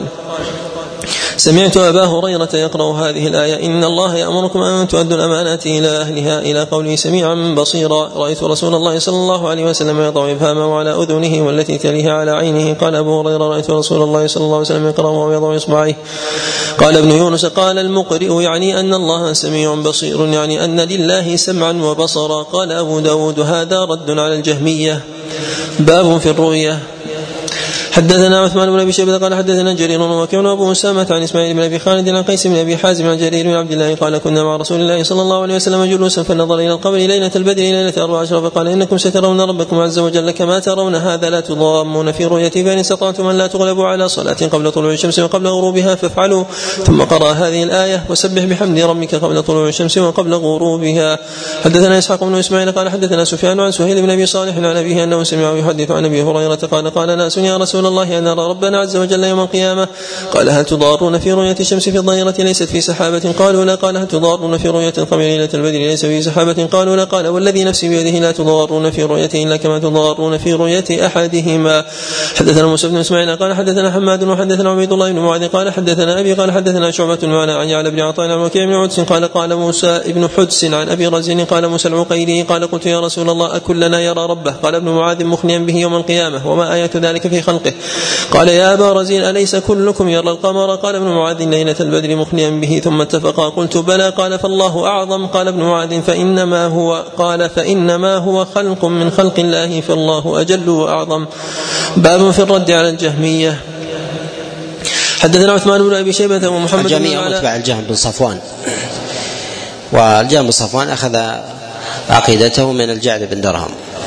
سمعت أبا هريرة يقرأ هذه الآية إن الله يأمركم أن تؤدوا الأمانات إلى أهلها إلى قوله سميعا بصيرا. رأيت رسول الله صلى الله عليه وسلم يضع إبهامه على أذنه والتي تليها على عينه. قال أبو هريرة رأيت رسول الله صلى الله عليه وسلم يقرأ ويضع إصبعيه. قال ابن يونس قال المقرئ يعني أن الله سميع بصير يعني أن لله سمعا وبصرا. قال أبو داود هذا رد على الجهمية. باب في الرؤية. حدثنا عثمان بن أبي شيبة قال حدثنا جرير وكان أبو أسامة عن إسماعيل بن أبي خالد عن قيس بن أبي حازم عن جرير بن عبد الله قال كنا مع رسول الله صلى الله عليه وسلم جلوسا فنظر إلى القمر ليلة البدر ليلة أربع عشر فقال إنكم سترون ربكم عز وجل كما ترون هذا لا تضامون في رؤيته فإن استطعتم أن لا تغلبوا على صلاة قبل طلوع الشمس وقبل غروبها فافعلوا. ثم قرأ هذه الآية وسبح بحمد ربك قبل طلوع الشمس وقبل غروبها. حدثنا إسحاق بن إسماعيل قال حدثنا سفيان عن سهيل بن أبي صالح عن أبيه أنه سمع يحدث عن أبي هريرة قال قال ناس يا رسول الله أن نرى ربنا عز وجل يوم القيامة. قال هل تضارون في رؤية الشمس في الظهيرة ليست في سحابة؟ قالوا لا. قال هل تضارون في رؤية القمر ليلة البدر ليس في سحابة؟ قالوا لا. قال والذي نفسي بيده لا تضارون في رؤيته إلا كما تضارون في رؤية أحدهما. حدثنا موسى بن إسماعيل قال حدثنا حماد وحدثنا عبيد الله بن معاذ قال حدثنا أبي قال حدثنا شعبة معنا عن يعلى بن عطاء عن وكيع بن عدس قال قال موسى بن حدس عن أبي رزين قال موسى العقيلي قال قلت يا رسول الله أكلنا يرى ربه؟ قال ابن معاذ مخنيا به يوم القيامة وما آية ذلك في خلقه؟ خلقه. قال يا أبا رزين أليس كلكم يرى القمر؟ قال ابن معاذ ليلة البدر مخنيا به ثم اتفقا. قلت بلى. قال فالله أعظم. قال ابن معاذ فإنما هو قال فإنما هو خلق من خلق الله فالله أجل وأعظم. باب في الرد على الجهمية. حدثنا عثمان بن أبي شيبة ومحمد بن الجهمية متبع الجهم بن صفوان، والجهم بن صفوان أخذ عقيدته من الجعد بن درهم،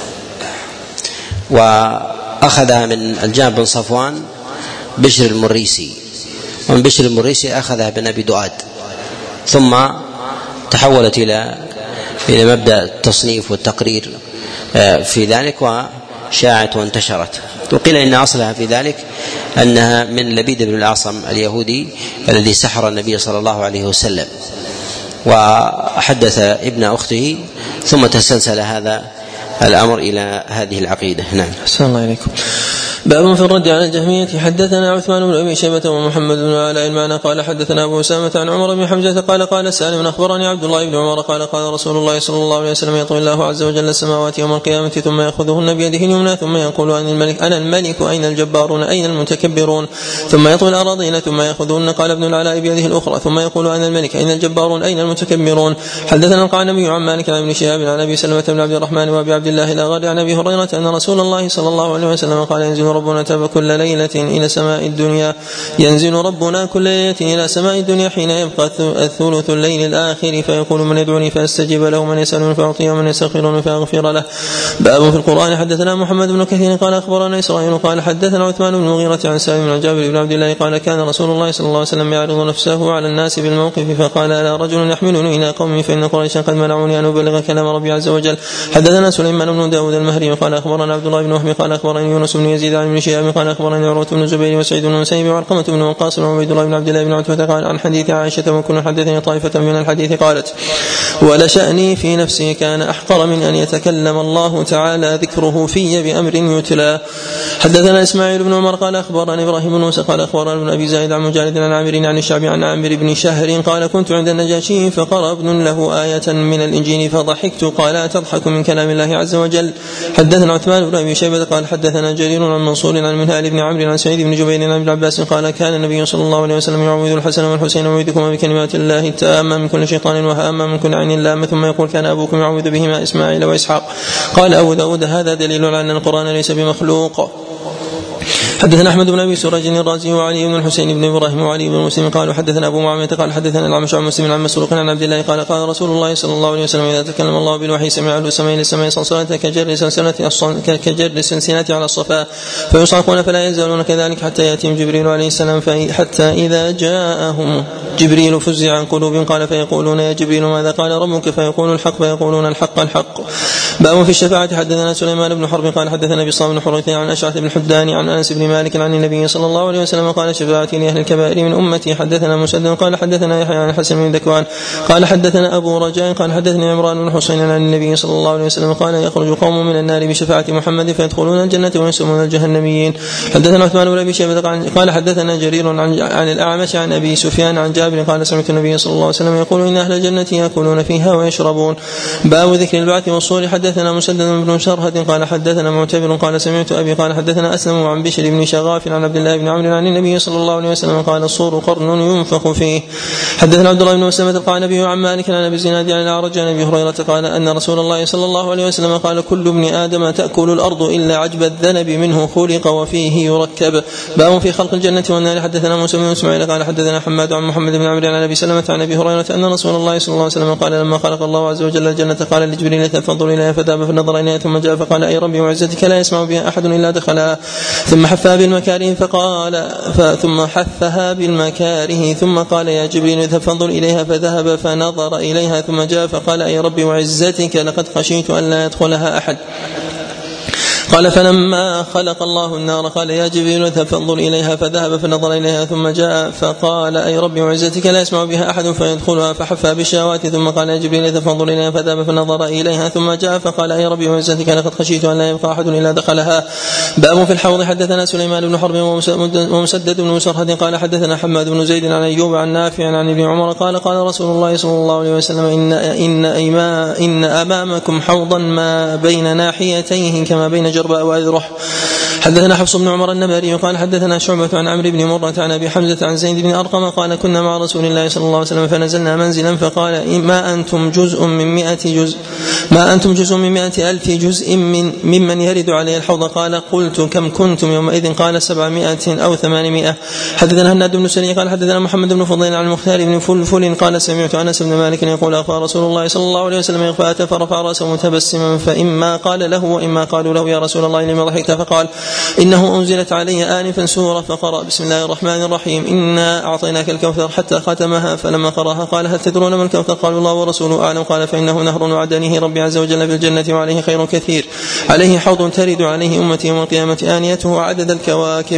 وأخذها من الجهم بن صفوان بشر المريسي، ومن بشر المريسي أخذها بن أبي دؤاد، ثم تحولت إلى إلى مبدأ التصنيف والتقرير في ذلك وشاعت وانتشرت. وقيل إن أصلها في ذلك أنها من لبيد بن الأعصم اليهودي الذي سحر النبي صلى الله عليه وسلم، وحدث ابن أخته، ثم تسلسل هذا الأمر إلى هذه العقيدة. نعم. أحسن الله إليكم. باب في الرد على الجهمية. حدثنا عثمان بن أبي شيبة ومحمد بن علاء المعنى قال حدثنا أبو أسامة عن عمر بن حمزة قال قال سالم أخبرني عبد الله بن عمر قال قال رسول الله صلى الله عليه وسلم يطوي الله عز وجل السماوات يوم القيامة ثم يأخذهن بيده اليمنى ثم يقول أنا الملك أنا الملك أين الجبارون أين المتكبرون، ثم يطوي الأراضين ثم يأخذهن قال ابن العلاء بيده الأخرى ثم يقول أنا الملك أين الجبارون أين المتكبرون. حدثنا القعنبي عن مالك عن ابن شهاب عن أبي سلمة بن عبد الرحمن وأبي عبد الله الأغر عن أبي هريرة أن رسول الله صلى الله عليه وسلم قال ينزل ربنا تبارك كل ليلة إلى سماء الدنيا ينزل ربنا كل ليلة إلى سماء الدنيا حين يبقى الثلث الليل الآخر فيقول من يدعوني فأستجيب له من يسألني فأعطيه ومن يستغفرني فأغفر له. باب في القرآن. حدثنا محمد بن كثير قال أخبرنا إسرائيل قال حدثنا عثمان بن المغيرة عن سالم بن جابر بن عبد الله قال كان رسول الله صلى الله عليه وسلم يعرض نفسه على الناس بالموقف فقال ألا رجل يحملني إلى قومي فإن قريشا قد منعوني أن أبلغ كلام ربي عز وجل. حدثنا سليمان بن داود المهري قال أخبرنا عبد الله بن وهب قال أخبرني يونس بن يزيد عن ابن شهاب قال أخبرني عروة بن الزبير وسعيد بن المسيب وعلقمة بن وقاص وعبيد الله بن عبد الله بن عتبة قال عن حديث عائشة وكن حدثني طائفة من الحديث قالت ولشأني في نفسي كان أحقر من أن يتكلم الله تعالى ذكره في بأمر يتلى. حدثنا إسماعيل بن عمر قال أخبرنا إبراهيم بن موسى قال أخبرنا ابن أبي زايد عن مجالد عن عامر عن الشعبي عن عامر بن شهر قال كنت عند النجاشي فقرأ ابن له آية من الإنجيل فضحكت قال تضحك من كلام الله عز وجل. حدثنا عثمان بن أبي شيبة قال حدثنا جرير عن منصور عن منهال بن عمرو عن سعيد بن جبير عن ابن عباس قال كان النبي صلى الله عليه وسلم يعوذ الحسن والحسين ويعوذكما بكلمات الله التامة من كل شيطان وهامة من كل عين لامة ثم يقول كان أبوكم يعوذ بهما إسماعيل وإسحاق. قال أبو داود هذا دليل على أن القرآن ليس بمخلوق. حدثنا أحمد بن أبي سراج الرازي وعلي بن الحسين بن إبراهيم وعلي بن مسلم قالوا حدثنا أبو معاوية قال حدثنا الأعمش عن مسلم عن مسروق عن عبد الله قال قال رسول الله صلى الله عليه وسلم إذا تكلم الله بالوحي سمع له السماء للسماء صلصلة كجر سلسلة كجر سلسلة على الصفا فيصعقون فلا يزالون كذلك حتى يأتيهم جبريل عليه السلام حتى إذا جاءهم جبريل فزع عن قلوبهم قال فيقولون يا جبريل ماذا قال ربك فيقول الحق فيقولون الحق الحق. باب في الشفاعة. حدثنا سليمان بن حرب قال حدثنا بصام بن حريث عن أشعث بن حدان عن أنس بن مالك عن النبي صلى الله عليه وسلم قال شفاعتي لأهل الكبائر من أمتي. حدثنا مسدد قال حدثنا يحيى عن حسن بن ذكوان قال حدثنا أبو رجاء قال حدثني عمران بن حسين عن النبي صلى الله عليه وسلم قال يخرج قوم من النار بشفاعة محمد فيدخلون الجنة ويسمون الجهنميين. حدثنا عثمان بن أبي شيبة قال حدثنا جرير عن, عن الأعمش عن أبي سفيان عن جابر قال سمعت النبي صلى الله عليه وسلم يقول إن أهل الجنة يأكلون فيها ويشربون. باب ذكر البعث والصور. حدثنا مسدد بن شرهد قال حدثنا معتبر قال سمعت أبي قال حدثنا أسلم عن بشر بن شغاف عن عبد الله بن عمرو عن النبي صلى الله عليه وسلم قال الصور قرن ينفخ فيه. حدثنا عبد الله بن مسلمة قال نبي عن مالك عن أبي زناد عن الأعرج عن أبي هريرة قال أن رسول الله صلى الله عليه وسلم قال كل ابن آدم تأكل الأرض إلا عجب الذنب منه خلق وفيه يركب. باب في خلق الجنة والنار. حدثنا موسى بن إسماعيل قال حدثنا حماد عن محمد بن عمرو عن أبي سلمة عن أبي هريرة أن رسول الله صلى الله عليه وسلم قال لما خلق الله عز وجل الجنة قال لجبريل فانظر إليها فذهب فنظر إليها ثم جاء فقال أي ربي وعزتك لا يسمع بها أحد إلا دخلها ثم حفها بالمكاره فقال ثم حثها بالمكاره ثم قال يا جبريل فانظر إليها فذهب فنظر إليها ثم جاء فقال أي ربي وعزتك لقد خشيت أن لا يدخلها أحد. قال فلما خلق الله النار قال يا جبريل فانظر إليها فذهب فنظر إليها ثم جاء فقال أي ربي وعزتك لا يسمع بها أحد فيدخلها فحفى بالشهوات ثم قال يا جبريل فانظر إليها فذهب فنظر إليها ثم جاء فقال أي ربي وعزتك لقد خشيت أن لا يبقى أحد إلا دخلها. باب في الحوض. حدثنا سليمان بن حرب ومسدد بن مسرهد قال حدثنا حماد بن زيد عن أيوب عن نافع عن ابن عمر قال قال رسول الله صلى الله عليه وسلم إن, إن, إما إن أمامكم حوضا ما بين ناحيتيه كما بين جرباء وأذرح. حدثنا حفص بن عمر النمري قال حدثنا شعبة عن عمرو بن مرة عن أبي حمزة عن زيد بن أرقم قال كنا مع رسول الله صلى الله عليه وسلم فنزلنا منزلا فقال ما أنتم جزء من مئة جزء ما أنتم جزء من مئة ألف جزء من ممن يرد عليه الحوض قال قلت كم كنتم يومئذ قال سبعمائة أو ثمانمائة. حدثنا هناد بن سري قال حدثنا محمد بن فضيل عن المختار بن فلفل قال سمعت أنس بن مالك يقول أخبر رسول الله صلى الله عليه وسلم يغفأت فرفع رأسه متبسما فإما قال له وإما قالوا له يا رسول الله لما ضحكت فقال إنه أنزلت علي آنفا سورة فقرأ بسم الله الرحمن الرحيم إنا أعطيناك الكوثر حتى ختمها فلما قرأها قال هل تدرون ما الكوثر قالوا الله ورسوله أعلم قال فإنه نهر وعدنيه ربي عز وجل في الجنة وعليه خير كثير عليه حوض ترد عليه أمتي يوم القيامة آنيته عدد الكواكب.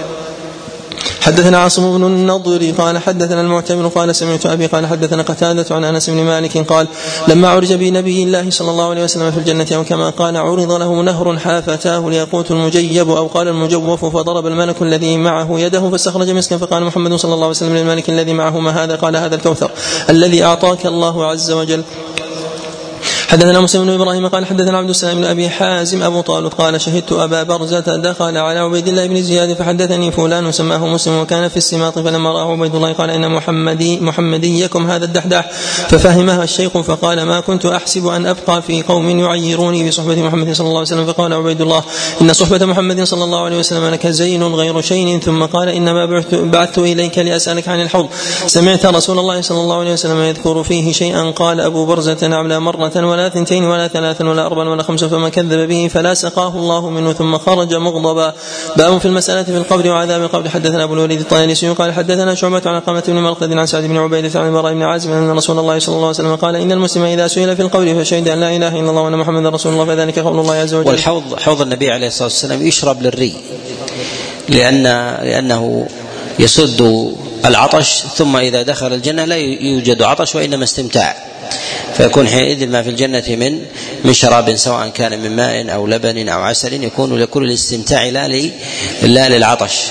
حدثنا عاصم بن النضر قال حدثنا المعتمر قال سمعت أبي قال حدثنا قتادة عن أنس بن مالك قال لما عرج بنبي الله صلى الله عليه وسلم في الجنة أو كما قال عرض له نهر حافتاه الياقوت المجيب أو قال المجوف فضرب الملك الذي معه يده فاستخرج مسكا فقال محمد صلى الله عليه وسلم للملك الذي معه ما هذا قال هذا الكوثر الذي أعطاك الله عز وجل. حدثنا مسلم بن إبراهيم قال حدثنا عبد السلام بن أبي حازم أبو طالب قال شهدت أبا برزة دخل على عبيد الله بن زياد فحدثني فلان سماه مسلم وكان في السماط فلما رأى عبيد الله قال إن محمدي محمديكم هذا الدحداح ففهمها الشيخ فقال ما كنت أحسب أن أبقى في قوم يعيروني بصحبة محمد صلى الله عليه وسلم فقال عبيد الله إن صحبة محمد صلى الله عليه وسلم لك زين غير شين ثم قال إنما بعثت إليك لأسألك عن الحوض سمعت رسول الله صلى الله عليه وسلم يذكر فيه شيئا قال أبو برزة نعم لا مرة ولا ثنتين ولا ثلاثا ولا أربعا ولا خمسا فما كذب به فلا سقاه الله منه ثم خرج مغضبا. باب في المسألة في القبر وعذاب القبر. حدثنا أبو الوليد الطيالسي قال حدثنا شعبة عن قامة بن مرقد عن سعد بن عبيدة عن البراء بن عازب أن رسول الله صلى الله عليه وسلم قال إن المسلم إذا سئل في القبر فشهد أن لا إله إلا الله وأن محمدا رسول الله فذلك قول الله عز وجل. والحوض حوض النبي عليه الصلاة والسلام يشرب للري لأن لأنه يسد العطش ثم إذا دخل الجنة لا يوجد عطش وإنما استمتاع فيكون حينئذ ما في الجنة من من شراب سواء كان من ماء أو لبن أو عسل يكون لكل الاستمتاع لا لا للعطش.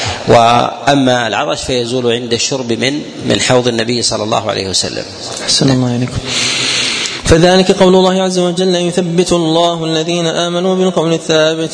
وأما العطش فيزول عند الشرب من من حوض النبي صلى الله عليه وسلم. أحسن الله عليكم. فذلك قول الله عز وجل يثبت الله الذين آمنوا بالقول الثابت.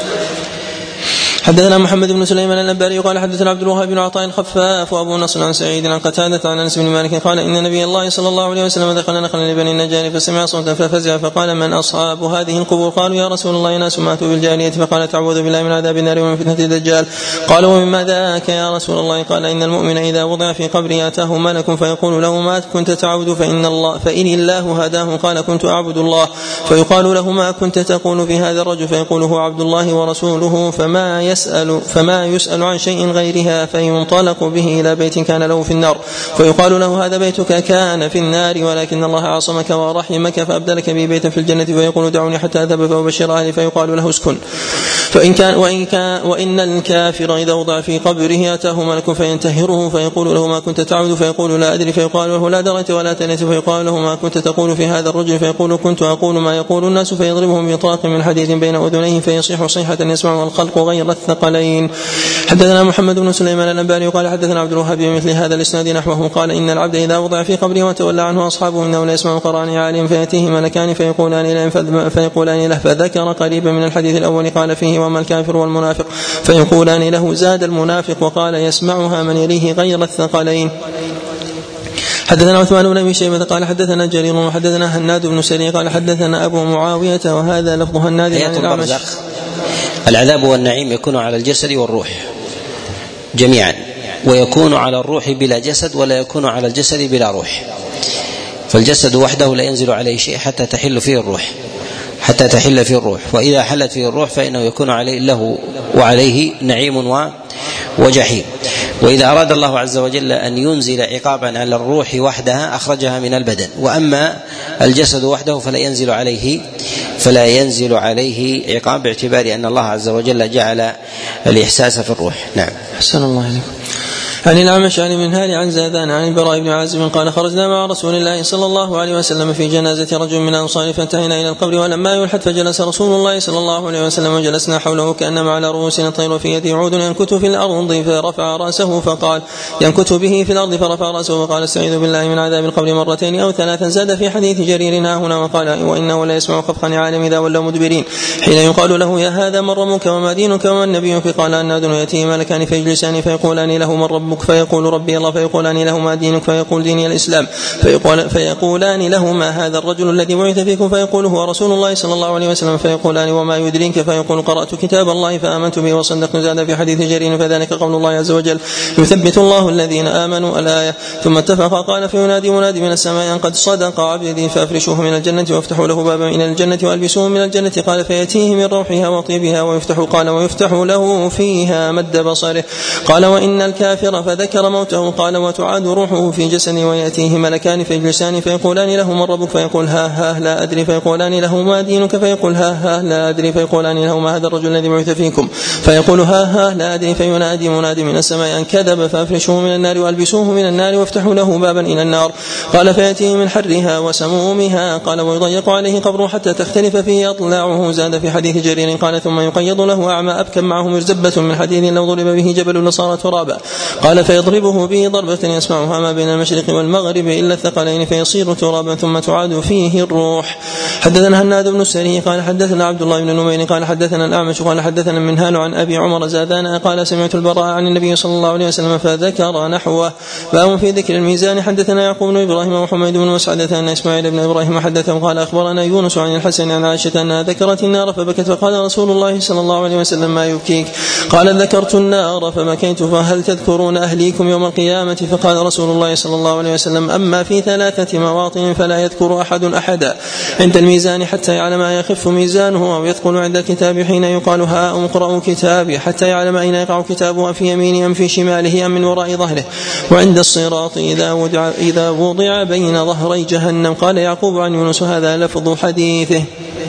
حدثنا محمد بن سليمان النباري قال حدثنا عبد الوهاب بن عطاء الخفاف وابو نصر عن سعيد عن قتادة عن انس بن مالك قال ان نبي الله صلى الله عليه وسلم دخل نخلا لبني النجار فسمع صوتا ففزع فقال من اصحاب هذه القبور قالوا يا رسول الله ناس ماتوا بالجارية فقال تعوذ بالله من عذاب النار ومن فتنة الدجال قالوا ومما ذاك يا رسول الله قال ان المؤمن اذا وضع في قبره اتاه ملك فيقول له ما كنت تعبد فان الله فان الله هداه قال كنت اعبد الله فيقال له ما كنت تقول في هذا الرجل فيقول هو عبد الله ورسوله فما يسأل فما يسأل عن شيء غيرها فينطلق به إلى بيت كان له في النار فيقال له هذا بيتك كان في النار ولكن الله عصمك ورحمك فأبدلك به بيتا في الجنة فيقول دعوني حتى أذهب فأبشر أهلي فيقال له اسكن. فإن كان وإن, كان وإن الكافر إذا وضع في قبره أتاه ملك فينتهره فيقول له ما كنت تعبد فيقول لا أدري فيقال له لا دريت ولا تنيت فيقال له ما كنت تقول في هذا الرجل فيقول كنت أقول ما يقول الناس فيضربهم بطلاق من حديد بين أذنيه فيصيح صيحة يسمعها الخلق غير الثقلين. حدثنا محمد بن سليمان النباري قال حدثنا عبد الوهاب بمثل هذا الاسناد نحوه قال إن العبد إذا وضع في قبره وتولى عنه أصحابه إنه لا يسمع قرآن عالم فيأتيه ملكان فيقولان له فيقولان له فذكر قريبا من الحديث الأول قال فيه وما الكافر والمنافق فيقولان له زاد المنافق وقال يسمعها من يليه غير الثقلين. حدثنا عثمان بن ابي شيبه قال حدثنا جرير وحدثنا هناد بن سري قال حدثنا ابو معاويه وهذا لفظ هناد عن الأعمش. العذاب والنعيم يكون على الجسد والروح جميعا ويكون على الروح بلا جسد ولا يكون على الجسد بلا روح فالجسد وحده لا ينزل عليه شيء حتى تحل فيه الروح حتى تحل فيه الروح وإذا حلت فيه الروح فإنه يكون عليه له وعليه نعيم وجحيم. وإذا أراد الله عز وجل أن ينزل عقابا على الروح وحدها أخرجها من البدن وأما الجسد وحده فلا ينزل عليه فلا ينزل عليه عقاب باعتبار أن الله عز وجل جعل الإحساس في الروح. نعم. أحسن الله عليكم. عن الأعمش عن المنهال عن زادان عن البراء بن عازب قال خرجنا مع رسول الله صلى الله عليه وسلم في جنازة رجل من الأنصار فانتهينا إلى القبر ولما يلحد فجلس رسول الله صلى الله عليه وسلم وجلسنا حوله كأنما على رؤوسنا الطير وفي يده عود ينكت في الأرض فرفع رأسه فقال ينكت به في الأرض فرفع رأسه وقال استعيذ بالله من عذاب القبر مرتين أو ثلاثا. زاد في حديث جرير هنا وقال وإنه لا يسمع خفق نعالهم إذا ولوا مدبرين حين يقال له يا هذا من ربك وما دينك وما نبيك قال الناد يأتيه ملكان فيجلسان فيقولان له من ربك فيقول ربي الله فيقولان له ما دينك فيقول ديني الإسلام فيقول فيقولان له ما هذا الرجل الذي بعث فيكم فيقول هو رسول الله صلى الله عليه وسلم فيقولان وما يدريك فيقول قرأت كتاب الله فآمنت به وصدقت. زاد في حديث جرير فذلك قول الله عز وجل يثبت الله الذين آمنوا الآية. ثم اتفق قال فينادي منادي من السماء قد صدق عبدي فافرشوه من الجنة وافتحوا له بابا من الجنة والبسوه من الجنة قال فيأتيه من روحها وطيبها ويفتح قال ويفتح له فيها مد بصره قال وإن الكافر فذكر موته قال وتعاد روحه في جسده ويأتيه ملكان فيجلسان فيقولان له من ربك فيقول ها ها لا أدري فيقولان له ما دينك فيقول ها ها لا أدري فيقولان له ما هذا الرجل الذي بعث فيكم فيقول ها ها لا أدري فينادي منادي من السماء أن كذب فافرشوه من النار والبسوه من النار وافتحوا له بابا إلى النار قال فيأتيه من حرها وسمومها قال ويضيق عليه قبره حتى تختلف فيه أضلاعه. زاد في حديث جرير قال ثم يقيض له أعمى أبكم معه مرزبة من حديد لو ضرب به جبل لصار ترابا قال فيضربه به ضربة يسمعها ما بين المشرق والمغرب إلا الثقلين فيصير ترابا ثم تعاد فيه الروح. حدثنا هناد بن السري قال حدثنا عبد الله بن نمير قال حدثنا الأعمش قال حدثنا المنهال عن أبي عمر زادان قال سمعت البراء عن النبي صلى الله عليه وسلم فذكر نحوه. باب في ذكر الميزان. حدثنا يعقوب بن إبراهيم وحميد بن مسعدة أن إسماعيل بن إبراهيم حدثهم قال أخبرنا يونس عن الحسن عن عائشة أنها ذكرت النار فبكت فقال رسول الله صلى الله عليه وسلم ما يبكيك قال ذكرت النار فبكيت فهل تذكرون أهليكم يوم القيامة فقال رسول الله صلى الله عليه وسلم أما في ثلاثة مواطن فلا يذكر أحد أحدا عند الميزان حتى يعلم ما يخف ميزانه أو يثقل عند الكتاب حين يقال ها اقرأوا كتابي حتى يعلم أين يقع كتابه في يمينه أم في شماله أم من وراء ظهره وعند الصراط إذا وضع, إذا وضع بين ظهري جهنم. قال يعقوب عن يونس هذا لفظ حديثه.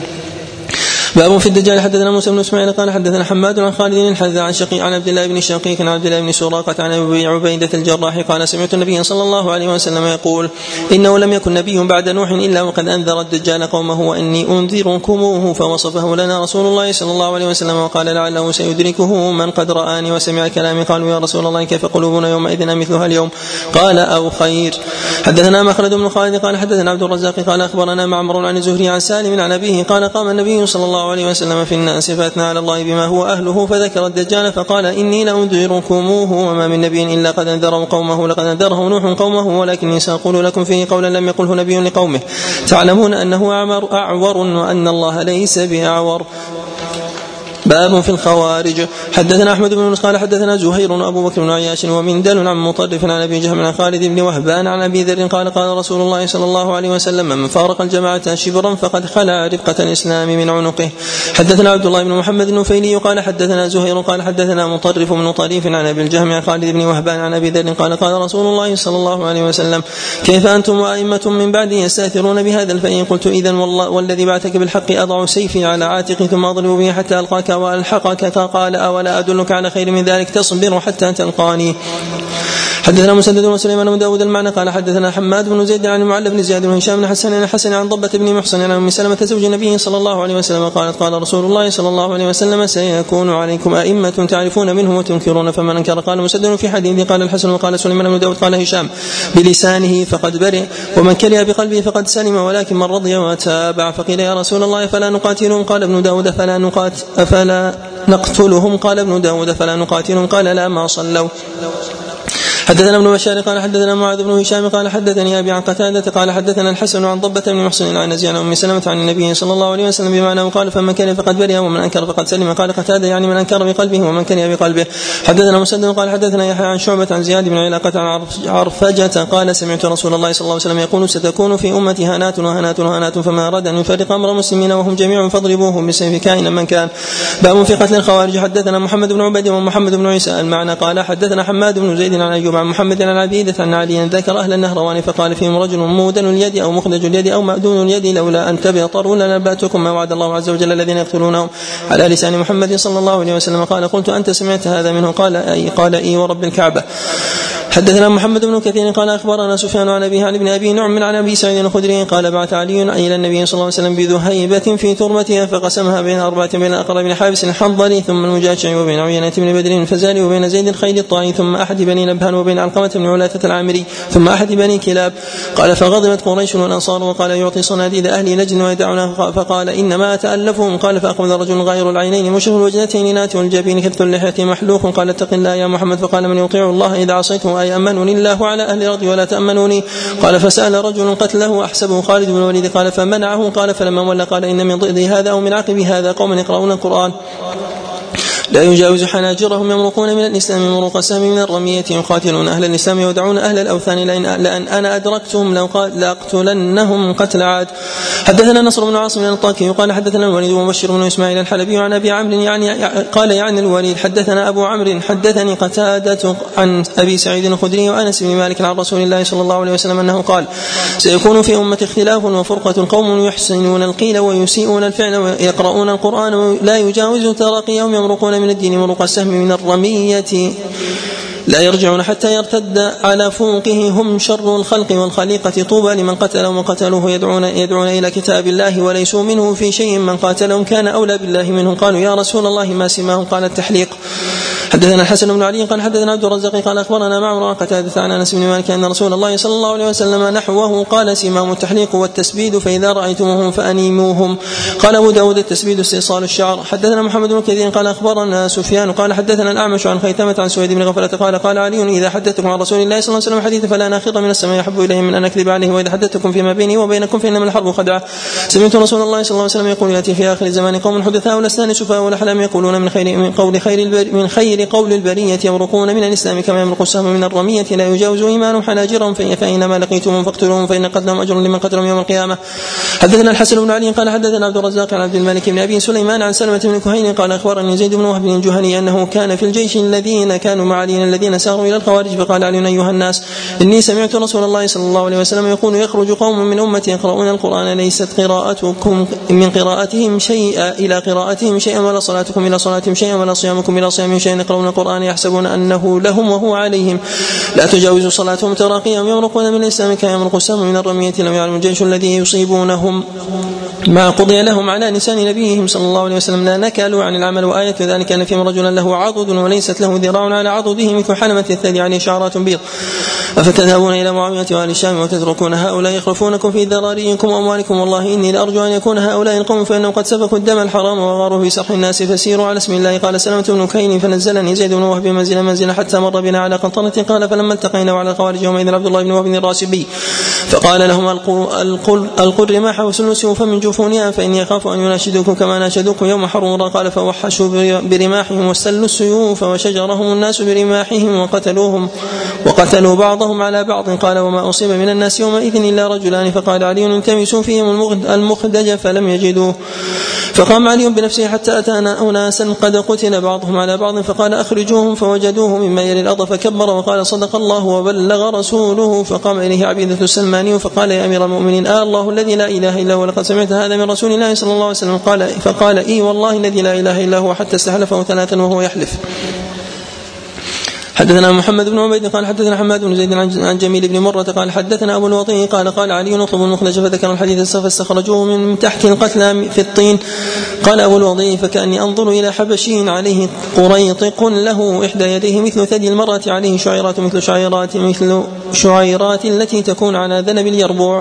باب في الدجال. حدثنا موسى بن اسماعيل قال حدثنا حماد عن خالد الحذاء عن شقيق عن عبد الله بن شقيق عن عبد الله بن سراقة عن ابي عبيدة الجراح قال سمعت النبي صلى الله عليه وسلم يقول انه لم يكن نبي بعد نوح الا وقد انذر الدجال قومه واني انذركموه فوصفه لنا رسول الله صلى الله عليه وسلم وقال لعله سيدركه من قد رآني وسمع كلامي. قالوا يا رسول الله كيف قلوبنا يومئذ مثلها اليوم قال او خير. حدثنا مخلد بن خالد قال حدثنا عبد الرزاق قال اخبرنا معمر عن الزهري عن سالم عن ابيه قال قام النبي صلى الله عليه وسلم في الناس فأثنى على الله بما هو أهله فذكر الدجال فقال إني لأنذركموه وما من نبي إلا قد أنذروا قومه لقد أنذره نوح قومه ولكني سأقول لكم فيه قولا لم يقله نبي لقومه تعلمون أنه أعور وأن الله ليس بأعور. باب في الخوارج. حدثنا أحمد بن يونس قال حدثنا زهير وأبو بكر بن عياش ومندل عن مطرف عن أبي جهم عن خالد بن وهبان عن أبي ذر قال قال رسول الله صلى الله عليه وسلم من فارق الجماعة شبرا فقد خلع رفقة الإسلام من عنقه. حدثنا عبد الله بن محمد النفيلي قال حدثنا زهير قال حدثنا مطرف بن طريف عن أبي الجهم عن خالد بن وهبان عن أبي ذر قال قال رسول الله صلى الله عليه وسلم كيف أنتم وأئمة من بعدي يستأثرون بهذا الفئ قلت إذن والله والذي بعثك بالحق أضع سيفي على عاتقي ثم أضرب به حتى ألقاك والحقك قال أولا أدلك على خير من ذلك تصبر حتى تلقاني. حدثنا مسدد وسليمان بن داود المعنى قال حدثنا حماد بن زيد عن المعلى بن زياد بن هشام بن حسن عن حسن عن ضبة بن محصن عن أم سلمة زوج النبي صلى الله عليه وسلم قالت قال رسول الله صلى الله عليه وسلم سيكون عليكم أئمة تعرفون منهم وتنكرون فمن انكر. قال مسدد في حديث قال الحسن وقال سليمان بن داود قال هشام بلسانه فقد برئ ومن كره بقلبه فقد سلم ولكن من رضي وتابع. فقيل يا رسول الله فلا نقاتلهم قال ابن داود فلا نقات أفلا نقتلهم قال ابن داود فلا نقاتلهم قال لا ما صلوا. حدثنا ابن بشار قال حدثنا معاذ بن هشام قال حدثني أبي عن قتادة قال حدثنا الحسن عن ضبة بن محصن عن نزيع عن أم سلمة عن النبي صلى الله عليه وسلم بمعنى قال فمن كان فقد برئ ومن أنكر فقد سلم. قال قتادة يعني من أنكر بقلبه ومن كان بقلبه. حدثنا مسدد قال حدثنا يحيى عن شعبة عن زياد بن علاقة عن عرفجة قال سمعت رسول الله صلى الله عليه وسلم يقول ستكون في أمتي هنات وهنات وهنات فما أراد أن يفرق أمر المسلمين وهم جميع فاضربوهم بالسيف كائنا من كان. باب في قتل الخوارج. حدثنا محمد بن عبيد ومحمد بن عيسى المعنى قال حدثنا حماد بن زيد عن أيوب أيوب عن محمد عن عبيدة عن علي ذكر أهل النهروان فقال فيهم رجل مودن اليد أو مخدج اليد أو مأدون اليد لولا أن تبطروا لنبأتكم ما وعد الله عز وجل الذين يقتلونهم على لسان محمد صلى الله عليه وسلم. قال قلت أنت سمعت هذا منه؟ قال أي قال إي ورب الكعبة. حدثنا محمد بن كثير قال أخبرنا سفيان عن أبيه عن ابن أبي نعم عن أبي سعيد الخدري قال بعث علي إلى النبي صلى الله عليه وسلم بذهيبة في تربتها فقسمها بين أربعة بين الأقرب بن حابس الحنظلي ثم المجاشع وبين عيينة بن بدر الفزاري وبين زيد الخيل الطائي ثم أحد بني نبهان وبين علقمة بن علاثة العامري ثم أحد بني كلاب. قال فغضبت قريش والأنصار وقال يعطي صناديد أهل نجد ويدعونه فقال إنما أتألفهم. قال فأخذ رجل غير العينين مشرف الوجنتين نات والجبين كث اللحية محلوق قال اتق الله يا محمد. فقال من يطيع الله إذا عصيته أي أمنني الله على أهل الأرض ولا تأمنوني. قال فسأل رجل قتله أحسبه خالد بن الوليد قال فمنعه. قال فلما ولى قال إن من ضئض هذا أو من عقب هذا قوم يقرؤون القرآن لا يجاوز حناجرهم يمرقون من الإسلام مروق السهم من الرمية يقاتلون أهل الإسلام ودعون أهل الأوثان لأن أنا أدركتهم لو لأقتلنهم قتل عاد. حدثنا نصر بن عاصم الطاكي قال حدثنا الوليد ومبشر بن إسماعيل الحلبي عن أبي عمرو يعني قال يعني الوليد حدثنا أبو عمرو حدثني قتادة عن أبي سعيد الخدري وأنس بن مالك عن رسول الله صلى الله عليه وسلم أنه قال سيكون في أمة اختلاف وفرقة قوم يحسنون القيل ويسيئون الفعل ويقرؤون القرآن ولا يجاوز تراقيهم يمرقون من الدين مروق السهم من الرمية لا يرجعون حتى يرتد على فوقه هم شر الخلق والخليقة. طوبى لمن قتل ومن قتلوه يدعون, يدعون إلى كتاب الله وليسوا منه في شيء من قاتلهم كان أولى بالله منهم. قالوا يا رسول الله ما سماهم؟ قال التحليق. حدثنا الحسن بن علي قال حدثنا عبد الرزاق قال أخبرنا معمر قتادة عن أنس بن مالك أن رسول الله صلى الله عليه وسلم نحوه قال سماهم التحليق والتسبيد فإذا رأيتموهم فأنيموهم. قال أبو داود التسبيد استئصال الشعر. حدثنا محمد بن كثير قال أخبرنا سفيان قال حدثنا الأعمش عن خيثمة عن سويد بن غفلة قال قال علي إذا حدثتكم عن رسول الله صلى الله عليه وسلم حديثا فلا ناخذ من السماء يحب إليه من أن أكذب عليه وإذا حدثتكم فيما بيني وبينكم فإنما الحرب خدعة. سمعت رسول الله صلى الله عليه وسلم يقول يأتي في آخر الزمان قوم حدثاء الأسنان سفهاء والأحلام يقولون من خير من قول خير البر من خير قول البرية يمرقون من الإسلام كما يمرق السهم من الرمية لا يجاوز إيمان حناجرهم فإنما لقيتمهم فاقتلوهم فإن قتلهم أجر لمن قتلهم يوم القيامة. حدثنا الحسن بن علي قال حدثنا عبد الرزاق عن عبد الملك بن أبي سليمان عن سلمة بن كهين قال أخبرني زيد بن وهب الجهني أنه كان في الجيش الذين كانوا مع علي الذين ساروا إلى الخوارج فقال علي أيها الناس إني سمعت رسول الله صلى الله عليه وسلم يقول يخرج قوم من أمتي يقرؤون القرآن ليست قراءتكم من قراءتهم شيئا إلى قراءتهم شيئا ولا صلاتكم إلى صلاتهم شيئا ولا صيامكم إلى صيامهم شيئا يقرؤون القرآن يحسبون أنه لهم وهو عليهم لا تجاوز صلاتهم تراقيهم يمرقون من الإسلام كما يمرق السهم من الرمية لو يعلم الجيش الذي يصيبونهم ما قضي لهم على لسان نبيهم صلى الله عليه وسلم لا نكلوا عن العمل. وآية ذلك أن فيهم رجلا له عضد وليست له ذراع على عضده مثل حلمة الثدي عليه شعرات بيض أفتذهبون إلى معاوية وآل الشام وتتركون هؤلاء يخلفونكم في ذراريكم وأموالكم والله إني لأرجو أن يكون هؤلاء القوم فإنهم قد سفكوا الدم الحرام وغاروا في سرح الناس فسيروا على اسم الله. قال سلمة بن كهين فنزلني زيد بن وهب منزل منزل حتى مر بنا على قنطرة قال فلما التقينا وعلى الخوارج يومئذ عبد الله بن وهب الراسبي فقال لهم ألقوا الرماح وسلوا فمن جفونها فإني أخاف أن يناشدوكم كما ناشدوكم يوم حرورا. قال فوحشوا برماحهم واستلوا السيوف وشجرهم الناس برماحهم وقتلوهم وقتلوا بعضهم على بعض. قال وما أصيب من الناس يومئذ إلا رجلان فقال علي التمسوا فيهم المخدج فلم يجدوه فقام علي بنفسه حتى أتانا أناسا قد قتل بعضهم على بعض فقال أخرجوهم فوجدوه مما يلي الأرض فكبر وقال صدق الله وبلغ رسوله. فقام إليه عبيدة السلماني فقال يا أمير المؤمنين آه الله الذي لا إله إلا هو لقد سمعت هذا من رسول الله صلى الله عليه وسلم. قال فقال إي والله الذي لا إله إلا هو حتى استحلفه ثلاثا وهو يحلف. حدثنا محمد بن عبيد قال حدثنا حماد بن زيد عن جميل بن مرة قال حدثنا أبو الوطي قال قال علي نطلب المخرج فذكر الحديث فاستخرجوه من تحت القتلى في الطين. قال أبو الوطي فكأني أنظر إلى حبشي عليه قريطق له إحدى يديه مثل ثدي المرأة عليه شعيرات مثل شعيرات مثل شعيرات التي تكون على ذنب اليربوع.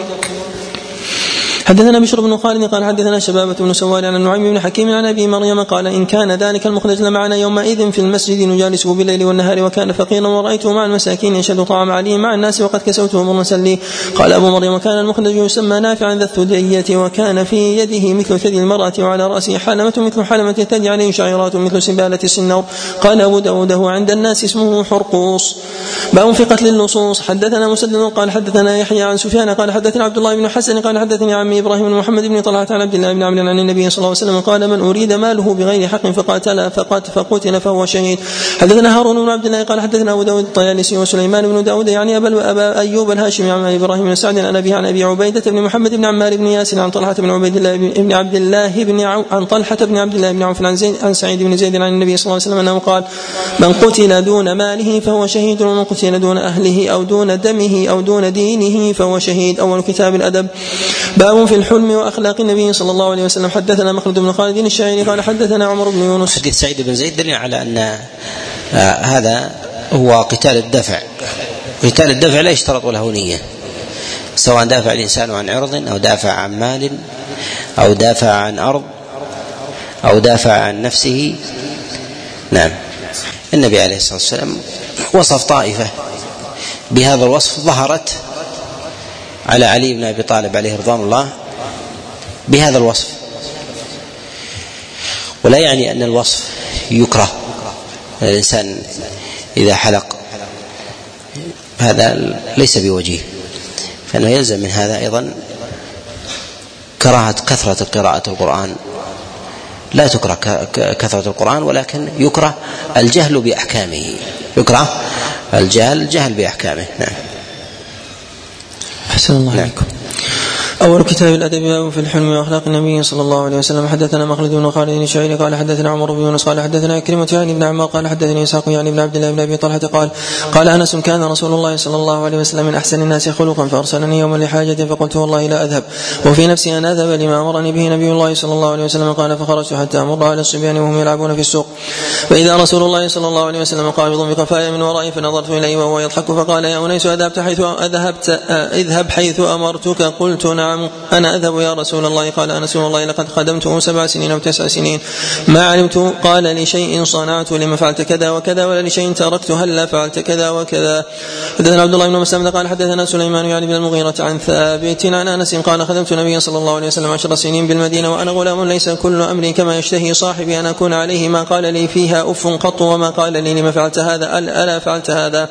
حدثنا بشر بن خالد قال حدثنا شبابة بن سوار عن النعيم بن حكيم عن أبي مريم قال إن كان ذلك المخرج لمعنا يومئذ في المسجد نجالسه بالليل والنهار وكان فقيرا ورأيته مع المساكين يشهد طعام عليه مع الناس وقد كسوته مرسا لي. قال أبو مريم كان المخرج يسمى نافعا ذا الثدية وكان في يده مثل ثدي المرأة وعلى رأسه حلمة مثل حلمة الثدي عليه شعيرات مثل سبالة السنور. قال أبو داود هو عند الناس اسمه حرقوس. باب في قتل اللصوص. حدثنا مسدد قال حدثنا يحيى عن سفيان قال حدثنا عبد الله بن حسن قال حدثني عن عمي إبراهيم بن محمد بن طلحة عن عبد الله بن عمرو عن النبي صلى الله عليه وسلم قال من أريد ماله بغير حق فقاتل فقتل فهو شهيد. حدثنا هارون بن عبد الله قال حدثنا أبو داود الطيالسي وسليمان بن داود يعني أبا أيوب الهاشمي عن إبراهيم بن سعد عن أبي عن أبي عبيدة بن محمد بن عمار بن ياسر عن طلحة بن عبيد الله بن عبد الله بن عن طلحة بن عبد الله بن عوف عن زيد عن سعيد بن زيد عن النبي صلى الله عليه وسلم أنه قال من قتل دون ماله فهو شهيد ومن قتل دون أهله أو دون دمه أو دون دينه فهو شهيد. أول كتاب الأدب. باب في الحلم وأخلاق النبي صلى الله عليه وسلم. حدثنا مخلد بن خالد الشاعري قال حدثنا عمر بن يونس. حديث سعيد بن زيد دليل على أن آه هذا هو قتال الدفع. قتال الدفع لا يشترط له نية، سواء دافع الإنسان عن عرض أو دافع عن مال أو دافع عن أرض أو دافع عن نفسه. نعم. النبي عليه الصلاة والسلام وصف طائفة بهذا الوصف ظهرت على علي بن أبي طالب عليه رضوان الله بهذا الوصف، ولا يعني أن الوصف يكره. الإنسان إذا حلق هذا ليس بوجيه، فإنه يلزم من هذا أيضا كراهة كثرة قراءة القرآن. لا تكره كثرة القرآن، ولكن يكره الجهل بأحكامه، يكره الجهل الجهل بأحكامه. نعم. أحسن الله عليكم. أول كتاب الأدب باب في الحلم وأخلاق النبي صلى الله عليه وسلم. حدثنا مخلد بن خالد الشاعري قال حدثنا عمر بن يونس قال حدثنا كريمة يعني بن عمار قال حدثني إسحاق يعني بن عبد الله بن أبي طلحة قال قال أنس كان رسول الله صلى الله عليه وسلم من أحسن الناس خلقا فأرسلني يوما لحاجة فقلت والله لا أذهب وفي نفسي أن أذهب لما أمرني به نبي الله صلى الله عليه وسلم. قال فخرجت حتى أمر على الصبيان وهم يلعبون في السوق فإذا رسول الله صلى الله عليه وسلم قابض بقفايا من ورائي فنظرت إليه وهو يضحك فقال يا أنيس أذهبت حيث أذهبت اذهب حيث أمرتك؟ قلت نعم أنا أذهب يا رسول الله. قال أنس والله لقد خدمته سبع سنين أو تسع سنين ما علمت قال لشيء صنعت لما فعلت كذا وكذا ولا لشيء تركت هلا فعلت كذا وكذا. حدثنا عبد الله بن مسلم قال حدثنا سليمان يعني بن المغيرة عن ثابت عن أنس قال خدمت النبي صلى الله عليه وسلم عشر سنين بالمدينة وأنا غلام ليس كل أمري كما يشتهي صاحبي أن أكون عليه ما قال لي فيها أف قط وما قال لي لما فعلت هذا ألا فعلت هذا.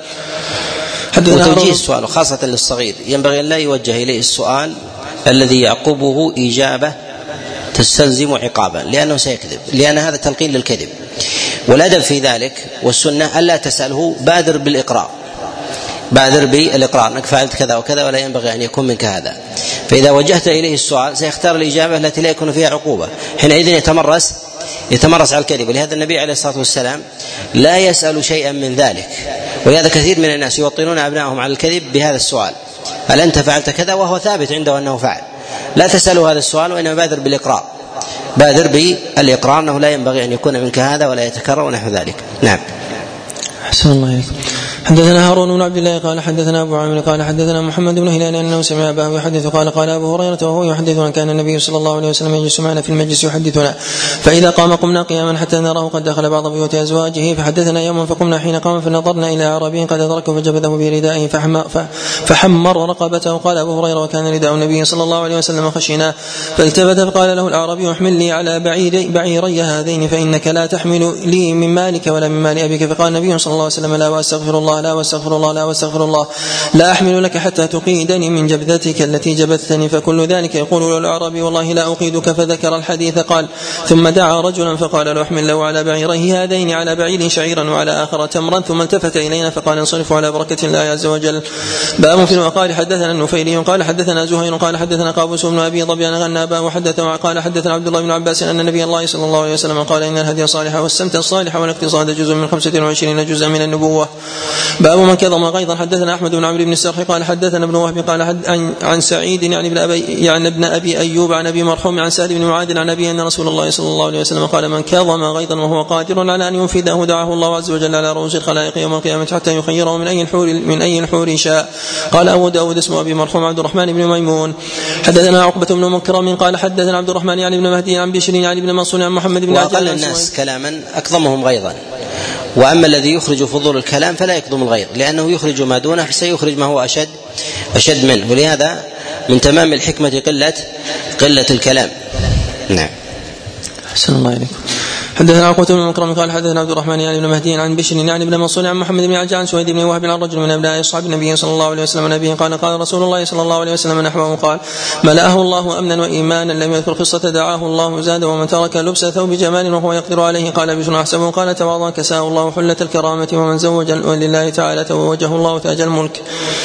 وتوجيه السؤال خاصة للصغير ينبغي أن لا يوجه إليه السؤال الذي يعقبه إجابة تستلزم عقابا لأنه سيكذب، لأن هذا تلقين للكذب. والأدب في ذلك والسنة ألا تسأله بادر بالإقرار، بادر بالإقرار أنك فعلت كذا وكذا ولا ينبغي أن يكون منك هذا. فإذا وجهت إليه السؤال سيختار الإجابة التي لا يكون فيها عقوبة، حينئذ يتمرس يتمرس على الكذب. ولهذا النبي عليه الصلاة والسلام لا يسأل شيئا من ذلك، ولهذا كثير من الناس يوطنون أبنائهم على الكذب بهذا السؤال هل أنت فعلت كذا وهو ثابت عنده أنه فعل. لا تسأله هذا السؤال، وإنما بادر بالإقرار، بادر بالإقرار أنه لا ينبغي أن يكون منك هذا ولا يتكرر ونحو ذلك. نعم. أحسن الله عليكم. حدثنا هارون بن عبد الله قال حدثنا أبو عامر قال حدثنا محمد بن هلال أنه سمع أباه يحدث قال قال أبو هريرة وهو يحدثنا كان النبي صلى الله عليه وسلم يجلس معنا في المجلس يحدثنا فإذا قام قمنا قياما حتى نراه قد دخل بعض بيوت أزواجه فحدثنا يوما فقمنا حين قام فنظرنا إلى أعرابي قد أدركه فجبذه بردائه فحمر رقبته. قال أبو هريرة وكان رداء النبي صلى الله عليه وسلم خشنا فالتفت فقال له الأعرابي احمل لي على بعيري, بعيري هذين فإنك لا تحمل لي من مالك ولا من مال أبيك. فقال النبي صلى الله عليه وسلم لا واستغفر الله لا واستغفر الله لا واستغفر الله لا أحمل لك حتى تقيدني من جبذتك التي جبثتني. فكل ذلك يقول له الأعرابي والله لا أقيدك. فذكر الحديث. قال ثم دعا رجلا فقال له احمل له على بعيره هذين على بعير شعيرا وعلى آخر تمرا ثم التفت إلينا فقال انصرفوا على بركة الله عز وجل. باب في الوقار. حدثنا النفيلي قال حدثنا زهير قال حدثنا قابوس بن أبي ظبيان أن أباه وحدث قال حدثنا عبد الله بن عباس أن النبي الله صلى الله عليه وسلم قال إن الهدي الصالح والسمت الصالح والاقتصاد جزء من خمسة وعشرين جزءا من النبوة. باب من كظم غيظا. حدثنا أحمد بن عمرو بن السرح قال حدثنا ابن وهب قال حد عن, عن سعيد يعني ابن أبي يعني ابن أبي أيوب عن أبي مرحوم عن سعد بن معاذ عن أبي أن رسول الله صلى الله عليه وسلم قال من كظم غيظا وهو قادر على أن ينفذه دعاه الله عز وجل على رؤوس الخلائق يوم القيامة حتى يخيره من أي الحور من أي الحور شاء. قال أبو داود اسمه أبي مرحوم عبد الرحمن بن ميمون. حدثنا عقبة بن مكرم قال حدثنا عبد الرحمن يعني ابن مهدي عن بشر يعني ابن منصور عن محمد بن وأقل الناس كلاما أكظمهم غيظا، وأما الذي يخرج فضول الكلام فلا يكظم الغيظ لأنه يخرج ما دونه فسيخرج ما هو أشد أشد منه. ولهذا من تمام الحكمة قلة قلة الكلام. نعم. أحسن الله عليكم. حدثنا عقبة بن مكرم قال حدثنا عبد الرحمن يعني بن مهدي عن بشر يعني بن منصور عن محمد بن عجلان عن سويد بن وهب عن رجل من ابناء اصحاب النبي صلى الله عليه وسلم نبيه قال قال رسول الله صلى الله عليه وسلم نحوه قال ملأه الله امنا وايمانا لم يذكر قصة دعاه الله زاد ومن ترك لبس ثوب جمال وهو يقدر عليه قال بشر احسبه قال تواضع كساه الله حلة الكرامة ومن زوج لله تعالى توجه الله تاج الملك.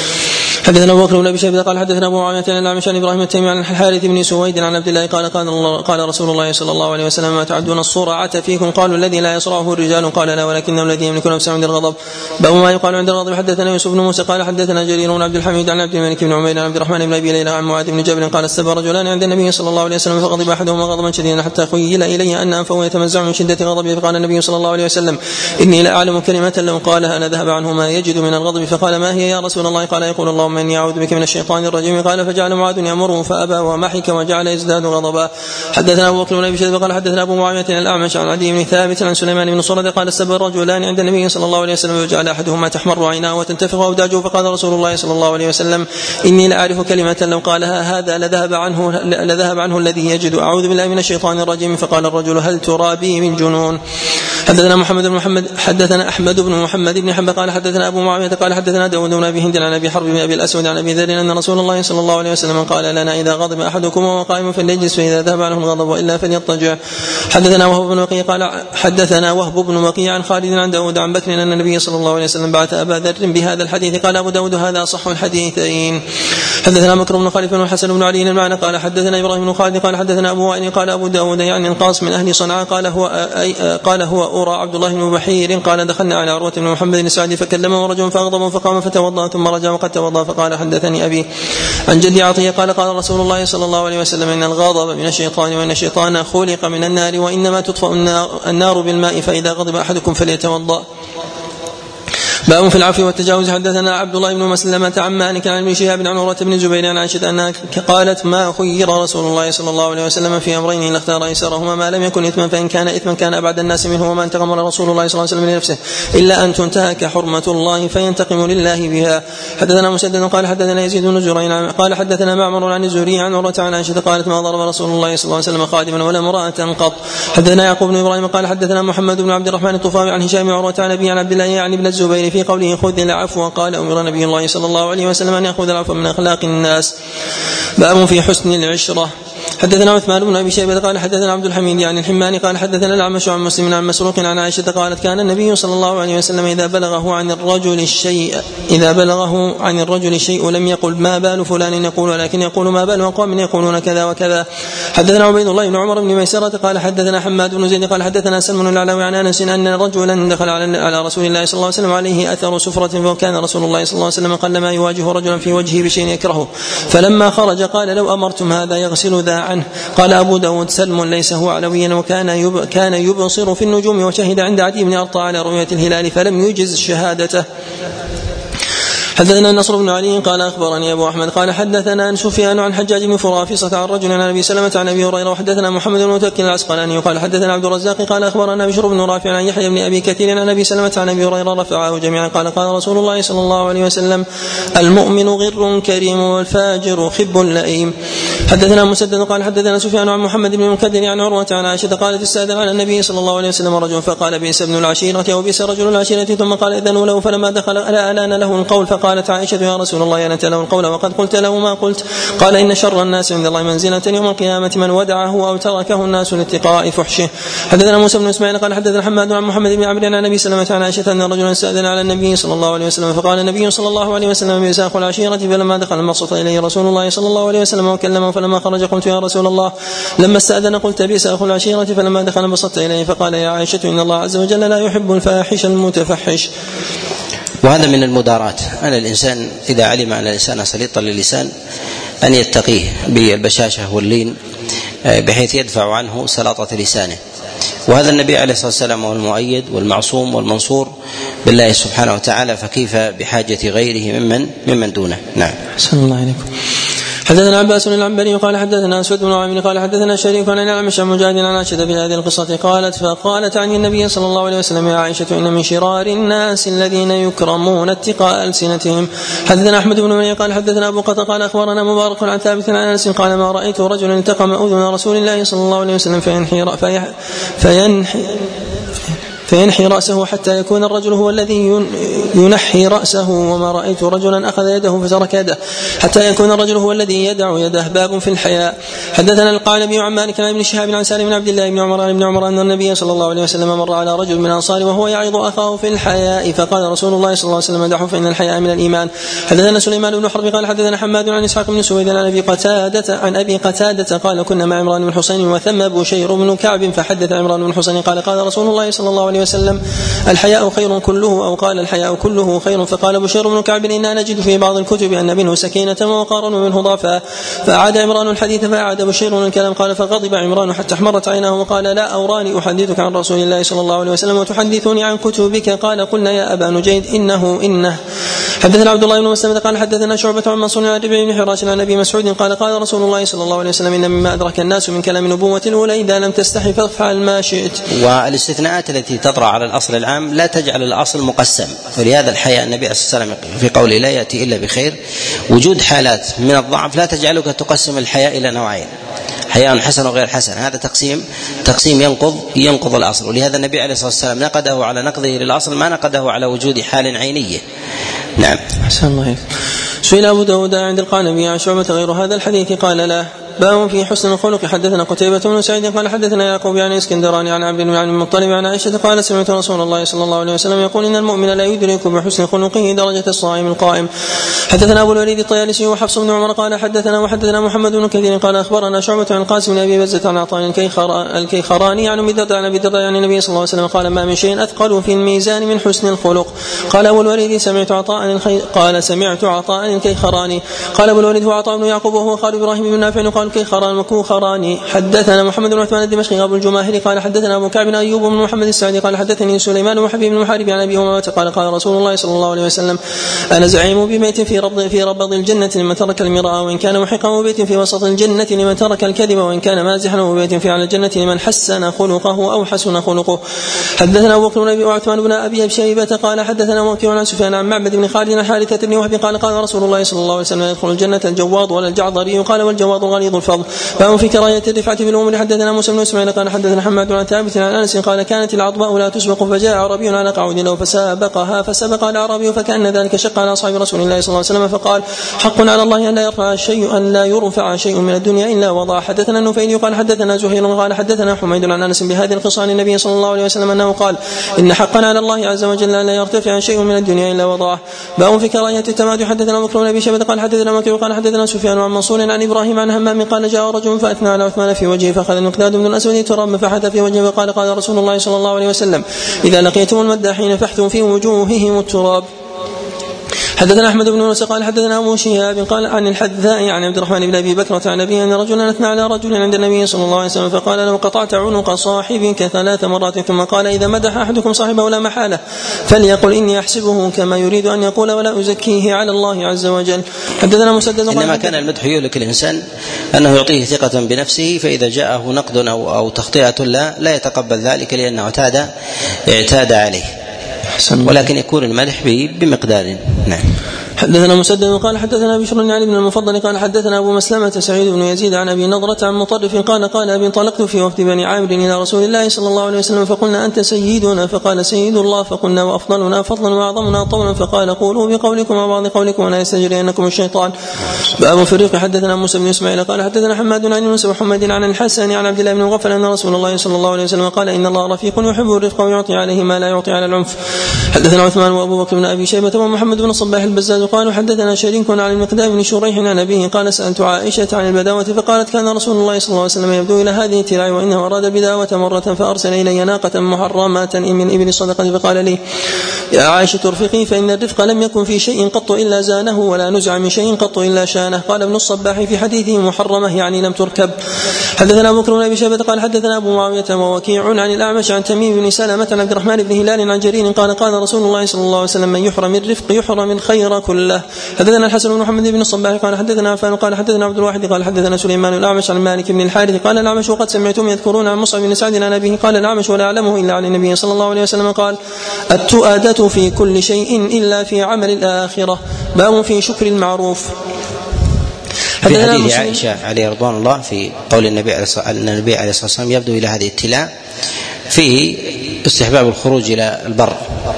حدثنا ابو بكر بن ابي شيبه قال حدثنا ابو معاويه عن الاعمش عن ابراهيم التيمي عن الحارث بن سويد عن عبد الله قال قال, قال رسول الله صلى الله عليه وسلم ما تعدون الصرعة فيكم قالوا الذي لا يصرعه الرجال قال لا ولكنه الذي يملك نفسه عند الغضب. باب ما يقال عند الغضب. حدثنا يوسف بن موسى قال حدثنا جرير بن عبد الحميد عن عبد الملك بن عمير عن عبد الرحمن بن ابي ليلى عن معاذ بن جبل قال استبى رجلان عند النبي صلى الله عليه وسلم فغضب احدهما غضبا شديدا حتى خيل الي ان انفه يتمزع من شده غضبه فقال النبي صلى الله عليه وسلم اني لا اعلم كلمه لو قالها انا ذهب عنه ما يجد من الغضب فقال ما هي يا رسول الله قال يقول اللهم اني اعوذ بك من الشيطان الرجيم قال فجعل معاذ يأمره فأبى ومحك وجعل يزداد غضبا. حدثنا أبو بكر بن أبي شيبة قال حدثنا أبو معاوية الأعمش عن عدي بن ثابت عن سليمان بن صرد قال استبى الرجلان عند النبي صلى الله عليه وسلم وجعل أحدهما تحمر عيناه وتنتفخ أوداجه فقال رسول الله صلى الله عليه وسلم إني لأعرف كلمة لو قالها هذا لذهب عنه لذهب عنه الذي يجد أعوذ بالله من الشيطان الرجيم فقال الرجل هل ترى بي من جنون. حدثنا محمد بن محمد حدثنا أحمد بن محمد بن حنبل قال حدثنا أبو معاوية قال حدثنا داود بن أبي هند عن أبي حرب بن أبي الأسود عن أبي ذر أن رسول الله صلى الله عليه وسلم قال لنا إذا غضب أحدكم وهو قائم فليجلس فإذا ذهب عنه الغضب وإلا فليضطجع. حدثنا وهب بن وقيع قال حدثنا وهب بن وقيع عن خالد عن داود عن بكر أن النبي صلى الله عليه وسلم بعث أبا ذر بهذا الحديث قال أبو داود هذا أصح الحديثين. حدثنا بكر بن خليفة والحسن بن علي المعنى قال حدثنا إبراهيم بن خالد قال حدثنا أبو وائل قال أبو داود يعني القاص من أهل صنعاء قال هو قال هو أورى عبد الله بن بحير قال دخلنا على عروة بن محمد بن سعد فكلمه رجل فأغضب فقام فتوضأ ثم رجع وقد توضأ فقال حدثني أبي عن جدي عطية قال قال رسول الله صلى الله عليه وسلم إن الغضب من الشيطان وإن الشيطان خلق من النار وإنما تطفأ النار بالماء فإذا غضب أحدكم فليتوضأ. باب في العفو والتجاوز. حدثنا عبد الله بن مسلمة عن مالك عن ابن شهاب عن عروة بن الزبير عن عائشة أنها قالت ما خير رسول الله صلى الله عليه وسلم في أمرين إلا اختار أيسرهما ما لم يكن إثما فإن كان إثما كان أبعد الناس منه وما انتقم رسول الله صلى الله عليه وسلم لنفسه إلا أن تنتهك حرمة الله فينتقم لله بها. حدثنا مسدد قال حدثنا يزيد بن زريع قال حدثنا معمر عن الزهري عن عروة عن عائشة قالت ما ضرب رسول الله صلى الله عليه وسلم خادما ولا امرأة قط. حدثنا يعقوب بن إبراهيم قال حدثنا محمد بن عبد الرحمن الطفاوي عن هشام عروة عن أبي عن عبد الله يعني ابن الزبير في قوله خذ العفو قال أمر نبي الله صلى الله عليه وسلم أن يأخذ العفو من أخلاق الناس. باب في حسن العشرة. حدثنا عثمان بن أبي شيبة قال حدثنا عبد الحميد يعني الحماني قال حدثنا الأعمش عن مسلم عن مسروق عن عائشة قالت كان النبي صلى الله عليه وسلم إذا بلغه عن الرجل الشيء إذا بلغه عن الرجل شيء لم يقل ما بال فلان يقول ولكن يقول ما بال أقوام يقولون كذا وكذا. حدثنا عبيد الله بن عمر بن ميسرة قال حدثنا حماد بن زيد قال حدثنا سلم العلوي عن أنس أن رجلا دخل على رسول الله صلى الله عليه وسلم عليه أثر سفرة وكان رسول الله صلى الله عليه وسلم قل ما يواجه رجلا في وجهه بشيء يكرهه فلما خرج قال لو أمرتم هذا يغسل ذا عنه. قال أبو داود سلم ليس هو علويا وكان يب كان يبصر في النجوم وشهد عند عدي بن أرطى على رؤية الهلال فلم يجز شهادته. حدثنا النصر بن علي قال أخبرني أبو أحمد قال حدثنا سفيان عن حجاج بن فرافصة عن رجل عن أبي سلمة عن أبي هريرة وحدثنا محمد بن متوكل العسقلاني قال حدثنا عبد الرزاق قال أخبرنا بشر بن رافع عن يحيى بن أبي كثير عن أبي سلمة عن أبي هريرة رفعه جميعا قال قال رسول الله صلى الله عليه وسلم المؤمن غر كريم والفاجر خب لئيم. حدثنا مسدد قال حدثنا سفيان عن محمد بن المنكدر عن عروة عن عائشة قالت استأذن على النبي صلى الله عليه وسلم رجل فقال بئس ابن العشيرة وبئس رجل العشيرة ثم قال إذن له فلما دخل ألان له القول فقالت عائشة يا رسول الله أنت له القول وقد قلت له ما قلت. قال إن شر الناس عند الله منزلة يوم القيامة من ودعه أو تركه الناس لاتقاء فحشه. حدثنا موسى بن إسماعيل قال حدثنا حماد عن محمد بن عمرو عن النبي صلى الله عليه وسلم عن عائشة أن رجلا استأذن على النبي صلى الله عليه وسلم فقال النبي صلى الله عليه وسلم بئس أخو العشيرة فلما دخل المقصد إليه رسول الله صلى الله عليه وسلم وكلمه فلما خرج قلت يا رسول الله لما استأذن قلت بئس أخو العشيرة فلما دخل انبسطت إليه فقال يا عائشة إن الله عز وجل لا يحب الفاحش المتفحش. وهذا من المدارات أن الإنسان إذا علم أن الإنسان سليط للسان أن يتقيه بالبشاشة واللين بحيث يدفع عنه سلاطة لسانه. وهذا النبي عليه الصلاة والسلام هو المؤيد والمعصوم والمنصور بالله سبحانه وتعالى فكيف بحاجة غيره ممن ممن دونه. نعم. أحسن الله عليكم. حدثنا عباس العنبري قال حدثنا اسود بن عامر قال حدثنا شريك عن الاعمش عن مجاهد عن عائشة في هذه القصة قالت فقالت عن النبي صلى الله عليه وسلم يا عائشة إن من شرار الناس الذين يكرمون اتقاء ألسنتهم. حدثنا أحمد بن مني قال حدثنا أبو قتادة قال أخبرنا مبارك عن ثابت عن أنس قال ما رأيت رجلا التقم أذن رسول الله صلى الله عليه وسلم فينحي فينحي فينحي رأسه حتى يكون الرجل هو الذي ينحي رأسه وما رأيت رجلا أخذ يده فترك يده حتى يكون الرجل هو الذي يدع يده. باب في الحياء. حدثنا القعنبي عن مالك عن ابن شهاب عن سالم بن عبد الله بن عمر عن ابن عمر أن النبي صلى الله عليه وسلم مر على رجل من الأنصار وهو يعظ أخاه في الحياء فقال رسول الله صلى الله عليه وسلم دعه فإن الحياء من الإيمان. حدثنا سليمان بن حرب قال حدثنا حماد عن إسحاق بن سويد عن أبي قتادة عن أبي قتادة قال كنا مع عمران بن حسين وثم بشير بن كعب فحدث عمران بن حسين قال قال رسول الله صلى الله عليه وسلم الحياء خير كله أو قال الحياء كله خير. فقال بشير بن كعب إنا نجد في بعض الكتب أن منه سكينة ووقارا ومنه ضعفا. فأعاد عمران الحديث فأعاد بشير الكلام قال فغضب عمران حتى احمرت عيناه وقال لا أوراني أحدثك عن رسول الله صلى الله عليه وسلم وتحدثني عن كتبك. قال قلنا يا أبا نجيد إنه إنه. حدثنا عبد الله بن مسلم قال حدثنا شعبة عن منصور عن ربيع بن حراش عن أبي مسعود قال قال رسول الله صلى الله عليه وسلم إن مما أدرك الناس من كلام النبوة الأولى إذا لم تستحي فافعل ما شئت. والاستثناءات التي تطرأ على الأصل العام لا تجعل الأصل مقسم. ولهذا الحياء النبي صلى الله عليه وسلم في قوله لا يأتي إلا بخير وجود حالات من الضعف لا تجعلك تقسم الحياء إلى نوعين حياء حسن وغير حسن. هذا تقسيم تقسيم ينقض ينقض الأصل. ولهذا النبي عليه الصلاة والسلام نقده على نقضه للأصل ما نقده على وجود حال عينية. نعم. أحسن الله. سئل أبو داود عند القعنبي عن شعبة غير هذا الحديث قال لا. باب في حسن الخلق. حدثنا قتيبة بن سعيد قال حدثنا يعقوب عن اسكندراني عن عبد بن المطلب عن عائشة قال سمعت رسول الله صلى الله عليه وسلم يقول إن المؤمن لا يدرك بحسن خلقه درجة الصائم القائم. حدثنا أبو الوليد الطيالسي وحفص بن عمر قال حدثنا وحدثنا محمد بن كثير قال أخبرنا شعبة عن قاسم بن أبي بزة عن عطاء الكيخراني عن أبي الدرداء عن أبي الدرداء عن النبي صلى الله عليه وسلم قال ما من شيء أثقل في الميزان من حسن الخلق. قال أبو الوليد سمعت عطاء قال سمعت عطاء الكيخراني قال أبو الوليد هو عطاء بن يعقوب وهو خالد إبراهيم بن نافع وقال الكيخران مكوخ خراني. حدثنا محمد بن عثمان الدمشقي أبو الجماهري قال حدثنا أبو كعب بن أيوب بن محمد السعدي قال حدثني سليمان بن حبيب بن محارب عن أبي أمامة قال قال رسول الله صلى الله عليه وسلم أنا زعيم ببيت في ربض في ربض الجنة لمن ترك المراء وإن كان محقا وبيت في وسط الجنة لمن ترك الكذب وإن كان مازحا وبيت في على الجنة لمن حسن خلقه أو حسن خلقه. حدثنا أبو بكر بن وعثمان بن أبي شيبة قال حدثنا موكي عن سفيان عن معبد بن خالد عن حارثة بن وهب قال قال رسول الله صلى الله عليه وسلم يدخل الجنة الجواد ولا الجعضري قال والجواد غليظ الفضل. فهم في كراهية الرفعة بالأمور. حدثنا موسى بن اسماعيل قال حدثنا حماد عن ثابت عن أنس قال كانت العضباء لا تسبق فجاء عربي على قعود له فسابقها فسبق الأعرابي فكأن ذلك شق على أصحاب رسول الله صلى الله عليه وسلم فقال حق على الله أن لا يرفع شيء أن لا يرفع شيء من الدنيا إلا وضع. حدثنا النفيلي قال حدثنا زهير قال حدثنا حميد عن أنس بهذه القصة عن النبي صلى الله عليه وسلم أنه قال إن حقا على الله عز وجل أن لا يرتفع شيء من الدنيا إلا وضعه. باب في كراهية التمادي. حدثنا بكر بن أبي شيبة قال حدثنا مكي قال حدثنا سفيان عن منصور عن إبراهيم عن همام قال جاء رجل فأثنى على عثمان في وجهه فأخذ المقداد بن الأسود تراب فحث في وجهه وقال قال رسول الله صلى الله عليه وسلم إذا لقيتم المداحين فاحثوا في وجوههم التراب. حدثنا أحمد بن موسى قال حدثنا أبو شهاب قال عن الحذاء عن عبد الرحمن بن أبي بكر عن أبي أن رجلا أثنى على رجل عند النبي صلى الله عليه وسلم فقال لو قطعت عنق صاحبك ثلاث مرات ثم قال إذا مدح أحدكم صاحبه لا محالة فليقل إني أحسبه كما يريد أن يقول ولا أزكيه على الله عز وجل. حدثنا مسدد إنما كان المدح يهلك الإنسان أنه يعطيه ثقة بنفسه فإذا جاءه نقد أو, أو تخطئة لا لا يتقبل ذلك لأنه اعتاد اعتاد عليه ولكن يكون المدح بمقدار. نعم. حدثنا مسدد قال حدثنا بشر بن علي بن المفضل قال حدثنا أبو مسلمة سعيد بن يزيد عن أبي نضرة عن مطرف قال قال أبي انطلقت في وفد بني عامر إلى رسول الله صلى الله عليه وسلم فقلنا أنت سيدنا فقال سيد الله فقلنا وأفضلنا فضلا وأعظمنا طولا فقال قولوا بقولكم وبعض قولكم ولا يستجرينكم الشيطان. باب في الرفق. حدثنا موسى بن إسماعيل قال حدثنا حماد عن يونس وحمد عن الحسن عن عبد الله بن مغفل أن رسول الله صلى الله عليه وسلم قال إن الله رفيق يحب الرفق ويعطي عليه ما لا يعطي على العنف. حدثنا عثمان وأبو بكر بن أبي شيبة ومحمد بن الصباح البزاز قالوا حدثنا شريك عن المقدام بن شريح عن أبيه قال سألت عائشة عن البداوة فقالت كان رسول الله صلى الله عليه وسلم يبدو إلى هذه الترع وإنه أراد البداوة مرة فأرسل إلي ناقة محرمة من إبل صدقة فقال لي يا عائشة ارفقي فإن الرفق لم يكن في شيء قط إلا زانه ولا نزع من شيء قط إلا شانه. قال ابن الصباح في حديثه محرمة يعني لم تركب. حدثنا أبو بكر بن أبي شيبة قال حدثنا أبو معاوية ووكيع عن الأعمش عن تميم بن سلمة عن عبد الرحمن بن هلال عن جرير قال قال رسول الله صلى الله عليه وسلم من يحرم الرفق يحرم الخير كله كله. حدثنا الحسن بن محمد بن الصباح قال حدثنا عفان قال حدثنا عبد الواحد قال حدثنا سليمان الأعمش عن مالك بن الحارث قال الأعمش وقد سمعتم يذكرون عن مصعب بن سعد عن أبيه قال الأعمش ولا أعلمه إلا عن النبي صلى الله عليه وسلم قال التؤادة في كل شيء إلا في عمل الآخرة. باب في شكر المعروف. في حديث عائشة عليه رضوان الله في قول النبي عليه الصلاة والسلام يبدو إلى هذه الابتلاء فيه استحباب الخروج إلى البر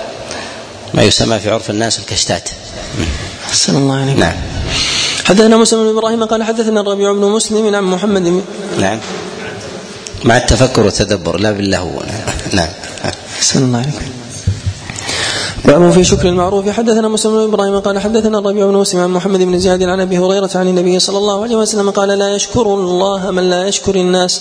ما يسمى في عرف الناس الكشتات. أحسن الله عليك. نعم. حدثنا مسلم بن إبراهيم قال حدثنا الربيع بن مسلم عن محمد. نعم مع التفكر والتدبر لا باللهو. نعم. أحسن الله عليك. باب في شكر المعروف. حدثنا مسلم بن إبراهيم قال حدثنا الربيع بن مسلم عن محمد بن زياد عن أبي هريرة عن النبي صلى الله عليه وسلم قال لا يشكر الله من لا يشكر الناس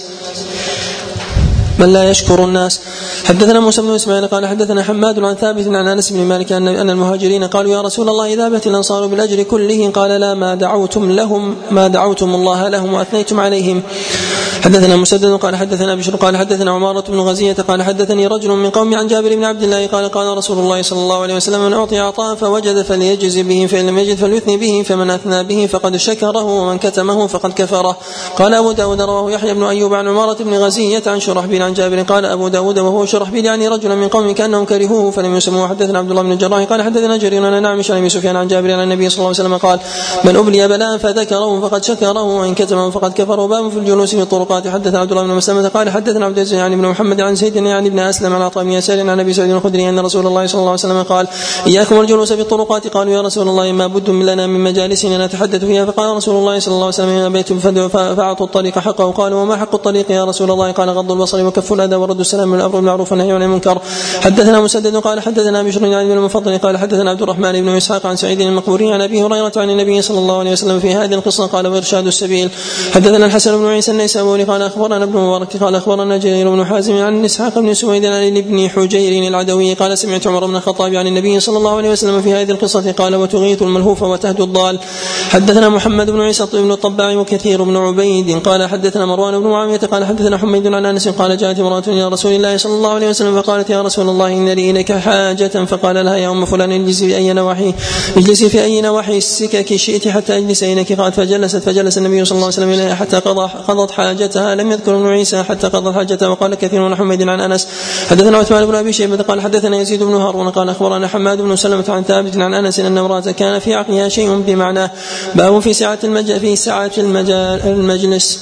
من لا يشكر الناس. حدثنا موسى بن اسماعيل قال حدثنا حماد عن ثابت عن انس بن مالك ان المهاجرين قالوا يا رسول الله اذا بت الانصار بالاجر كله قال لا ما دعوتم لهم ما دعوتم الله لهم واثنيتم عليهم. حدثنا مسدد قال حدثنا بشر قال حدثنا عمارة بن غزية قال حدثني رجل من قوم عن جابر بن عبد الله قال قال رسول الله صلى الله عليه وسلم من أعطي عطاء فوجد فليجز به فإن لم يجد فليثني به فمن أثنى به فقد شكره ومن كتمه فقد كفره. قال أبو داود رواه يحيى بن أيوب عن عمارة بن غزية عن شرحبيل عن جابر قال أبو داود وهو شرحبيل يعني رجلا من قوم كأنهم كرهوه فلم يسموه. حدثنا عبد الله بن الجراح قال حدثنا جرير عن نعمش عن سفيان عن جابر عن النبي صلى الله عليه وسلم قال من أبلي بلاء فذكره فقد شكره وإن كتمه فقد كفره. باب في الجلوس في الطرقات. حدثنا عبد الله بن مسلمة قال حدثنا عبد العزيز يعني بن محمد عن زيد يعني ابن أسلم عن عطاء بن يسار عن أبي سعيد الخدري أن رسول الله صلى الله عليه وسلم قال إياكم الجلوس في الطرقات. قالوا يا رسول الله ما بد لنا من مجالسنا نتحدث فيها. فقال رسول الله صلى الله عليه وسلم إن بيتم فأعطوا الطريق حقه. قالوا وما حق الطريق يا رسول الله؟ قال غض البصر وكف الأذى ورد السلام والأمر بالمعروف والنهي عن المنكر. حدثنا مسدد قال حدثنا بشر يعني بن المفضل قال حدثنا عبد الرحمن بن إسحاق عن سعيد المقبوري عن أبي هريرة عن النبي صلى الله عليه وسلم في هذه القصة قال وإرشاد السبيل. حدثنا الحسن بن عيسى النيسابوري قال أخبرنا ابن مبارك قال أخبرنا جرير بن حازم عن إسحاق بن سويد عن ابن حجير العدوي قال سمعت عمر بن الخطاب عن النبي صلى الله عليه وسلم في هذه القصة قال وتغيث الملهوف وتهدو الضال. حدثنا محمد بن عيسى بن الطباع وكثير بن عبيد قال حدثنا مروان بن معاوية قال حدثنا حميد عن أنس قال جاءت امرأة إلى رسول الله صلى الله عليه وسلم فقالت يا رسول الله إن لي إليك حاجة. فقال لها يا أم فلان اجلسي في أي نواحي اجلسي في أي نواحي السكك شئت حتى أجلس إليك. قالت فجلست فجلس النبي صلى الله عليه وسلم إليها حتى قضت حاجتها. لم يذكر ابن عيسى حتى قضت حاجتها. وقال كثير من حميد عن أنس حدثنا عثمان بن أبي شيبة قال حدثنا يزيد بن هارون قال أخبرنا حماد بن سلمة عن ثابت عن أنس أن امرأة كان في عقلها شيء بمعناه. باب في سعة المج... في سعة المجال المجلس.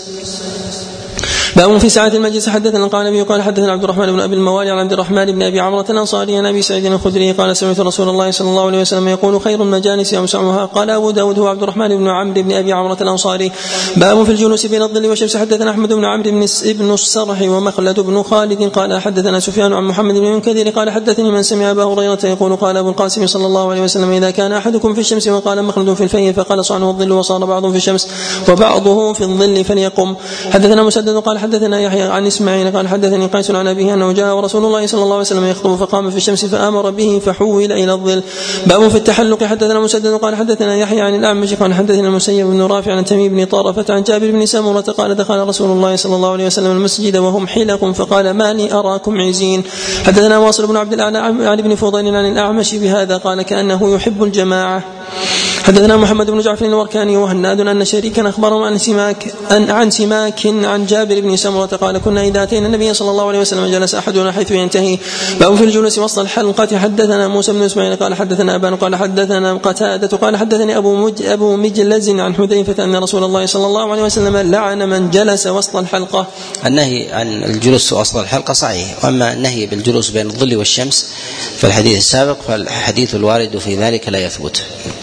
باب في ساعة المجلس. حدثنا قال النبي قال حدثنا عبد الرحمن بن أبي الموالي عن عبد الرحمن بن أبي عمرة الأنصاري عن أبي سعيد الخدري قال سمعت رسول الله صلى الله عليه وسلم يقول خير المجالس أوسعها. قال أبو داود هو عبد الرحمن بن عمرو بن أبي عمرة الأنصاري. باب في الجلوس بين الظل والشمس. حدثنا أحمد بن عمرو بن السرح ومخلد بن خالد قال حدثنا سفيان عن محمد بن منكدر قال حدثني من سمع أبا هريرة يقول قال أبو القاسم صلى الله عليه وسلم إذا كان أحدكم في الشمس وقال مخلد في الفي فقال صعنه الظل وصار بعضهم في الشمس وبعضه في الظل فليقم. حدثنا مسدد قال حدثنا يحيى عن إسماعيل قال حدثني قيس عن أبيه أنه جاء ورسول الله صلى الله عليه وسلم يخطب فقام في الشمس فأمر به فحول إلى الظل. باب في التحلق. حدثنا مسدد قال حدثنا يحيى عن الأعمش قال حدثنا المسيب بن رافع عن تميم بن طرفة عن جابر بن سمرة قال دخل رسول الله صلى الله عليه وسلم المسجد وهم حلق فقال ما لي أراكم عزين. حدثنا واصل بن عبد الأعلى عن ابن فضيل عن الأعمش بهذا قال كأنه يحب الجماعة. حدثنا محمد بن جعفر الوركاني وهناد أن شريكا أخبرهم عن سماك أن عن سماك عن جابر بن سمرة قال كنا إذا أتينا النبي صلى الله عليه وسلم جلس أحدنا حيث ينتهي. باب في الجلوس وسط الحلقة. حدثنا موسى بن إسماعيل قال حدثنا أبان قال حدثنا قتادة قال حدثني أبو مج أبو مجلز عن حذيفة أن رسول الله صلى الله عليه وسلم لعن من جلس وسط الحلقة. النهي عن الجلوس وسط الحلقة صحيح، وأما النهي بالجلوس بين الظل والشمس فالحديث السابق فالحديث الوارد في ذلك لا يثبت.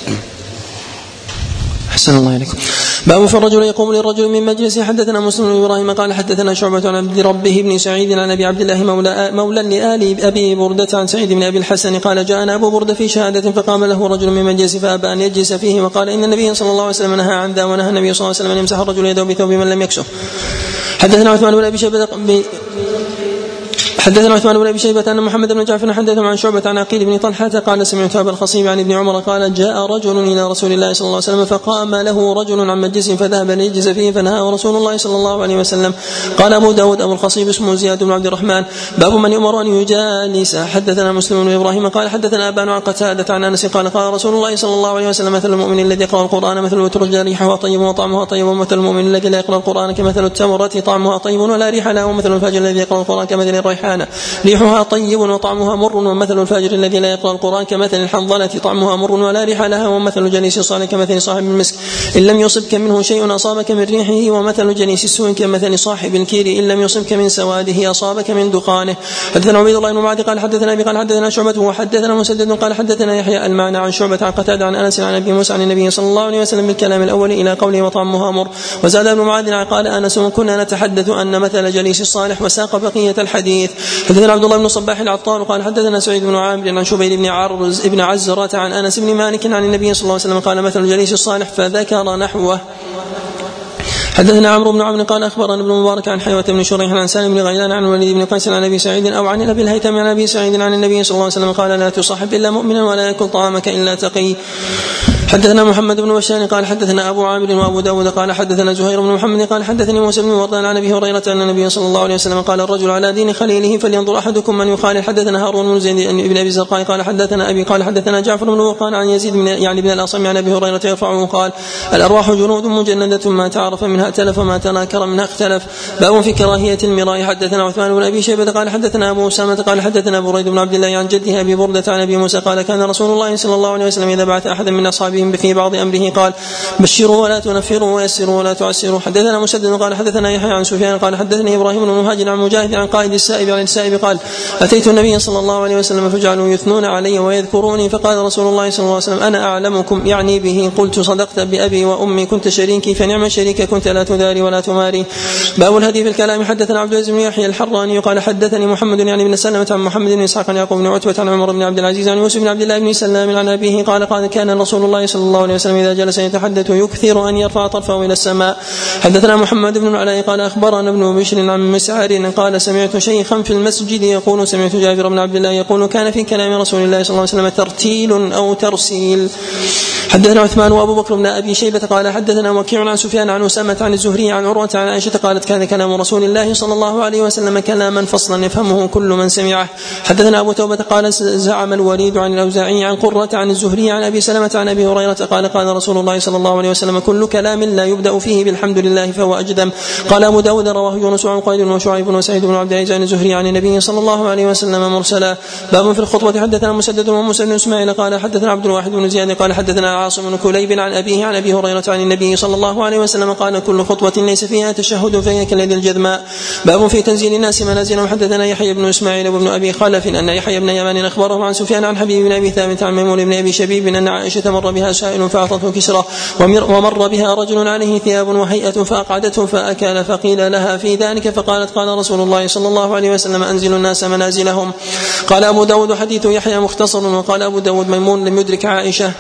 أحسن الله إليكم. باب في الرجل يقوم للرجل من مجلسه. حدثنا مسلم بن إبراهيم قال حدثنا شعبة عن عبد ربه بن سعيد عن أبي عبد الله مولى, مولى لآل أبي بردة عن سعيد بن أبي الحسن قال جاءنا أبو بردة في شهادة فقام له رجل من مجلسه فأبى أن يجلس فيه وقال إن النبي صلى الله عليه وسلم نهى عن ذا ونهى النبي صلى الله عليه وسلم أن يمسح الرجل يده بثوب من لم يكسه. حدثنا عثمان بن أبي شيبة حدثنا عثمان بن ابي شيبه ان محمد بن جعفر حدثهم عن شعبة عن عقيل بن طلحه قال سمعت ابا الخصيب عن ابن عمر قال جاء رجل الى رسول الله صلى الله عليه وسلم فقام له رجل عن مجلس فذهب ليجلس فيه فنهاه رسول الله صلى الله عليه وسلم. قال ابو داود ابو الخصيب اسمه زياد بن عبد الرحمن باب من يؤمر ان يجالس. حدثنا مسلم بن ابراهيم قال حدثنا ابان عن قتادة عن انس قال قال رسول الله صلى الله عليه وسلم مثل المؤمن الذي يقرأ القرآن مثل وتر ريحه طيب وطعمه طيب ومثل المؤمن الذي لا يقرأ القرآن كمثل التمرة طعمها طيب ولا ريح له ومثل الفاجر الذي يقرأ القرآن كمثل الريحانة ريحها طيب وطعمها مر ومثل الفاجر الذي لا يقرأ القرآن كمثل الحنظلة طعمها مر ولا ريح لها ومثل جليس الصالح كمثل صاحب المسك إن لم يصبك منه شيء أصابك من ريحه ومثل جليس السوء كمثل صاحب الكير إن لم يصبك من سواده أصابك من دخانه. حدثنا عبيد الله بن معاذ قال حدثنا أبي قال حدثنا شعبة وحدثنا مسدد قال حدثنا يحيى المعنى عن شعبة عن قتادة عن أنس عن أبي موسى عن النبي صلى الله عليه وسلم بالكلام الأول إلى قوله وطعمها مر. وزاد ابن معاذ قال أنس وكنا نتحدث أن مثل جليس الصالح وساق بقية الحديث. حدثنا عبد الله بن صباح العطار قال حدثنا سعيد بن عامر عن شبير بن عرز ابن عزرة عن أنس بن مالك عن النبي صلى الله عليه وسلم قال مثل جليس الصالح فذكر نحوه. حدثنا عمرو بن عمرو قال اخبرنا ابن مبارك عن حيوة بن شريح عن سالم بن غيلان عن الوليد بن قيس عن ابي سعيد او عن ابي الهيثم عن ابي سعيد عن النبي صلى الله عليه وسلم قال لا تصاحب الا مؤمنا ولا ياكل طعامك الا تقي. حدثنا محمد بن بشار قال حدثنا ابو عامر وابو داود قال حدثنا زهير بن محمد قال حدثني موسى بن وردان عن ابي هريره ان النبي صلى الله عليه وسلم قال الرجل على دين خليله فلينظر احدكم من يخالل. حدثنا هارون بن زيد بن ابي الزرقاء قال حدثنا ابي قال حدثنا جعفر بن وقال عن يزيد بن يعني بن الاصم عن ابي هريره يرفعه قال الارواح جنود مجنده ما تعرف منها ائتلف وما تناكر منها اختلف. باب في كراهيه المراء. حدثنا عثمان بن ابي شيبه قال حدثنا ابو اسامه قال حدثنا بريد بن عبد الله عن جده ابي برده عن ابي موسى قال كان رسول الله صلى الله عليه وسلم اذا بعث احدا من اصحابه في بعض امره قال بشروا ولا تنفروا ويسروا ولا تعسروا. حدثنا مسدد قال حدثنا يحيى عن سفيان قال حدثني ابراهيم بن مهاجر عن مجاهد عن قائد السائب عن السائب قال اتيت النبي صلى الله عليه وسلم فجعلوا يثنون علي ويذكروني فقال رسول الله صلى الله عليه وسلم انا اعلمكم يعني به. قلت صدقت بابي وامي كنت شريكي فنعم الشريك كنت لا تداري ولا تماري. باب الهدي في الكلام. حدثنا عبد العزيز بن يحيى الحراني قال حدثني محمد يعني بن سلمة عن محمد بن اسحاق عن يعقوب بن عتبة عن عمر بن عبد العزيز عن يوسف بن عبد الله بن سلام عن ابيه قال قال كان رسول الله صلى الله عليه وسلم اذا جلس يتحدث يكثر ان يرفع طرفه الى السماء. حدثنا محمد بن العلاء قال اخبرنا ابن بشر عن مسعر قال سمعت شيخا في المسجد يقول سمعت جابر بن عبد الله يقول كان في كلام رسول الله صلى الله عليه وسلم ترتيل او ترسيل. حدثنا عثمان وابو بكر بن ابي شيبه قال حدثنا وكيع عن سفيان عن اسامه عن الزهري عن عروه عن عائشه قالت كان كلام رسول الله صلى الله عليه وسلم كلاما فصلا يفهمه كل من سمعه. حدثنا ابو توبه قال زعم الوليد عن الاوزاعي عن قره عن الزهري عن ابي سلمه عن ابي هريره قال قال رسول الله صلى الله عليه وسلم كل كلام لا يبدا فيه بالحمد لله فهو اجدم. قال ابو داود رواه يونس عن قيد وشعيب وسعيد بن عبد العزيز عن الزهري عن النبي صلى الله عليه وسلم مرسلا. باب في الخطبه. حدثنا مسدد وموسى بن اسماعيل قال حدثنا عبد الواحد بن زياد قال حدثنا عاصم بن كليب عن ابيه عن ابي هريره عن النبي صلى الله عليه وسلم قال كل خطوه ليس فيها تشهد فهي كاليد الجذماء. باب في تنزيل الناس منازلهم. حدثنا يحيى بن اسماعيل وابن ابي خلف ان يحيى بن يمان اخبره عن سفيان عن حبيب بن ابي ثابت عن ميمون بن ابي شبيب ان عائشه مر بها سائل فاعطته كسرى ومر بها رجل عليه ثياب وهيئه فاقعدته فاكل فقيل لها في ذلك فقالت قال رسول الله صلى الله عليه وسلم انزلوا الناس منازلهم. قال ابو داود حديث يحيى مختصر وقال ابو داود ميمون لم يدرك عائشه.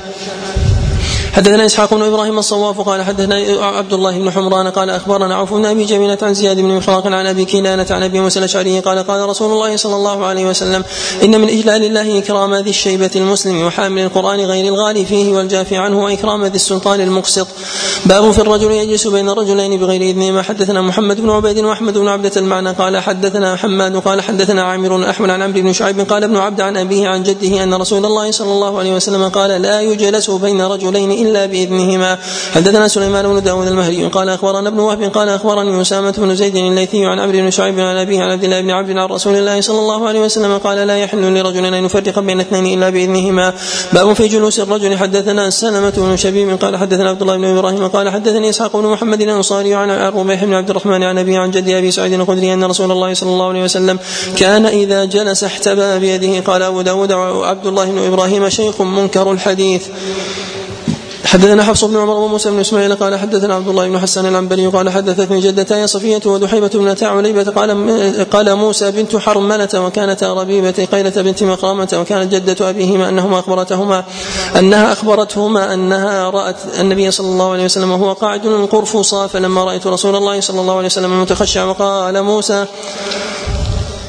حدثنا إسحاق بن إبراهيم الصواف قال حدثنا عبد الله بن حمران قال أخبرنا عوف بن أبي جميلة عن زياد بن مخراق عن أبي كنانة عن أبي موسى الأشعري قال قال رسول الله صلى الله عليه وسلم إن من إجلال الله إكرام ذي الشيبة المسلم وحامل القرآن غير الغالي فيه والجافي عنه وإكرام ذي السلطان المقسط. باب في الرجل يجلس بين الرجلين بغير إذنهما. حدثنا محمد بن عبيد وأحمد بن عبدة المعنى قال حدثنا حماد قال حدثنا عامر أحمد عن عمرو بن شعيب قال ابن عبد عن أبيه عن جده أن رسول الله صلى الله عليه وسلم قال لا يجلس بين رجلين إلا بإذنهما. حدثنا سليمان بن داود المهري قال أخبرنا ابن وهب قال أخبرني أسامة بن زيد الليثي عن عمرو بن شعيب عن أبيه عن عبد الله بن عبد عن رسول الله صلى الله عليه وسلم قال لا يحل لرجل أن يفرق بين اثنين إلا بإذنهما. باب في جلوس الرجل. حدثنا سلمة بن شبيب قال حدثنا عبد الله بن إبراهيم قال حدثني إسحاق بن محمد الأنصاري عن ربيح بن عبد الرحمن عن أبي عن جدي أبي سعيد الخدري أن رسول الله صلى الله عليه وسلم كان إذا جلس احتبى بيده. قال أبو داود عبد الله بن إبراهيم شيخ منكر الحديث. حدثنا حفص بن عمر وموسى بن اسماعيل قال حدثنا عبد الله بن حسان العنبري قال حدثتني جدتاي صفية ودحيبة بنتا عليبة قال قال موسى بنت حرملة وكانتا ربيبة قيلة بنت مخرمة وكانت جدة أبيهما أنهما أخبرتهما أنها أخبرتهما أنها رأت النبي صلى الله عليه وسلم وهو قاعد القرف. صاف. فلما رأيت رسول الله صلى الله عليه وسلم متخشع وقال موسى بنت حرملة وكانت جدة أبيهما أنهما أخبرتهما أنها رأت النبي صلى الله عليه وسلم وهو قاعد القرفصا فلما رأيت رسول الله صلى الله عليه وسلم متخشع وقال موسى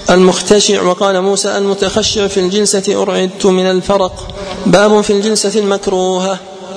المختشع. وقال موسى المتخشع في الجلسة أرعدت من الفرق. باب في الجلسة المكروهة.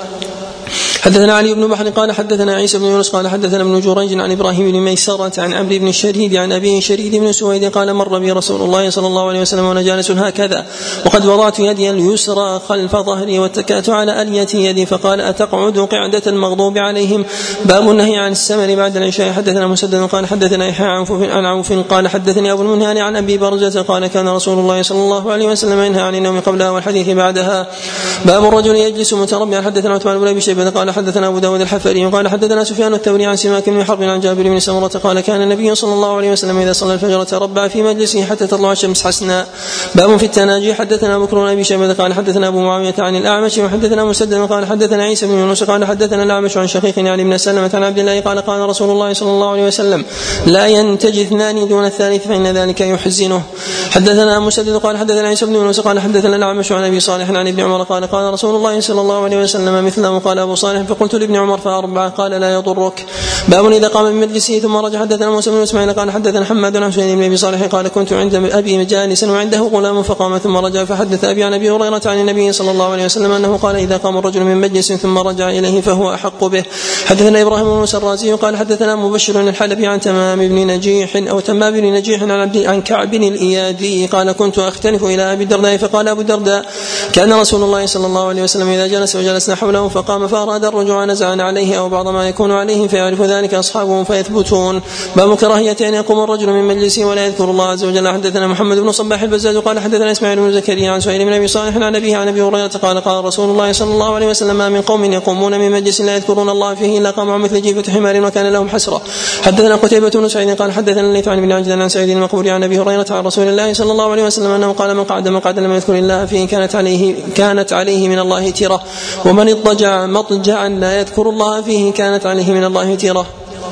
حدثنا علي بن بحر قال حدثنا عيسى بن يونس قال حدثنا ابن جريج عن إبراهيم بن ميسرة عن عمرو بن الشريد عن أبيه شريد بن سويد قال مر بي رسول الله صلى الله عليه وسلم وأنا جالس هكذا وقد وضعت يدي اليسرى خلف ظهري واتكأت على ألية يدي فقال أتقعد قعدة المغضوب عليهم. باب النهي عن السمر بعد العشاء. حدثنا مسدد قال حدثنا يحيى عن عوف قال حدثني أبو المنهال عن أبي برزة قال كان رسول الله صلى الله عليه وسلم ينهى عن النوم قبلها والحديث بعدها. باب الرجل يجلس متربعا. حدثنا عثمان بن أبي شيبة قال حدثنا أبو داود الحفري قال حدثنا سفيان الثوري عن سماك بن حرب عن جابر بن سمرة قال كان النبي صلى الله عليه وسلم إذا صلى الفجر تربع في مجلسه حتى تطلع الشمس حسنا. باب في التناجي. حدثنا بكر بن أبي شيبة قال حدثنا أبو معاوية عن الأعمش وحدثنا مسدد قال حدثنا عيسى بن يونس قال حدثنا الأعمش عن شقيق يعني بن سلمة عن عبد الله قال قال رسول الله صلى الله عليه وسلم لا ينتجي اثنان دون الثالث فإن ذلك يحزنه. حدثنا مسدد قال حدثنا عيسى بن يونس قال حدثنا الأعمش عن أبي صالح عن ابن عمر قال قال رسول الله صلى الله عليه وسلم مثله. قال أبو صالح فقلت لابن عمر فأربعة قال لا يضرك. باب إذا قام من مجلسه ثم رجع. حدثنا موسى بن إسماعيل قال حدثنا حماد عن حسين بن أبي صالح قال كنت عند أبي جالسا وعنده غلام فقام ثم رجع فحدث أبي عن أبي هريرة عن النبي صلى الله عليه وسلم أنه قال إذا قام الرجل من مجلس ثم رجع إليه فهو أحق به. حدثنا إبراهيم بن موسى الرازي قال حدثنا مبشر الحلبي عن تمام بن نجيح أو تمام بن نجيح عن عبد عن كعب الإيادي قال كنت أختلف إلى أبي الدرداء فقال أبو الدرداء كان رسول الله صلى الله عليه وسلم إذا جلس وجلسنا حوله فقام فأراد الرجوع نزعنا عليه أو بعض ما يكون عليه فيعرف ذلك أصحابه فيثبتون. باب كراهية أن يقوم الرجل من مجلسه ولا يذكر الله عز وجل. حدثنا محمد بن صباح البزاز قال حدثنا إسماعيل بن زكريا عن سهيل بن أبي صالح عن أبيه عن أبي هريرة قال قال رسول الله صلى الله عليه وسلم ما من قوم يقومون من مجلس لا يذكرون الله فيه إلا قاموا مثل جيفة حمار وكان لهم حسرة. حدثنا قتيبة بن سعيد قال حدثنا الليث عن ابن عجلان عن سعيد المقبوري عن أبي هريرة عن رسول الله صلى الله عليه وسلم أنه قال من قعد مقعدا لم يذكر الله فيه كانت عليه كانت عليه من الله تيرة ومن اضطجع مضجعا لا يذكر الله فيه كانت عليه من الله تيرة.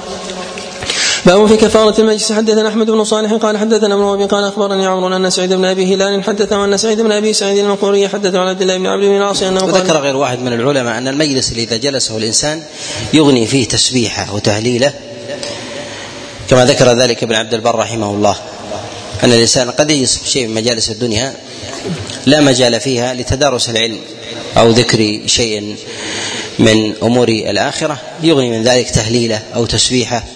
باب في كفارة المجلس. حدثنا أحمد بن صالح قال حدثنا ابن وهب قال أخبرني عمرو أن سعيد بن أبي هلال حدث أن سعيد بن أبي سعيد المقبوري حدث عن عبد الله بن عمرو بن العاص أنه قال. وذكر غير واحد من العلماء أن المجلس اللي إذا جلسه الإنسان يغني فيه تسبيحه وتهليله كما ذكر ذلك ابن عبد البر رحمه الله أن الإنسان قد يجلس في شيء من مجالس الدنيا لا مجال فيها لتدارس العلم أو ذكر شيء من أمور الآخرة يغني من ذلك تهليله أو تسبيحه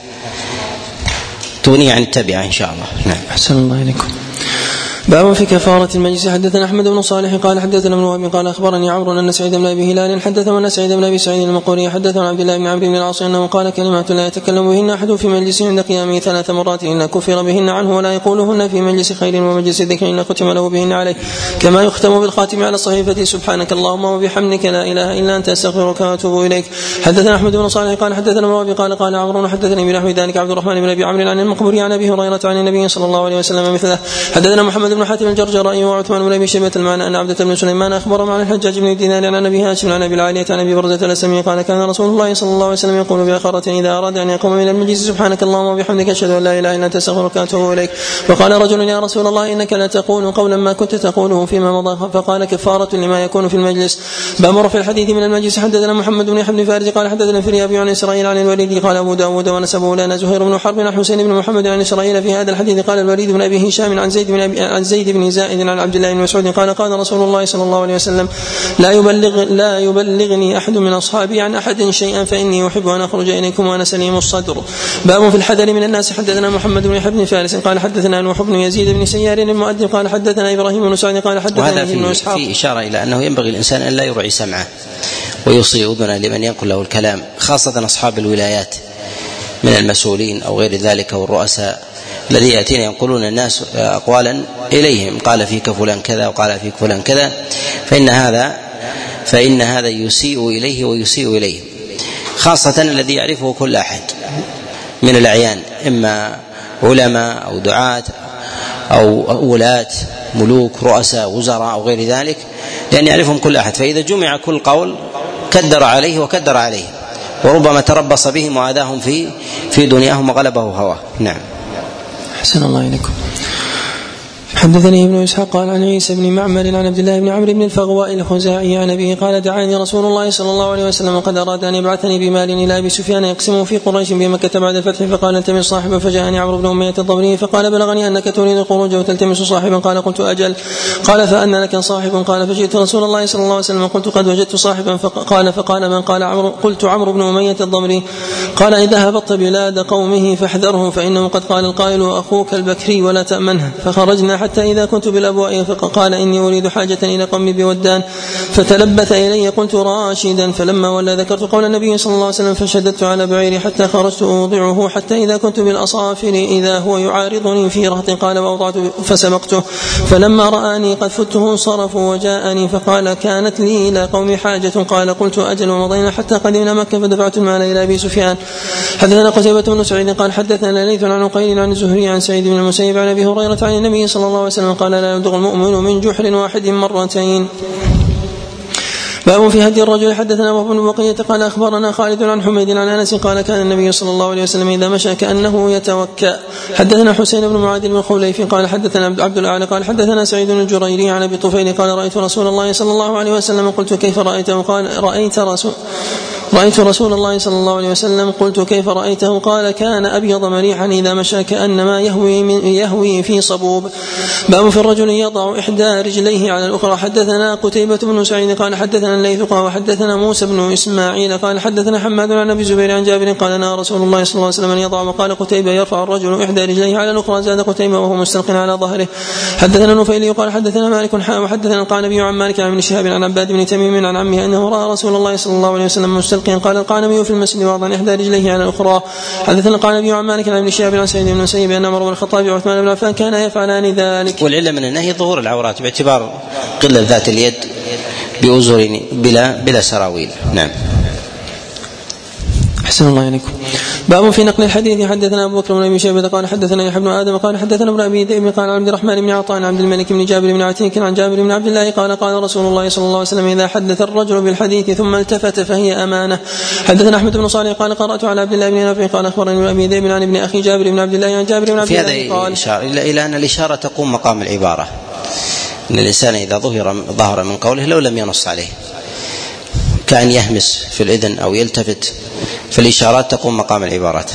تغني عن التبعة إن شاء الله. نعم. أحسن الله إليكم. باب في كفارة المجلس. حدثنا أحمد بن صالح قال حدثنا ابن وهب قال أخبرني عمرو أن سعيد بن أبي هلال حدث أن سعيد بن أبي سعيد المقبوري حدث عن عبد الله بن عمرو بن العاص أنه قال كلمات لا يتكلم بهن أحد في مجلسه عند قيامه ثلاث مرات إلا كفر بهن عنه ولا يقولهن في مجلس خير ومجلس ذكر إلا ختم له بهن عليه كما يختم بالخاتم على الصحيفة سبحانك اللهم وبحمدك لا إله إلا أنت أستغفرك وأتوب إليك. حدثنا أحمد بن صالح قال حدثنا ابن وهب قال قال عمرو حدثني بنحو ذلك عبد الرحمن بن أبي عمرو عن المقبوري عن أبي هريرة عن النبي صلى الله عليه وسلم مثله. حدثنا محمد بن حاتم الجرجرائي وعثمان بن أبي شيبة المعنى أن عبدة بن سليمان أخبرهم عن الحجاج بن دينار عن أبي هاشم عن أبي العالية عن أبي برزة الأسلمي قال كان رسول الله صلى الله عليه وسلم يقول بآخرة إذا أراد أن يقوم من المجلس سبحانك اللهم وبحمدك أشهد أن لا إله إلا أنت أستغفرك وأتوب إليك. وقال رجل يا رسول الله إنك لا تقول قولا ما كنت تقوله فيما مضى فقال كفارة لما يكون في المجلس. باب رفع الحديث من المجلس. حدثنا محمد بن يحيى بن فارس قال حدثنا فريابي عن إسرائيل عن الوليد قال أبو داود ونسبه لنا زهير بن حرب عن حسين بن محمد عن إسرائيل في هذا الحديث قال الوليد بن أبي هشام عن زيد بن أبي عن زيد بن زائد عن عبد الله بن مسعود قال قال رسول الله صلى الله عليه وسلم لا يبلغ لا يبلغني أحد من أصحابي عن أحد شيئا فإني أحب أن أخرج إليكم وأنا سليم الصدر. باب في الحذر من الناس. حدثنا محمد بن يحيى بن فارس قال حدثنا نوح بن يزيد بن سيار المؤدب قال حدثنا إبراهيم بن سعد قال حدثنا ابن إسحاق. في إشارة إلى أنه ينبغي الإنسان أن لا يرعي سمعه ويصغي أذنه لمن ينقل له الكلام خاصة أصحاب الولايات من المسؤولين أو غير ذلك والرؤساء الذي يأتين ينقلون الناس أقوالا إليهم قال فيك فلان كذا وقال فيك فلان كذا فإن هذا فإن هذا يسيء إليه ويسيء إليه خاصة الذي يعرفه كل أحد من الأعيان إما علماء أو دعاة أو ولاة ملوك رؤساء وزراء أو غير ذلك لأن يعرفهم كل أحد فإذا جمع كل قول كدر عليه وكدر عليه وربما تربص بهم وآذاهم في في دنياهم وغلبه هواه. نعم. أحسن الله إليكم. حدثني ابن إسحاق قال عن عيسى بن معمر عن عبد الله بن عمرو بن الفغواء الخزاعي عن أبيه قال دعاني رسول الله صلى الله عليه وسلم وقد أراد أن يبعثني بمال إلى أبي سفيان يقسمه في قريش بمكة بعد الفتح فقال التمس صاحبا فجاءني عمرو بن أمية الضبري فقال بلغني أنك تريد الخروج وتلتمس صاحبا قال قلت أجل قال فأن لك صاحب قال فجئت رسول الله صلى الله عليه وسلم قلت قد وجدت صاحبا فقال فقال من قال عمرو قلت عمرو بن أمية الضبري قال إذا هبطت بلاد قومه فاحذره فإنه قد قال القائل أخوك البكري ولا تأمنه فخرجنا حتى إذا كنت بالأبواء فقال إني أريد حاجة إلى قومي بودان فتلبث إلي قلت راشدا فلما ولا ذكرت قول النبي صلى الله عليه وسلم فشددت على بعيري حتى خرجت أوضعه حتى إذا كنت بالأصافر إذا هو يعارضني في رهط قال وأوضعت فسبقته فلما رآني قد فته انصرفوا وجاءني فقال كانت لي إلى قومي حاجة قال قلت أجل ومضينا حتى قدمنا مكة فدفعت المال إلى أبي سفيان. حدثنا قتيبة بن سعيد قال حدثنا ليث عن عقيل عن الزهري عن سعيد بن المسيب عن أبي هريرة عن النبي صلى الله عليه وسلم قال لا يلدغ المؤمن من جحر واحد مرتين. باب في هدي الرجل. حدثنا وهب بن بقية قال أخبرنا خالد عن حميد عن أنس قال كان النبي صلى الله عليه وسلم إذا مشى كأنه يتوكأ. حدثنا حسين بن معاذ بن خوليف قال حدثنا عبد الأعلى قال حدثنا سعيد بن الجريري عن أبي طفيل قال رأيت رسول الله صلى الله عليه وسلم قلت كيف رأيته قال رأيت رسول رأيت رسول الله صلى الله عليه وسلم قلت كيف رأيته قال كان أبيض مريحا إذا مشى كأنما يهوي, من يهوي في صبوب. باب في الرجل يضع إحدى رجليه على الأخرى. حدثنا قتيبة بن سعيد قال حدثنا الليث قال وحدثنا موسى بن إسماعيل قال حدثنا حماد عن أبي زبير عن جابر قال نهى رسول الله صلى الله عليه وسلم أن يضع وقال قتيبة يرفع الرجل إحدى رجليه على الأخرى زاد قتيبة وهو مستلق على ظهره. حدثنا نفيلي قال حدثنا مالك حا وحدثنا القعنبي عن مالك عن ابن شهاب عن عباد بن تميم عن عمه أنه رأى رسول الله صلى الله عليه وسلم مستلقيا قال القعنبي في المسجد وضع إحدى رجليه على الأخرى. حدثنا القعنبي عن مالك عن ابن شهاب عن سعيد بن المسيب أن عمر بن الخطاب وعثمان بن عفان كان يفعلان ذلك. والعلة من النهي ظهور العورات باعتبار قلة ذات اليد بأزر بلا بلا سراويل. نعم. أحسن الله إليكم. باب في نقل الحديث. حدثنا أبو بكر بن أبي شيبة قال حدثنا يحيى بن آدم قال حدثنا ابن أبي ذئب قال عبد الرحمن بن عطاء عن عبد الملك بن جابر بن عتيك عن جابر بن عبد الله قال قال رسول الله صلى الله عليه وسلم إذا حدث الرجل بالحديث ثم التفت فهي أمانة. حدثنا أحمد بن صالح قال قرأت على عبد الله بن نافع قال أخبرني ابن أبي ذئب عن ابن أخي جابر بن عبد الله عن جابر بن عبد الله قال إشارة إلى أن الإشارة تقوم مقام العبارة، أن الإنسان إذا ظهر ظهر من قوله لو لم ينص عليه كأن يهمس في الإذن أو يلتفت، فالإشارات تقوم مقام العبارات.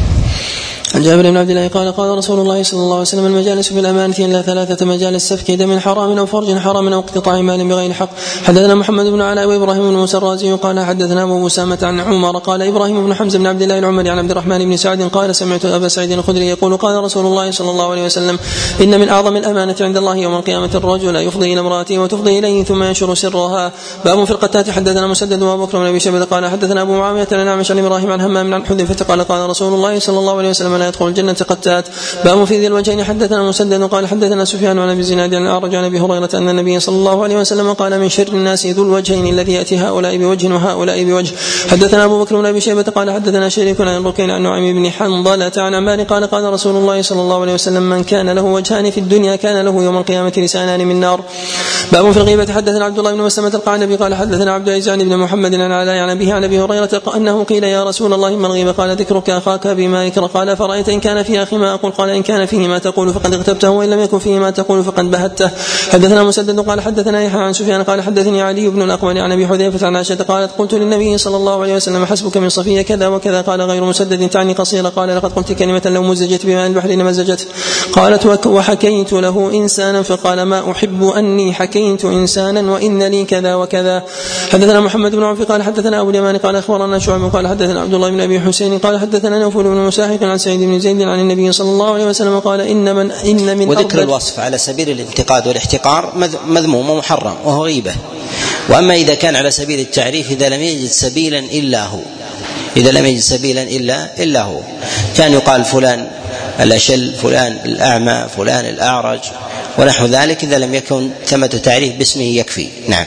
عن جابر بن عبد الله قال قال رسول الله صلى الله عليه وسلم المجالس بالأمانة إلا ثلاثة مجالس سفك دم حرام أو فرج حرام أو اقتطاع مال بغير حق. حدثنا محمد بن علاء وإبراهيم بن موسى الرازي قال حدثنا أبو أسامة عن عمر قال إبراهيم بن حمزة بن عبد الله العمري عن عبد الرحمن بن سعد قال سمعت أبا سعيد الخدري يقول قال رسول الله صلى الله عليه وسلم إن من أعظم الأمانة عند الله يوم القيامة الرجل يفضي إلى امرأته وتفضي إليه ثم ينشر سرها. باب في القتات. حدثنا مسدد وأبو بكر بن أبي شيبة قال حدثنا أبو معاوية عن أعمش عن إبراهيم عن همام عن حذيفة قال قال رسول الله صلى الله عليه وسلم لا يدخل الجنة قتات. باب في ذي الوجهين. حدثنا مسدد قال حدثنا سفيان عن ابي الزناد عن الاعرج عن ابي هريره ان النبي صلى الله عليه وسلم قال من شر الناس ذو الوجهين الذي ياتي هؤلاء بوجه وهؤلاء بوجه. حدثنا ابو بكر بن ابي شيبه قال حدثنا شريك عن الركين عن نعيم بن حنظله عن عمار قال قال رسول الله صلى الله عليه وسلم من كان له وجهان في الدنيا كان له يوم القيامه لسانان من نار. باب في الغيبه. حدثنا عبد الله بن مسلمة القعنبي قال حدثنا عبد العزيز بن محمد عن علاء عن ابيه عن ابي هريره انه قيل يا رسول الله ما الغيبه قال ذكرك اخاك بما يكره قال فرايت ان كان في اخي ما اقول قال ان كان فيه ما تقول فقد اغتبته وإن لم يكن فيه ما تقول فقد بهته. حدثنا مسدد قال حدثنا يحيى عن سفيان قال حدثني علي بن الأقمل عن أبي حذيفة عن عائشة قالت قلت للنبي صلى الله عليه وسلم حسبك من صفية كذا وكذا قال غير مسدد تعني قصيرة قال لقد قلت كلمة لو مزجت بماء البحر لمزجت. قالت وحكيت له إنسانا فقال ما أحب أني حكيت إنسانا وإن لي كذا وكذا. حدثنا محمد بن عوف قال حدثنا أبو اليمان قال أخبرنا شعيب قال حدثنا عبد الله بن أبي حسين قال حدثنا نوفل بن مساحق عن سعيد بن زيد عن النبي صلى الله عليه وسلم قال إن من إن من وذكر الوصف على سبيل الانتقاد والاحتقار مذموم ومحرم وهو غيبة. وأما إذا كان على سبيل التعريف إذا لم يجد سبيلا إلا هو إذا لم يجد سبيلا إلا إلا هو كان يقال فلان الأشل فلان الأعمى فلان الأعرج ونحو ذلك إذا لم يكن ثمة تعريف باسمه يكفي. نعم.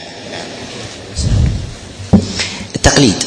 التقليد.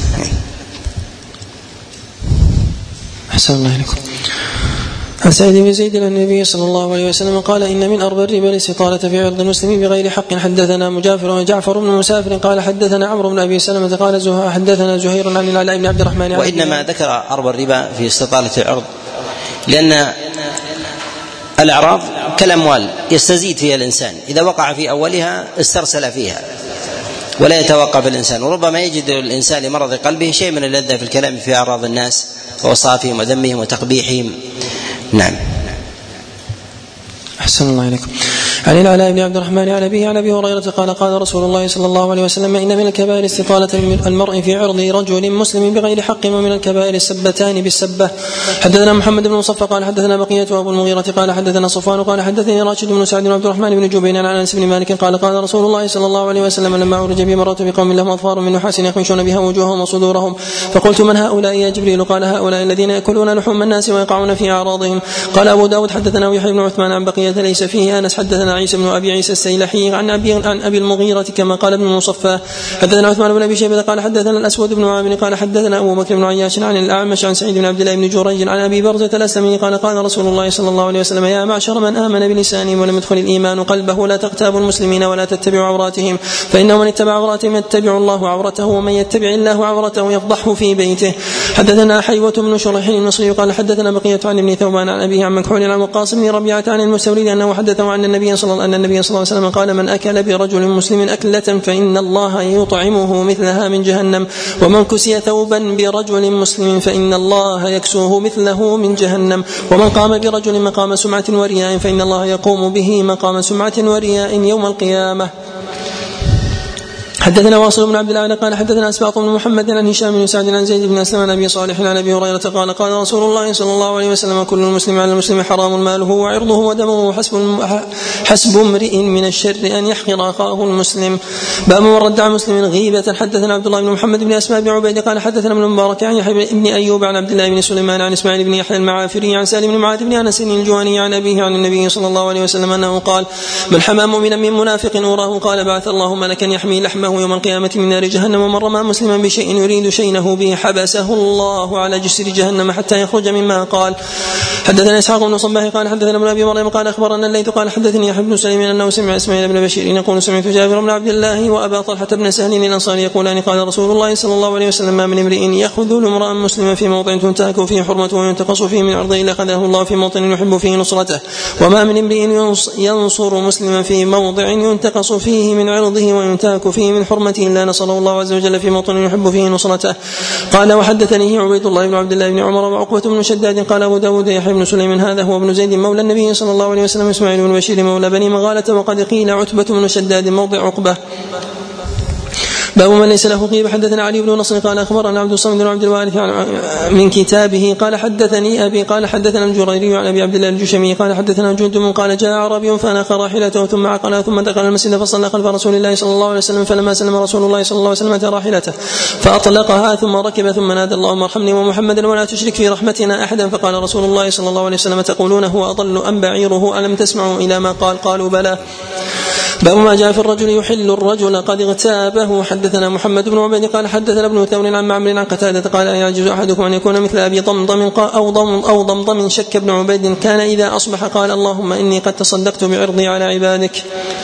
أحسن الله عليكم. عن سعيد بن زيد عن النبي صلى الله عليه وسلم قال إن من أربى الربا الاستطالة في عرض المسلم بغير حق. حدثنا مجافر وجعفر بن مسافر قال حدثنا عمرو بن أبي سلمة قال زهير حدثنا زهير عن العلاء بن عبد الرحمن. وإنما ذكر أربى الربا في استطالة العرض لأن الأعراض كالأموال يستزيد فيها الإنسان، إذا وقع في أولها استرسل فيها ولا يتوقف الإنسان، وربما يجد الإنسان لمرض قلبه شيء من اللذة في الكلام في أعراض الناس ووصافهم وذمهم وتقبيحهم. نعم. أحسن الله إليكم. عن العلاء بن عبد الرحمن عن أبيه عن أبي هريرة قال قال رسول الله صلى الله عليه وسلم: إن من الكبائر استطالة المرء في عرض رجل مسلم بغير حق، ومن الكبائر السبتان بالسبة. حدثنا محمد بن مصفى قال حدثنا بقية وأبو المغيرة قال حدثنا صفوان قال حدثني راشد بن سعد بن عبد الرحمن بن جبين عن أنس بن مالك قال قال رسول الله صلى الله عليه وسلم: لما عرج بي مررت بقوم لهم أظفار من نحاس يخمشون بها وجوههم وصدورهم، فقلت: من هؤلاء يا جبريل؟ قال: هؤلاء الذين يأكلون لحوم الناس ويقعون في أعراضهم. قال أبو داود حدثنا يحيى بن عثمان عن بقية ليس فيه أنس. حدثنا عيسى بن أبي عيسى السيلحي عن أبي, عن أبي المغيرة كما قال ابن المصفى. حدثنا عثمان بن أبي شيبة قال حدثنا الأسود بن عامر قال حدثنا أبو بكر بن عياش عن الأعمش عن سعيد بن عبد الله بن جريج عن أبي برزة الأسلمي قال قال رسول الله صلى الله عليه وسلم: يا معشر من آمن بلسانه ولم يدخل الإيمان قلبه لا تغتابوا المسلمين ولا تتبعوا عوراتهم، فإنه من اتبع عوراتهم يتبع الله عورته، ومن يتبع الله عورته يفضحه في بيته. حدثنا حيوة بن شريح المصري قال حدثنا بقية عن ابن ثوبان عن أبيه عن مكحول عن وقاص بن ربيعة عن المستورد أنه حدثه عن النبي صلى الله عليه وسلم قال: من أكل برجل مسلم أكلة فإن الله يطعمه مثلها من جهنم، ومن كسي ثوبا برجل مسلم فإن الله يكسوه مثله من جهنم، ومن قام برجل مقام سمعة ورياء فإن الله يقوم به مقام سمعة ورياء يوم القيامة. حدثنا واصل بن عبد الله قال حدثنا أسباط بن محمد عن هشام بن سعد عن زيد بن أسلم عن أبي صالح عن أبي هريرة قال قال رسول الله صلى الله عليه وسلم: كل المسلم على المسلم حرام ماله وعرضه ودمه، حسب حسب امرئ من الشر أن يحقر أخاه المسلم. باب من رد عن مسلم غيبة. حدثنا عبد الله بن محمد بن أسماء بن عبيد قال حدثنا ابن المبارك عن يحيى بن أيوب عن عبد الله بن سليمان عن إسماعيل بن يحيى المعافري عن سالم بن معاذ بن أنس الجواني عن أبيه عن النبي صلى الله عليه وسلم أنه قال: من حمى مؤمنا من منافق أوراه قال: بعث الله ملكا يحمي لحمه يوم القيامة من نار جهنم، ومن رمى مسلما بشيء يريد شينه به حبسه الله على جسر جهنم حتى يخرج مما قال. حدثنا إسحاق بن صباح قال حدثنا ابن أبي مريم قال أخبرنا الليث قال حدثني يحيى بن سليم أنه سمع إسماعيل بن بشير يقول: سمعت جابر بن عبد الله وأبا طلحة بن سهل الأنصاري يقولان: قال رسول الله صلى الله عليه وسلم: ما من امرئ يخذل امرأ مسلما في موضع تنتهك فيه حرمته وينتقص فيه من عرضه إلا أخذه الله في موطن يحب فيه نصرته، وما من امرئ ينصر مسلما في موضع ينتقص فيه من عرضه وينتهك فيه من حرمته إلا نصره الله عز وجل في موطن يحب فيه نصرته. قال: وحدثني عبيد الله بن عبد الله بن عمر وعقبة بن شداد قال أبو داود: يحيى بن سليمان هذا هو ابن زيد مولى النبي صلى الله عليه وسلم، إسماعيل بن بشير مولى بني مغالة، وقد قيل عتبة بن شداد موضع عقبة. باب من ليس له غيبة. حدثنا علي بن نصر قال أخبرنا عبد الصمد بن عبد الوارث من كتابه قال حدثني أبي قال حدثنا الجريري عن أبي عبد الله الجشمي قال حدثنا جندب قال: جاء عربي فأناخ راحلته ثم عقل ثم دخل المسجد فصلى خلف رسول الله صلى الله عليه وسلم، فلما سلم رسول الله صلى الله عليه وسلم أتى راحلته فأطلقها ثم ركب ثم نادى: اللهم ارحمني ومحمدا ولا تشرك في رحمتنا أحدا. فقال رسول الله صلى الله عليه وسلم: تقولون هو أضل أم بعيره؟ ألم تسمعوا إلى ما قال؟ قالوا: بلى. باب ما جاء في الرجل يحل الرجل قد اغتابه. حدثنا محمد بن عبيد قال حدثنا ابن ثور عن معمر عن قتادة قال: يعجز أحدكم أن يكون مثل أبي ضمضم أو ضم أو ضمضم شك بن عبيد كان إذا أصبح قال: اللهم إني قد تصدقت بعرضي على عبادك.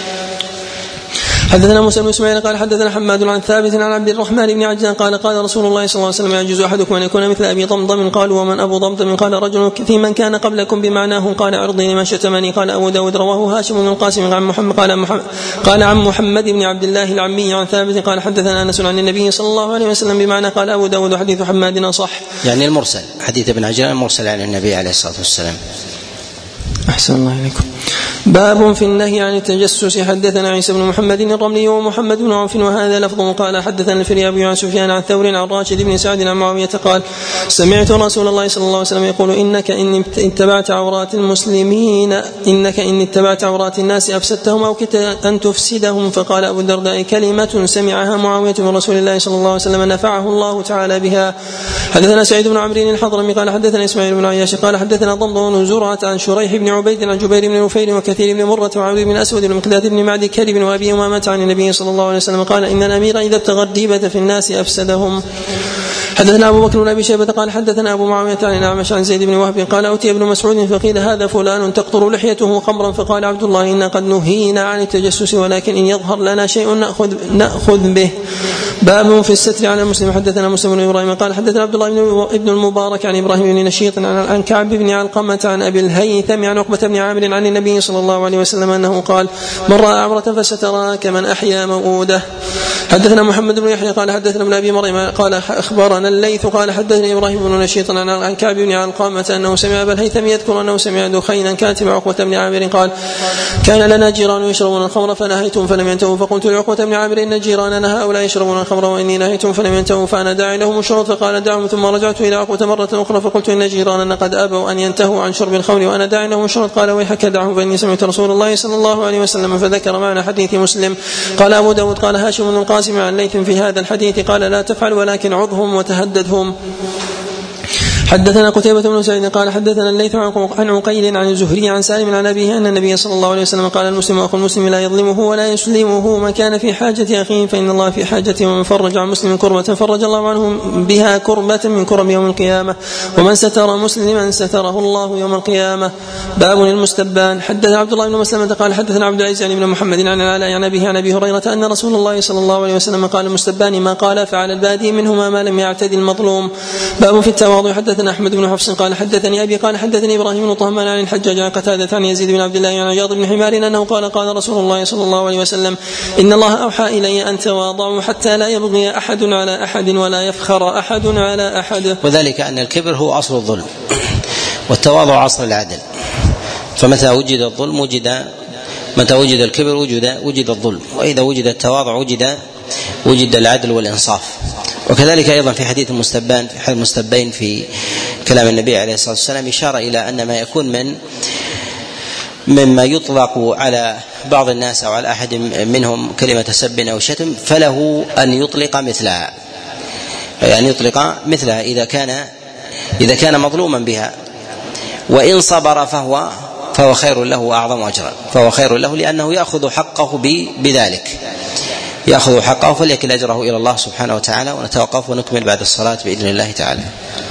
حدثنا موسى بن اسماعيل قال حدثنا حماد عن ثابت عن عبد الرحمن بن عجلان قال: قال رسول الله صلى الله عليه وسلم: يعجز أحدكم أن يكون مثل أبي ضمضم. قالوا: ومن أبو ضمضم؟ قال: رجل في من كان قبلكم بمعناه. قال: عرضي لما شتمني. قال أبو داود: رواه هاشم بن القاسم عن محمد قال, محمد قال عن محمد بن عبد الله العمي عن ثابت قال حدثنا أنس عن النبي صلى الله عليه وسلم بمعنى. قال أبو داود: حديث حماد صح، يعني المرسل، حديث ابن عجلان المرسل عن النبي عليه الصلاة والسلام. أحسن الله إليكم. باب في النهي عن التجسس. حدثنا عيسى بن محمد الرملي ومحمد بن عوف وهذا لفظه قال حدثنا الفريابي عن سفيان عن ثور عن راشد بن سعد عن معاوية قال: سمعت رسول الله صلى الله عليه وسلم يقول: إنك إن اتبعت عورات المسلمين إنك إن اتبعت عورات الناس أفسدتهم أو كدت أن تفسدهم. فقال أبو الدرداء: كلمة سمعها معاوية من رسول الله صلى الله عليه وسلم نفعه الله تعالى بها. حدثنا سعيد بن عمرو الحضرمي قال حدثنا إسماعيل بن عياش قال حدثنا ضمضم بن زرعة عن شريح بن عبيد عن جبير بن نفيل وكثير بن مرة وعبد بن أسود بن مقداد بن معدي كرب وأبي أمامة عن النبي صلى الله عليه وسلم قال: إن الأمير إذا ابتغى الديبة في الناس أفسدهم. حدثنا أبو بكر بن أبي شيبة قال حدثنا أبو معاوية عن الأعمش عن زيد بن وهب قال أتي ابن مسعود فقيل هذا فلان تقطر لحيته خمرا فقال عبد الله إنا قد نهينا عن التجسس ولكن إن يظهر لنا شيء نأخذ, نأخذ به. باب في الستر على المسلم. حدثنا مسلم بن إبراهيم قال حدثنا عبد الله بن المبارك عن إبراهيم بن نشيط عن كعب بن علقمة عن أبي الهيثم عن عقبة بن عامر عن النبي صلى الله عليه وسلم أنه قال من رأى عورة فسترها كمن أحيا موؤودة. حدثنا محمد بن يحيى قال حدثنا ابن أبي مريم قال أخبرنا الليث قال حدثني إبراهيم بن نشيط عن كعب بن علقمة أنه سمع أبا الهيثم يذكر أنه سمع دخينا كاتب عقبة بن عامر قال كان لنا جيران يشربون الخمر فنهيتهم فلم ينتهوا فقلت لعقبة بن عامر إن جيراننا هؤلاء يشربون الخمر وإني نهيتهم فلم ينتهوا فأنا داعي لهم الشرط فقال دعهم. ثم رجعت إلى عقبة مرة أخرى فقلت إن جيراننا قد أبوا أن ينتهوا عن شرب الخمر وأنا داعي لهم الشرط قال ويحك دعهم فإني سمعت رسول الله صلى الله عليه وسلم فذكر معنى حديث مسلم. قال أبو داود قال هاشم بن القاسم عن ليث في هذا الحديث قال لا تفعل ولكن عظهم وتهددهم. حدثنا قتيبة بن سعيد قال حدثنا الليث عن عقيل عن الزهري عن سالم عن أبيه أن النبي صلى الله عليه وسلم قال المسلم أخو المسلم لا يظلمه ولا يسلمه ما كان في حاجة أخيه فإن الله في حاجته ومن فرج عن مسلم كربة فرج الله عنه بها كربة من كرب يوم القيامة ومن ستر مسلما ستره الله يوم القيامة. باب المستبان. حدثنا عبد الله بن مسلمة قال حدثنا عبد العزيز بن محمد عن العلاء عن أبيه عن أبي هريرة أن رسول الله صلى الله عليه وسلم قال المستبان ما قال فعلى البادي منهما ما لم يعتدي المظلوم. باب في التواضع. حدثنا أحمد بن حفص قال حدثني أبي قال حدثني إبراهيم بن طهمان عن الحجاج عن قتادة عن يزيد بن عبد الله عن عياض بن حمار أنه قال قال رسول الله صلى الله عليه وسلم إن الله أوحى إلي أن تواضعوا حتى لا يبغي أحد على أحد ولا يفخر أحد على أحد. وذلك أن الكبر هو أصل الظلم والتواضع أصل العدل فمتى وجد الظلم وجد متى وجد الكبر وجد وجد الظلم وإذا وجد التواضع وجد وجد العدل والإنصاف. وكذلك أيضا في حديث المستبان في حديث المستبين في كلام النبي عليه الصلاة والسلام إشارة إلى أن ما يكون من مما يطلق على بعض الناس أو على أحد منهم كلمة سب أو شتم فله أن يطلق مثلها يعني يطلق مثلها إذا كان إذا كان مظلوما بها وإن صبر فهو فهو خير له وأعظم أجرا فهو خير له لأنه يأخذ حقه بذلك يأخذ حقه فليكل أجره إلى الله سبحانه وتعالى. ونتوقف ونكمل بعد الصلاة بإذن الله تعالى.